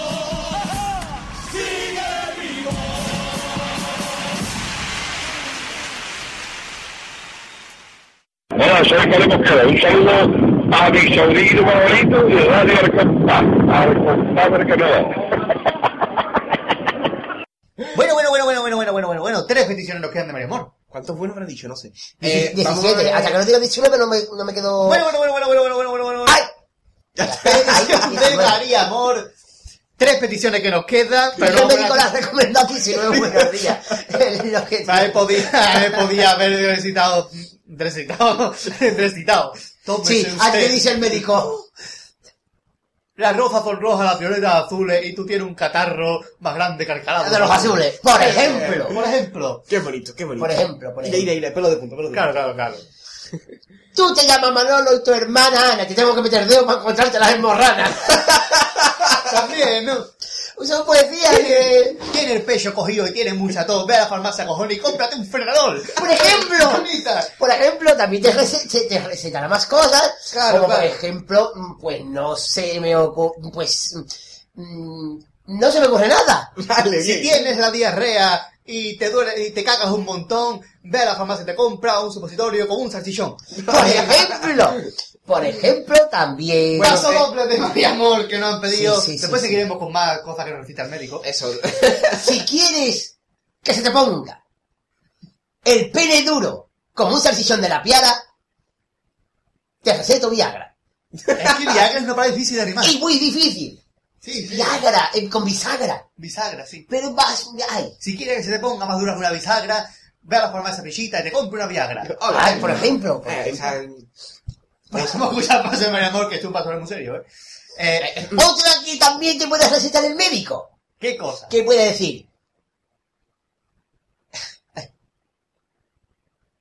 sigue vivo. Bueno, soy Carlos Mosquera. Un saludo a mi sobrino favorito y a Radio Al Compás, al Compás del Canadá. Bueno, bueno, bueno, bueno, bueno, bueno, bueno, bueno, bueno. Tres peticiones nos quedan de María Amor. ¿Cuántos buenos habrá dicho? No sé. Eh, Eh, vamos a diecisiete, ver- hasta que no diga diecinueve no me, no me quedo... Bueno, bueno, bueno, bueno, bueno, bueno, bueno, bueno, bueno. ¡Ay! Petición de María Amor. Tres peticiones que nos quedan, Pero pero el no médico la recomendó diecinueve buenos días. Lo que- me podía, me podía haber recitado, recitado, recitado. Tómese Sí, ¿a usted qué dice el médico? Las rosas son rojas, las violetas azules y tú tienes un catarro más grande que el calado. De los azules, por ejemplo. Por ejemplo. Qué bonito, qué bonito. Por ejemplo, por Ira, ejemplo. ira, ira, pelo de punta, pelo de punta. Claro, claro, claro. Tú te llamas Manolo y tu hermana Ana, te tengo que meter dedo para encontrarte las hemorranas. También, ¿no? Son poesías que... Tiene el pecho cogido y tiene mucha tos. Ve a la farmacia, cojones, y cómprate un frenador. Por ejemplo, Bonita. por ejemplo, también te, rece- te, te recetará más cosas, Claro, como claro. por ejemplo, mm, pues no se me ocurre, pues mm, no se me ocurre nada. Vale, Si bien. tienes la diarrea y te duele y te cagas un montón, ve a la farmacia y te compra un supositorio con un salchichón. Por ejemplo, por ejemplo, también... Paso eh, doble de María Amor que nos han pedido. Sí, sí, sí, Después sí. seguiremos con más cosas que nos recita el médico. Eso. Si quieres que se te ponga el pene duro como un salchichón de la piara, te receto Viagra. Es que Viagra es una palabra difícil de animar. Y muy difícil. Sí, sí. Viagra, eh, con bisagra. Bisagra, sí. Pero vas... Ay, Si quieres que se te ponga más dura que una bisagra, ve a la farmacia Pechita y te compra una Viagra. ay, por ejemplo. por Eh, ejemplo. esa- Vamos a escuchar paso de María Amor, que es un paso muy serio, ¿eh? Eh, Otra que también te puede recetar el médico. ¿Qué cosa? ¿Qué puede decir?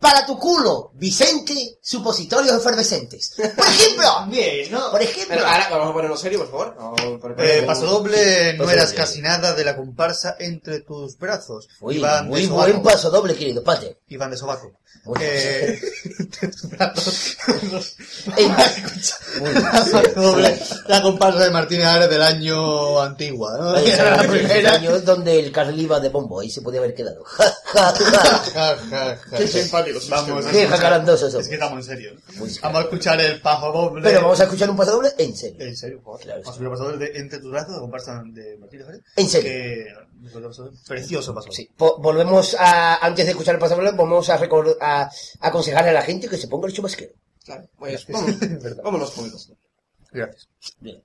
Para tu culo, Vicente, supositorios efervescentes. Por ejemplo. Bien, ¿no? Por ejemplo. Pero ahora vamos a ponernos serio, por favor. Vamos a poner- Eh, paso doble, no Paso eras doble. casi nada de la comparsa entre tus brazos. Uy, Iban muy de buen sobaco. paso doble, querido Pate. Iban de sobaco. Muy Eh, entre tus brazos. En- Paso doble, la comparsa de Martínez Ares del año antigua, ¿no? Ahí Era la está, el primera. año donde el Carl iba de bombo, ahí se podía haber quedado. Ja, ja, ja. Ja, ja, ja. Qué simpáticos. Vamos a Qué escuchar- jacarandosos somos. Es que estamos en serio. Muy Vamos a escuchar el paso doble. Pero vamos a escuchar un paso doble en serio. En serio, por favor. Claro, Vamos a escuchar el paso doble de Entre tus brazos, de comparsa de Martínez Ares. En serio. Que... Precioso paso. Sí, po- volvemos a, antes de escuchar el paso doble, vamos a, recor- a, a aconsejarle a la gente que se ponga el chubasquero. Claro, pues vamos, vámonos juntos. Gracias. Bien.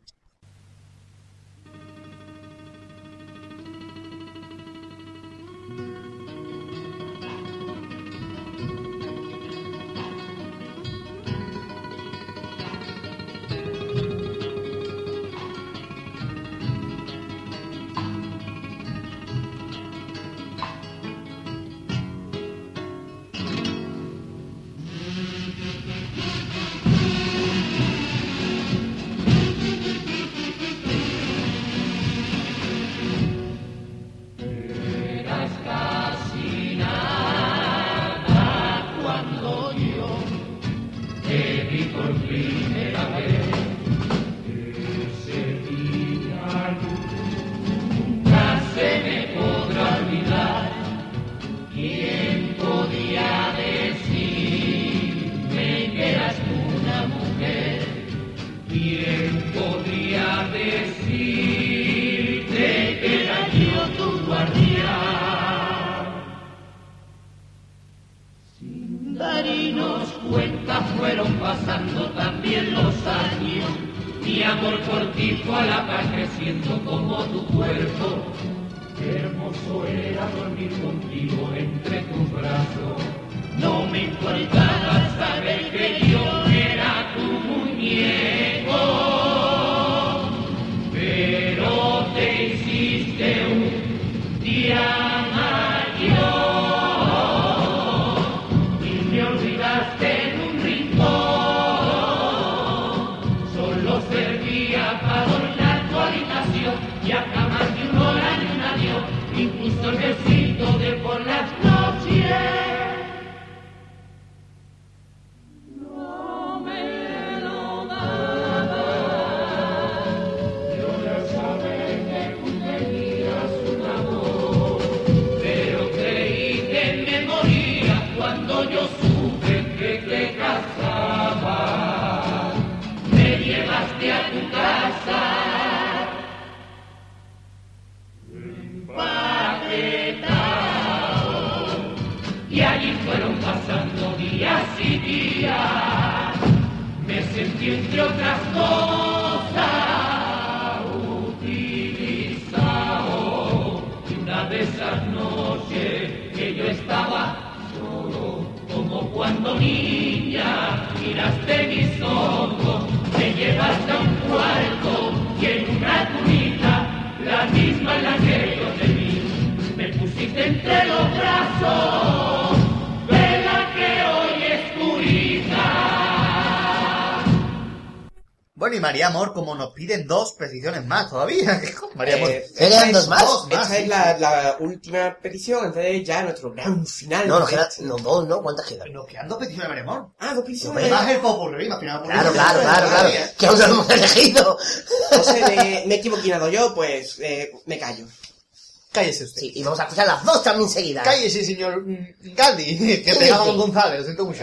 Darnos cuenta fueron pasando también los años. Mi amor por ti fue a la paz creciendo como tu cuerpo. Qué hermoso era dormir contigo entre tus brazos. No me importaba saber que yo era tu muñeco, pero te hiciste un día mayor. Me olvidaste en un rincón, solo servía para adornar tu habitación y acá más de una hora ni un adiós, incluso el besito de por las noches. No me lo daba, yo ya sabía que tú tenías un amor, pero creí que me moría cuando yo supe que te casabas. Me llevaste a tu casa empaquetado y allí fueron pasando días y días. Me sentí entre otras cosas utilizado y una de esas noches que yo estaba solo, como cuando niña miraste mis ojos, me llevaste a un cuarto y en una cunita, la misma en la que yo te vi, me pusiste entre los brazos de la que hoy es tu hija. Bueno, y María Amor, como nos piden dos peticiones más todavía. María Amor. Eh, ¿Quedan esta dos es- más? Esta más, es sí, la, la última petición, entonces ya nuestro gran final. No, nos quedan no, dos, ¿no? ¿Cuántas quedan? Nos quedan dos peticiones de María Amor. Ah, dos peticiones. Más el popurrí, más final. Claro, claro, claro, claro. Que aún no lo hemos elegido. Entonces me, me he equivocado yo, pues eh, me callo. Cállese usted. Sí, y vamos a escuchar las dos también seguidas. Cállese, señor mm, Gandhi, que te llama González, lo siento mucho.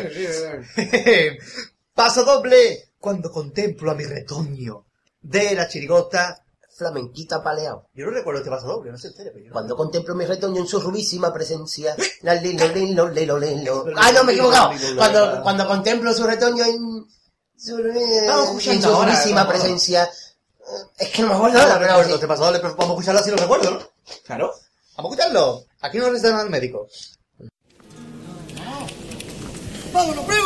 Paso doble, cuando contemplo a mi retoño de la chirigota. Flamenquita paleado. Yo no recuerdo este paso doble, no sé usted, pero yo no. Cuando contemplo mi retoño en su rubísima presencia. La lilo, lilo, lilo, lilo. Ah, no, me he equivocado. Cuando, cuando contemplo su retoño en su, Estamos en escuchando su ahora, rubísima vamos. presencia. Eh, Es que no me acuerdo No, ahora, no pero recuerdo sí. este paso doble, pero vamos a escucharlo así lo recuerdo, ¿no? Claro. Vamos a escucharlo. Aquí no necesitan al médico. ¡Vámonos, primo!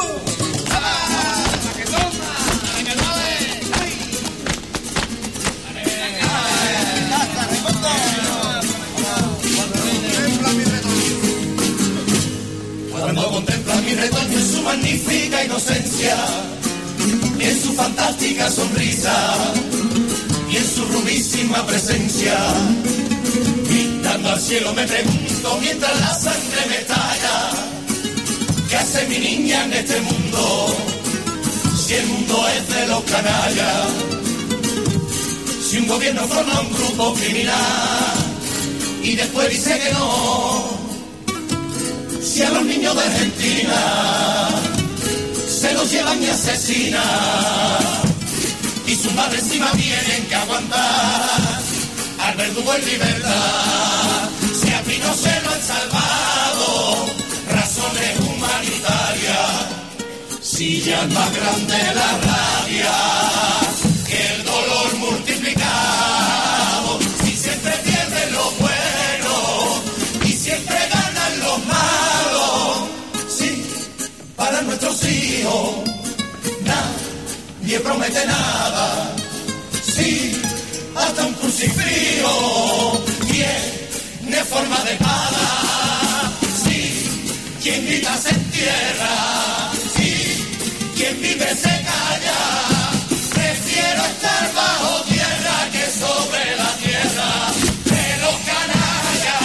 Cuando contempla mi mi retoño en su magnífica inocencia, en su fantástica sonrisa y en su rubísima presencia. Mirando al cielo me pregunto mientras la sangre me estalla, ¿qué hace mi niña en este mundo? Si el mundo es de los canallas, si un gobierno forma un grupo criminal y después dice que no, si a los niños de Argentina se los llevan y asesinan y sus madres encima tienen que aguantar al verdugo en libertad, si a mí no se lo han salvado razones humanitarias, si ya es más grande la rabia que el dolor multiplicado, si siempre pierden los buenos y siempre ganan los malos, si para nuestros hijos nadie promete nada, si hasta un crucifijo tiene forma de espada, si quien grita se entierra, si quien vive se calla, prefiero estar bajo tierra que sobre la tierra de los canallas.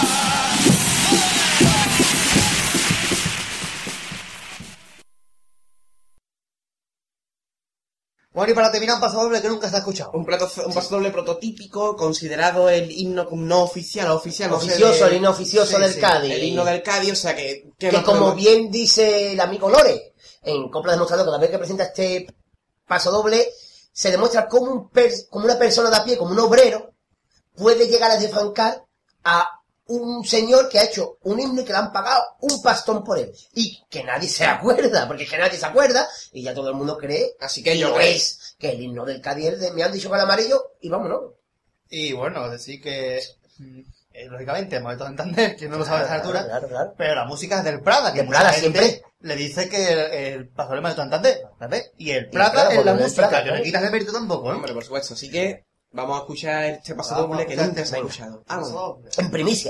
Bueno, y para terminar, un paso doble que nunca se ha escuchado. Un, plato, un paso doble prototípico, considerado el himno no oficial, oficial, no sé, Oficioso, de- el himno oficioso Sí, del sí, Cádiz. El himno del Cádiz, o sea que... Que más como podemos- bien dice el amigo Lore, en Copla demostrado que cada vez que presenta este paso doble, se demuestra cómo, un per- como una persona de a pie, como un obrero, puede llegar a desbancar a un señor que ha hecho un himno y que le han pagado un pastón por él. Y que nadie se acuerda, porque es que nadie se acuerda, y ya todo el mundo cree, Así que y yo lo creo- es, que el himno del Cádiz es de me han dicho con amarillo, y vámonos. Y bueno, decir que, mm, eh, lógicamente, hemos estado a entender que no lo sabe a esa altura, Claro, claro. pero la música es del Prada, que Del mucha Prada, gente siempre. le dice que el, el Pastor de Santander, ¿sabes? Y el Prada, Prada es la porque es música, Prada, que no ¿no? le quitas el mérito tampoco, ¿eh? Hombre, por supuesto. Así que vamos a escuchar este paso Vamos a doble que escuchar nunca este se ha doble. escuchado. Paso Vamos. doble. En primicia.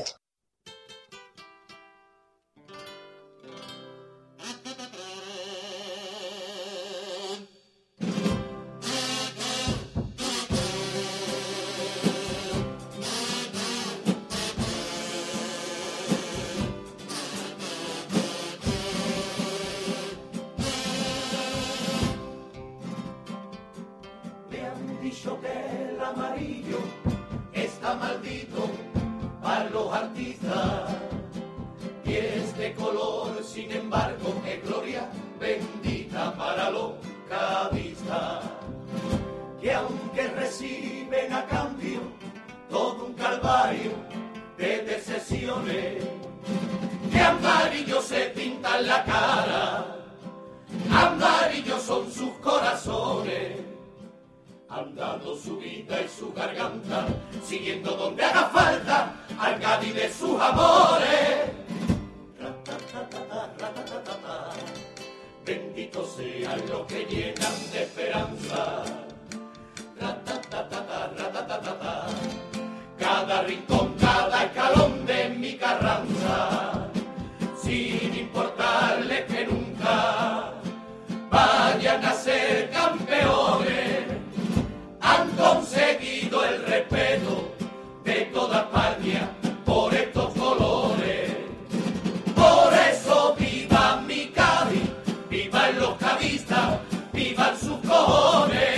Me han dicho que el amarillo está maldito para los artistas y este color, sin embargo, es gloria bendita para los cadistas, que aunque reciben a cambio todo un calvario de decepciones, de amarillo se pintan la cara, amarillos son sus corazones. Han dado su vida y su garganta, siguiendo donde haga falta al Cádiz de sus amores. Ratatatata, ratatatata, benditos sean los que llenan de esperanza. Ratatatata, ratatatata, cada rincón, cada escalón de mi Carranza, sin importarles que nunca vayan a ser campeones, han conseguido el respeto de toda España por estos colores. Por eso viva mi Cádiz, vivan los cadistas, vivan sus cojones.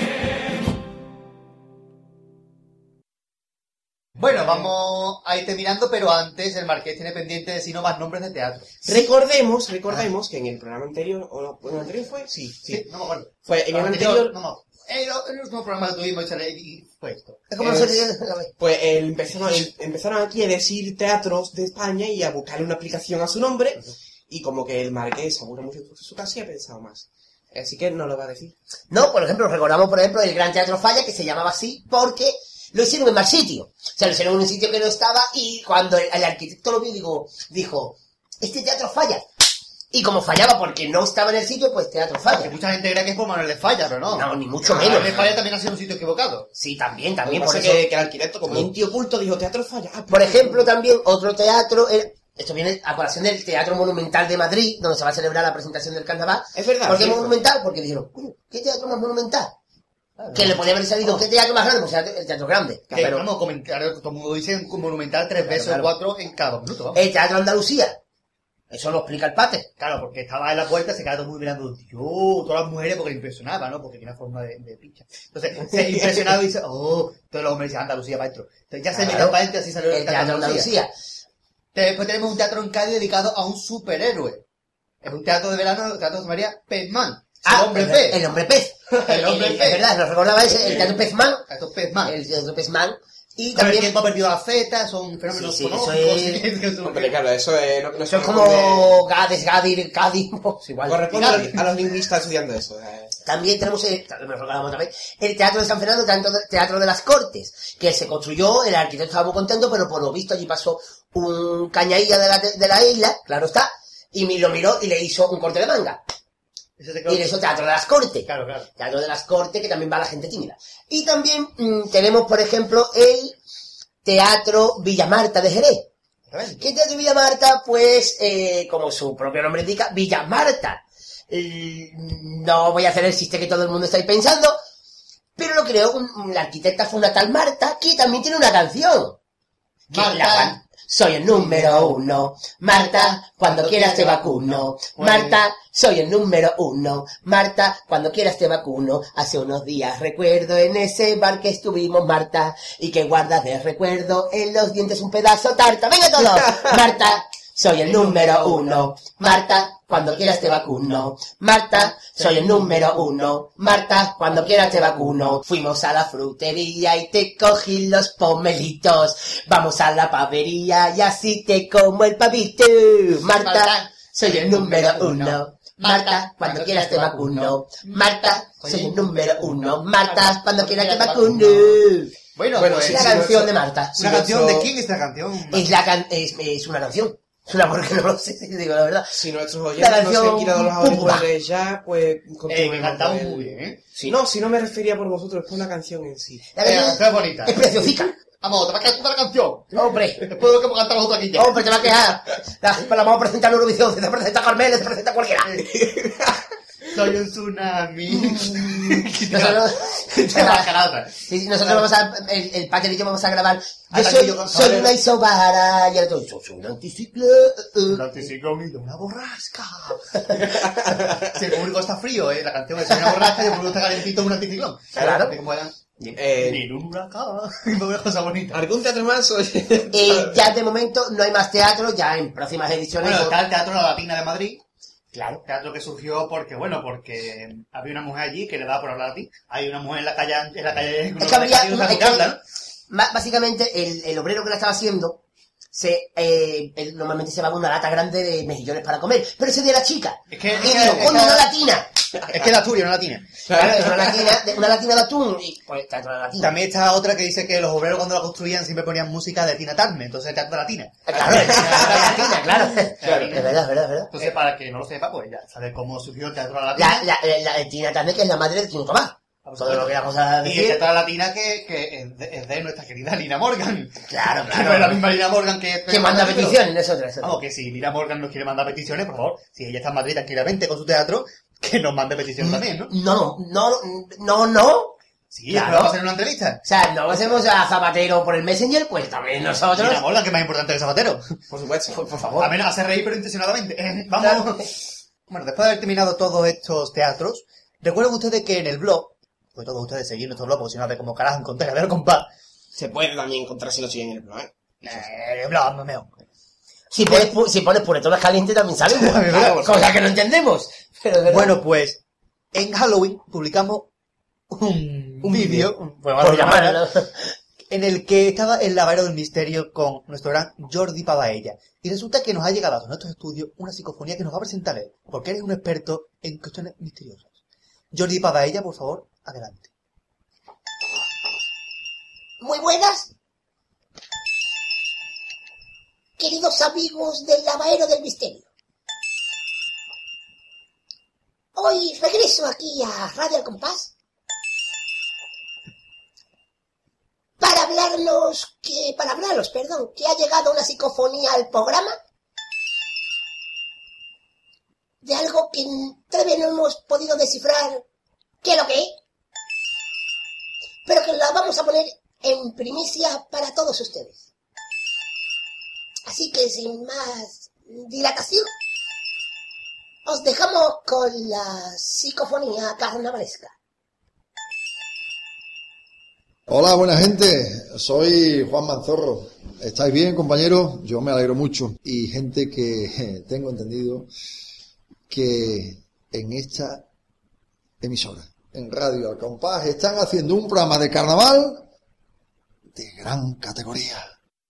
Bueno, vamos a ir terminando, pero antes el Marqués tiene pendiente de si no más nombres de teatro. Recordemos, recordemos que en el programa anterior, o no, ¿en el anterior fue? Sí, sí. Sí, no me acuerdo. Fue en el anterior, anterior, no me acuerdo. En el en el último programa que tuvimos, se le- y fue esto. Es como Es- no sé a ver. pues eh, empezaron, em- empezaron aquí a decir teatros de España y a buscarle una aplicación a su nombre, y como que el Marqués aburre mucho de su casa y ha pensado más. Así que no lo va a decir. No, por ejemplo, recordamos, por ejemplo, el Gran Teatro Falla, que se llamaba así porque lo hicieron en mal sitio. O sea, lo hicieron en un sitio que no estaba, y cuando el, el arquitecto lo vio, digo, dijo, este teatro falla. Y como fallaba porque no estaba en el sitio, pues teatro Que falla. mucha gente cree que es por Manuel de Falla, pero no. No, ni mucho Manuel menos. de Falla también ha sido un sitio equivocado. Sí, también, También también, por pasa eso. que, que el arquitecto, como un tío culto, dijo teatro falla. Ah, Por ejemplo, también otro teatro, era- Esto viene a colación del Teatro Monumental de Madrid, donde se va a celebrar la presentación del carnaval. Es verdad. ¿Por qué sí, monumental? Porque dijeron, coño, ¿qué teatro más monumental? Que le podía haber salido, ¿qué teatro más grande? Pues el teatro grande. Que, Pero vamos, comentar, todo el mundo dice monumental tres Claro, veces claro. o cuatro en cada minuto. Vamos. el Teatro Andalucía. Eso lo explica el Pate. Claro, porque estaba en la puerta, se quedaba todo muy mirando, yo, todas las mujeres, porque le impresionaba, ¿no? Porque tiene forma de, de picha. Entonces, se impresionaba y dice, oh, todos los hombres dicen Andalucía para adentro. Entonces ya se Claro. metió para adentro y así salió El Teatro Andalucía. Después tenemos un teatro en Cádiz dedicado a un superhéroe. Es un teatro de verano, el teatro se llamaría Pezman. Ah, el hombre el, pez. el hombre pez. El hombre Es pez. verdad, nos recordaba ese, el Teatro Pezman. Esto es Pezman. El Teatro Pezman. Y Con el también, tiempo ha perdido la feta, son fenómenos Sí, sí, eso económicos. es- que- que son- Hombre, claro, eso es... No, no eso es se como Gades, Gadir, Cádiz. pues igual. Corresponde a los, a los lingüistas estudiando eso. eh. También tenemos, el, me lo recordamos otra vez, el Teatro de San Fernando, Teatro de, Teatro de las Cortes, que se construyó, el arquitecto estaba muy contento, pero por lo visto allí pasó un cañailla de la, de la isla, claro está, y me lo miró y le hizo un corte de manga. Eso se quedó- Y le hizo Teatro de las Cortes. Claro, claro. Teatro de las Cortes, que también va a la gente tímida. Y también mm, tenemos, por ejemplo, el Teatro Villamarta de Jerez. ¿Qué Teatro Villamarta? Pues, eh, como su propio nombre indica, Villamarta. Eh, no voy a hacer el chiste que todo el mundo está ahí pensando, pero lo creo, un- la arquitecta fue una tal Marta, que también tiene una canción. Que Marta. la- soy el número uno. Marta, cuando quieras te vacuno. Marta, soy el número uno. Marta, cuando quieras te vacuno. Hace unos días recuerdo en ese bar que estuvimos, Marta, y que guardas de recuerdo en los dientes un pedazo tarta. ¡Venga todos! Marta, soy el número uno. Marta, cuando quieras te vacuno. Marta, soy el número uno. Marta, cuando quieras te vacuno. Fuimos a la frutería y te cogí los pomelitos. Vamos a la pavería y así te como el pavito. Marta, soy el número uno. Marta, cuando quieras te vacuno. Marta, soy el número uno. Marta, cuando quieras te vacuno. Bueno, Bueno, pues, sí, La sí, canción no, de Marta. ¿una Sí, canción eso- de quién es esta canción? Es la can es, es una canción. Es una porque no lo sé, digo la verdad. Si nuestros La oyentes no se canción han quitado los Pumba. auriculares ya, pues... Eh, que continuemos cantamos con el- muy bien, ¿eh? Sí, no, si no me refería por vosotros, es por la canción en sí. La Eh, la canción canción es bonita. es preciosica. Vamos, te vas a cantar la canción. Hombre. Después de lo que hemos cantado nosotros aquí ya. Hombre, te va a quedar. La, la vamos a presentar en Eurovisión. Se te presenta Carmel, se te presenta cualquiera. Soy un tsunami. Nosotros, Te va a cagar otra. Sí, sí, nosotros vamos a, el, el Pater y yo vamos a grabar. Yo Hasta soy, que yo con- soy una isobara y el otro, yo soy un anticiclo. Un anticiclón de una borrasca. Si el público está frío, ¿eh? La canción es una borrasca y el público está calentito, un anticiclón. Claro. Como eran. Eh, Ni en un huracán. Una cosa bonita. ¿Algún teatro más? Oye, Eh, ya de momento no hay más teatro, ya en próximas ediciones. Bueno, no- está el Teatro La Latina de Madrid. Claro. Teatro que surgió porque, bueno, porque había una mujer allí que le daba por hablar a ti. Hay una mujer en la calle, en la calle, Es que habría, en la es que- calle, ¿no? ba- básicamente el, el obrero que la estaba haciendo, se, eh, él normalmente se va una lata grande de mejillones para comer, pero ese día era chica. Es que- y es que- dijo, es coño, que- una latina. Es que de Asturias, no la tiene. Claro, es una latina, de, una latina de atún, y pues teatro de latina. También está otra que dice que los obreros cuando la construían siempre ponían música de Tina Turner, entonces el Teatro de la Tina. Claro, es una latina, claro. Claro. Es verdad, es verdad, es verdad. Entonces, para que no lo sepa, pues ya sabe cómo surgió el Teatro de la Latina. La, la, la, la Tina Turner, que es la madre de Tino Tomás. Todo lo que la cosa Y el decir. Teatro de la Latina que, que es, de, es de nuestra querida Lina Morgan. Claro, Que no es la claro. misma Lina Morgan que... Que manda peticiones, nosotros. nosotros. Vamos, que si Lina Morgan nos quiere mandar peticiones, por favor, si ella está en Madrid tranquilamente con su teatro, que nos mande peticiones también, ¿no? No, no, no, no. Sí, Claro. claro. Vamos a hacer una entrevista. O sea, no hacemos a Zapatero por el Messenger, pues también nosotros. Lina Morgan, que es más importante que Zapatero. por supuesto. Por, por favor. A menos hace reír, pero intencionadamente. Eh, vamos. Bueno, después de haber terminado todos estos teatros, recuerden ustedes que en el blog, pues todos ustedes seguir nuestro blog, porque si no, a ver cómo carajo encontrar, a ver, compa. Se puede también encontrar si lo siguen en el blog, ¿eh? Eh, el blog, mameo. Si pones, pu- si pones puretonas calientes también salen. verdad. Cosa que no entendemos. Pero de verdad. Bueno, pues, en Halloween publicamos un, Un vídeo, vídeo. pues, por vamos a llamarlo, llamarlo. en el que estaba el lavadero del misterio con nuestro gran Jordi Pavaella. Y resulta que nos ha llegado a nuestros estudios una psicofonía que nos va a presentar él, porque eres un experto en cuestiones misteriosas. Jordi Pavaella, por favor, adelante. Muy buenas. Queridos amigos del lavadero del misterio. Hoy regreso aquí a Radio Al Compás para hablarnos, que, para hablaros, perdón, que ha llegado una psicofonía al programa de algo que todavía no hemos podido descifrar qué es lo que es, pero que la vamos a poner en primicia para todos ustedes. Así que sin más dilatación, os dejamos con la psicofonía carnavalesca. Hola, buena gente, soy Juan Manzorro. ¿Estáis bien, compañeros? Yo me alegro mucho. Y gente que tengo entendido que en esta emisora, en Radio Al Compás, están haciendo un programa de carnaval de gran categoría.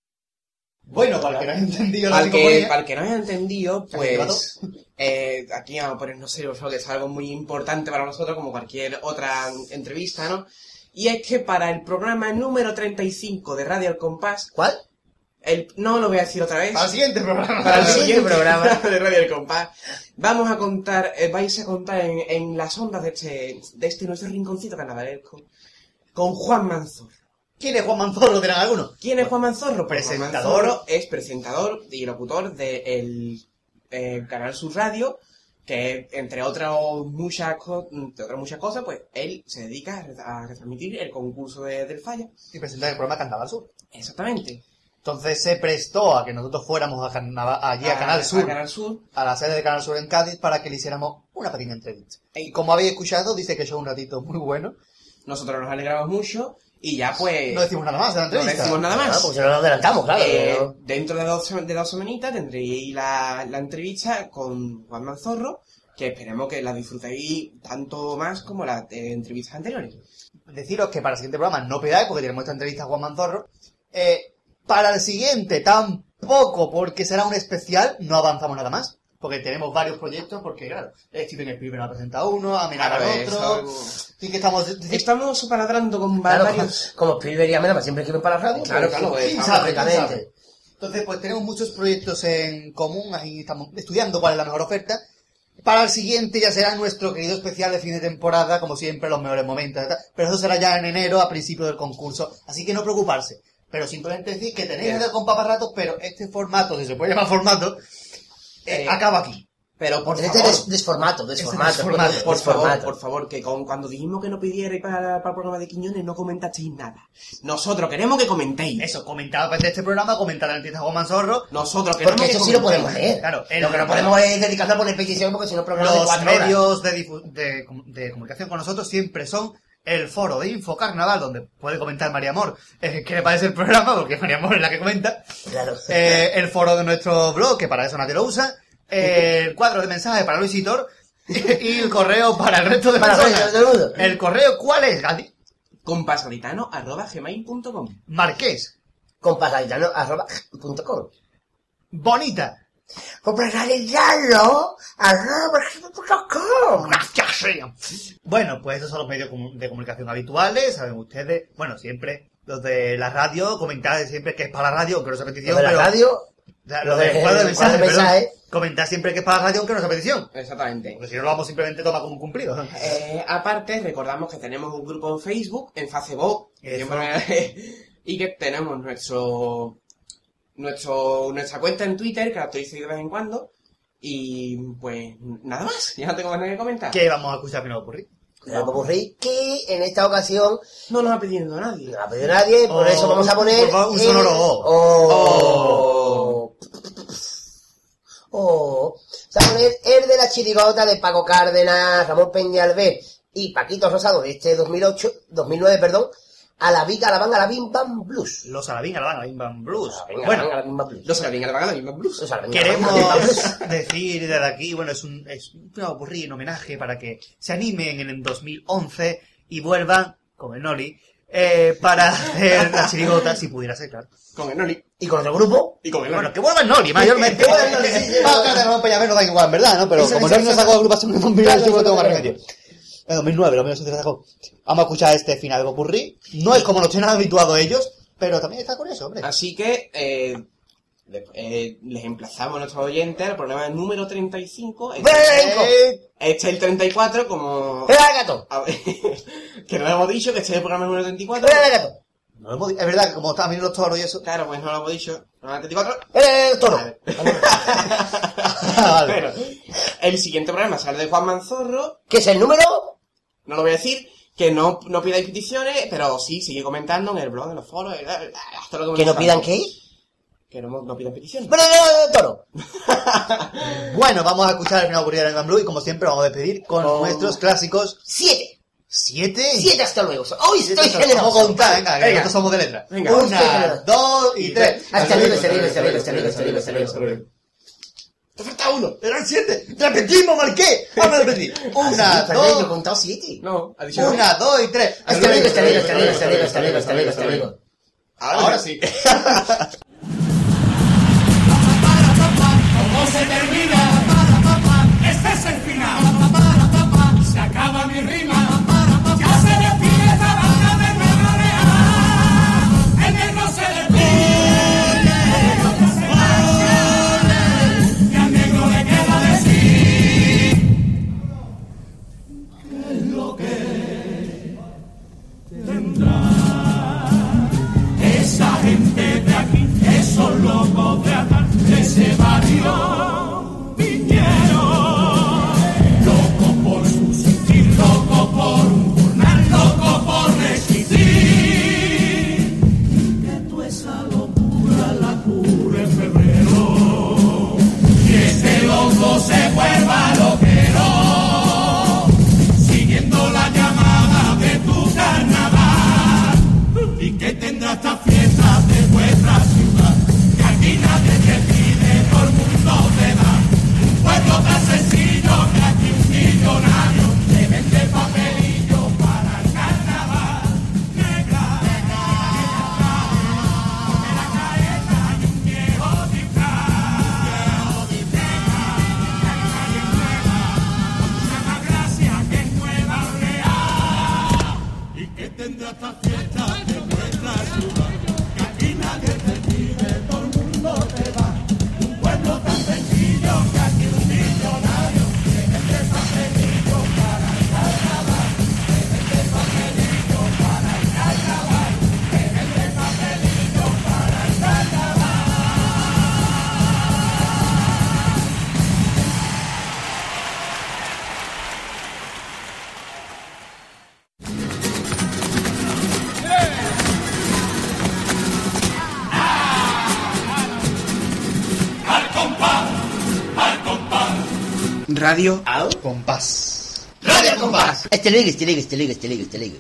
Bueno, para el que no haya entendido la Para el que, psicofonía... para el que no haya entendido, ¿Qué pues eh, aquí vamos a ponernos serios, que es algo muy importante para nosotros, como cualquier otra entrevista, ¿no? Y es que para el programa número treinta y cinco de Radio Al Compás... ¿Cuál? El, no lo voy a decir otra vez. Para el siguiente programa. Para el siguiente programa de Radio Al Compás. Vamos a contar, eh, vais a contar en, en las ondas de este, de este nuestro rinconcito carnavalesco con Juan Manzorro. ¿Quién es Juan Manzorro? ¿Dirán algunos? ¿Quién es Juan Manzorro? Pues Juan Presentador. Manzorro es presentador y locutor del eh, Canal Sur Radio, que entre otras muchas, co- entre otras muchas cosas, pues él se dedica a, re- a retransmitir el concurso de, del Falla. Y presentar el programa Carnaval Sur. Exactamente. Entonces se prestó a que nosotros fuéramos a Carnaval- allí a, Canal Sur, A Canal Sur. a la sede de Canal Sur en Cádiz, para que le hiciéramos una pequeña entrevista. Y como habéis escuchado, dice que es un ratito muy bueno. Nosotros nos alegramos mucho y ya pues... No decimos nada más de la No entrevista. decimos nada más. Ah, pues si no nos adelantamos, claro. Eh, ¿no? Dentro de dos, de dos semanitas tendréis la, la entrevista con Juan Manzorro, que esperemos que la disfrutéis tanto más como las eh, entrevistas anteriores. Deciros que para el siguiente programa no pedáis, porque tenemos esta entrevista a Juan Manzorro. Eh, para el siguiente tampoco, porque será un especial, no avanzamos nada más. Porque tenemos varios proyectos, porque claro, Steven Spielberg ha presentado uno, Amenabar Claro, otro. eso- Así que estamos... Estamos supaladrando con Claro, varios... como Spielberg y Amenabar siempre escriben para la radio. Claro, pues, claro, pues, sí, sabe, perfectamente. sabe. Entonces, pues tenemos muchos proyectos en común, ahí estamos estudiando cuál es la mejor oferta. Para el siguiente ya será nuestro querido especial de fin de temporada, como siempre, los mejores momentos, y tal. Pero eso será ya en enero, a principio del concurso, así que no preocuparse. Pero simplemente decir que tenéis Bien. el compa para rato, pero este formato, si se puede llamar formato, eh, Eh, acaba aquí. Pero por Este favor... des- desformato, desformato. desformato, Por favor, desformato. por favor, que con, cuando dijimos que no pidierais para, para el programa de Quiñones no comentasteis nada. Nosotros queremos que comentéis. Eso, comentad de este programa, comentad en el Tita Juan Manzorro. Nosotros queremos Porque que eso sí lo comentéis. podemos leer. Claro, el- Lo que no podemos es dedicarnos a poner petición porque si no programas de Los cuatro horas. medios de, difu- de, com- de comunicación con nosotros siempre son el foro de Info Carnaval, donde puede comentar María Amor eh, qué le parece el programa, porque María Amor es la que comenta. Claro. Eh, el foro de nuestro blog, que para eso nadie lo usa. Eh, el cuadro de mensajes para Luis Hitor. Y el correo para el resto de Para personas. todo el mundo. El correo, ¿cuál es, Gandhi? compasgaditano arroba gmail punto com. Marqués. Compasgaditano arroba punto com. Bonita. Compasgaditano arroba punto com. Bueno, pues esos son los medios comu- de comunicación habituales, saben ustedes. Bueno, siempre los de la radio, comentar siempre que es para la radio, aunque no sea petición. Lo de la pero- radio, O sea, lo lo del de- cuadro de el mensajes, cuadro de perdón. mensajes. Comentar siempre que es para la radio, aunque no sea petición. Exactamente. Porque si no lo vamos simplemente tomar como un cumplido. Eh, aparte, recordamos que tenemos un grupo en Facebook, en Facebook, Eso. y que tenemos nuestro, nuestro nuestra cuenta en Twitter, que la actualizo de vez en cuando. Y pues nada más, ya no tengo más nada que comentar. ¿Qué vamos a escuchar primero ocurrir? el popurrí, que en esta ocasión No nos ha pedido nadie. no ha pedido nadie, por Oh, eso vamos a poner por favor, un el- sonoro Oh. Oh. Vamos a poner el de la chirigota de Paco Cárdenas, Ramón Peñalver y Paquito Rosado de este dos mil ocho, dos mil nueve, perdón, a la Viga, a la Banga, a la Bim Bam Blues. Los Alabín, Alabán, Alabín Bam Blues. A la Venga, Bueno, a la Banga, a la Bim Bam Blues. Los Alabín Alabán, Alabín Blues. Los Alabín, queremos Alabín, Bam Blues. decir desde aquí, bueno, es un, es un popurrí en homenaje para que se animen en el dos mil once y vuelvan, con el Noli, eh, para hacer la chirigota, si pudiera ser, claro. Con el Noli. Y con otro grupo, Y con el Bueno, Noli. que vuelva el Noli, mayormente. Que vuelva el Noli, sí, sí. Paco Cárdenas, Ramón Peñalver no da igual, ¿verdad? ¿no? Pero Eso, como eso, Noli no eso. sacó agrupación en dos mil ocho, Claro, no tengo más claro. remedio. En dos mil nueve, lo menos se sacó. Vamos a escuchar este final de popurrí. No es como nos tienen habituados ellos, pero también está con eso, hombre. Así que eh, le- eh, les emplazamos a nuestros oyentes al programa número treinta y cinco. Este, ¡Venga! este es el treinta y cuatro, como... ¡Era el gato! A ver, que no lo hemos dicho, que este es el programa número treinta y cuatro. ¡Era el gato! No lo hemos di- es verdad que como estaban viendo los toros y eso. Claro, pues no lo hemos dicho. Programa treinta y cuatro. ¡Era el toro! Vale. Vale. Bueno, el siguiente programa sale de Juan Manzorro. ¿Qué es el número? No lo voy a decir. Que no, no pidáis peticiones, pero sí, sigue comentando en el blog, en los foros. Hasta lo ¿Que no pidan qué? Que no, no pidan peticiones. ¡Pero no, toro! Bueno, vamos a escuchar el final ocurrido en el Man Blue y como siempre vamos a despedir con Oh. nuestros clásicos. ¡Siete! ¿Siete? ¡Siete hasta luego! ¡Hoy Siete, estoy vamos a generoso! contar, venga, que Venga. nosotros somos de letra. Venga. Una, dos y tres. Hasta luego, hasta luego, hasta luego, hasta luego, hasta luego, hasta luego, hasta luego. Te falta uno. Eran siete. ¡Repetimos, Marqué! Vamos a repetir. Una, Hasta luego, he dos, contado siete. No, ha dicho una, dos y tres. Hasta luego, hasta luego, hasta luego, hasta luego, hasta luego, hasta luego, hasta luego. Ahora, ahora sí. ¿Cómo se termina? Este es el final. Se acaba mi rima. Ya se despide esta banda de Nueva Real. El negro se despide. Y al negro le queda decir qué es lo que tendrá esa gente de aquí, esos locos de acá, de ese barrio viñero, loco por subsistir, loco por un jornal, loco por resistir, que toda esa locura la cure en febrero, y ese loco se vuelva loquero, siguiendo la llamada de tu carnaval, y que tendrá esta fiesta de vuestra ciudad, que aquí nadie te pide, todo el mundo te da, un pueblo tan sencillo que aquí un millonario te vende papelillo para el carnaval, negra, negra, porque la caeta hay un viejo disfraz, negra, y nueva, mucha más gracia que en Nueva Orleans, y que tendrá esta fiesta de vuestra ciudad, que aquí nadie te pide, todo el mundo te da, un pueblo tan sencillo que aquí un millonario te vende papelillo para el carnaval, te vende papelillo para el carnaval, te vende papelillo para el carnaval. Al compás, al compás. Radio. Compás. Radio al compás. Este ligue, este ligue, este ligue, este ligue, este ligue.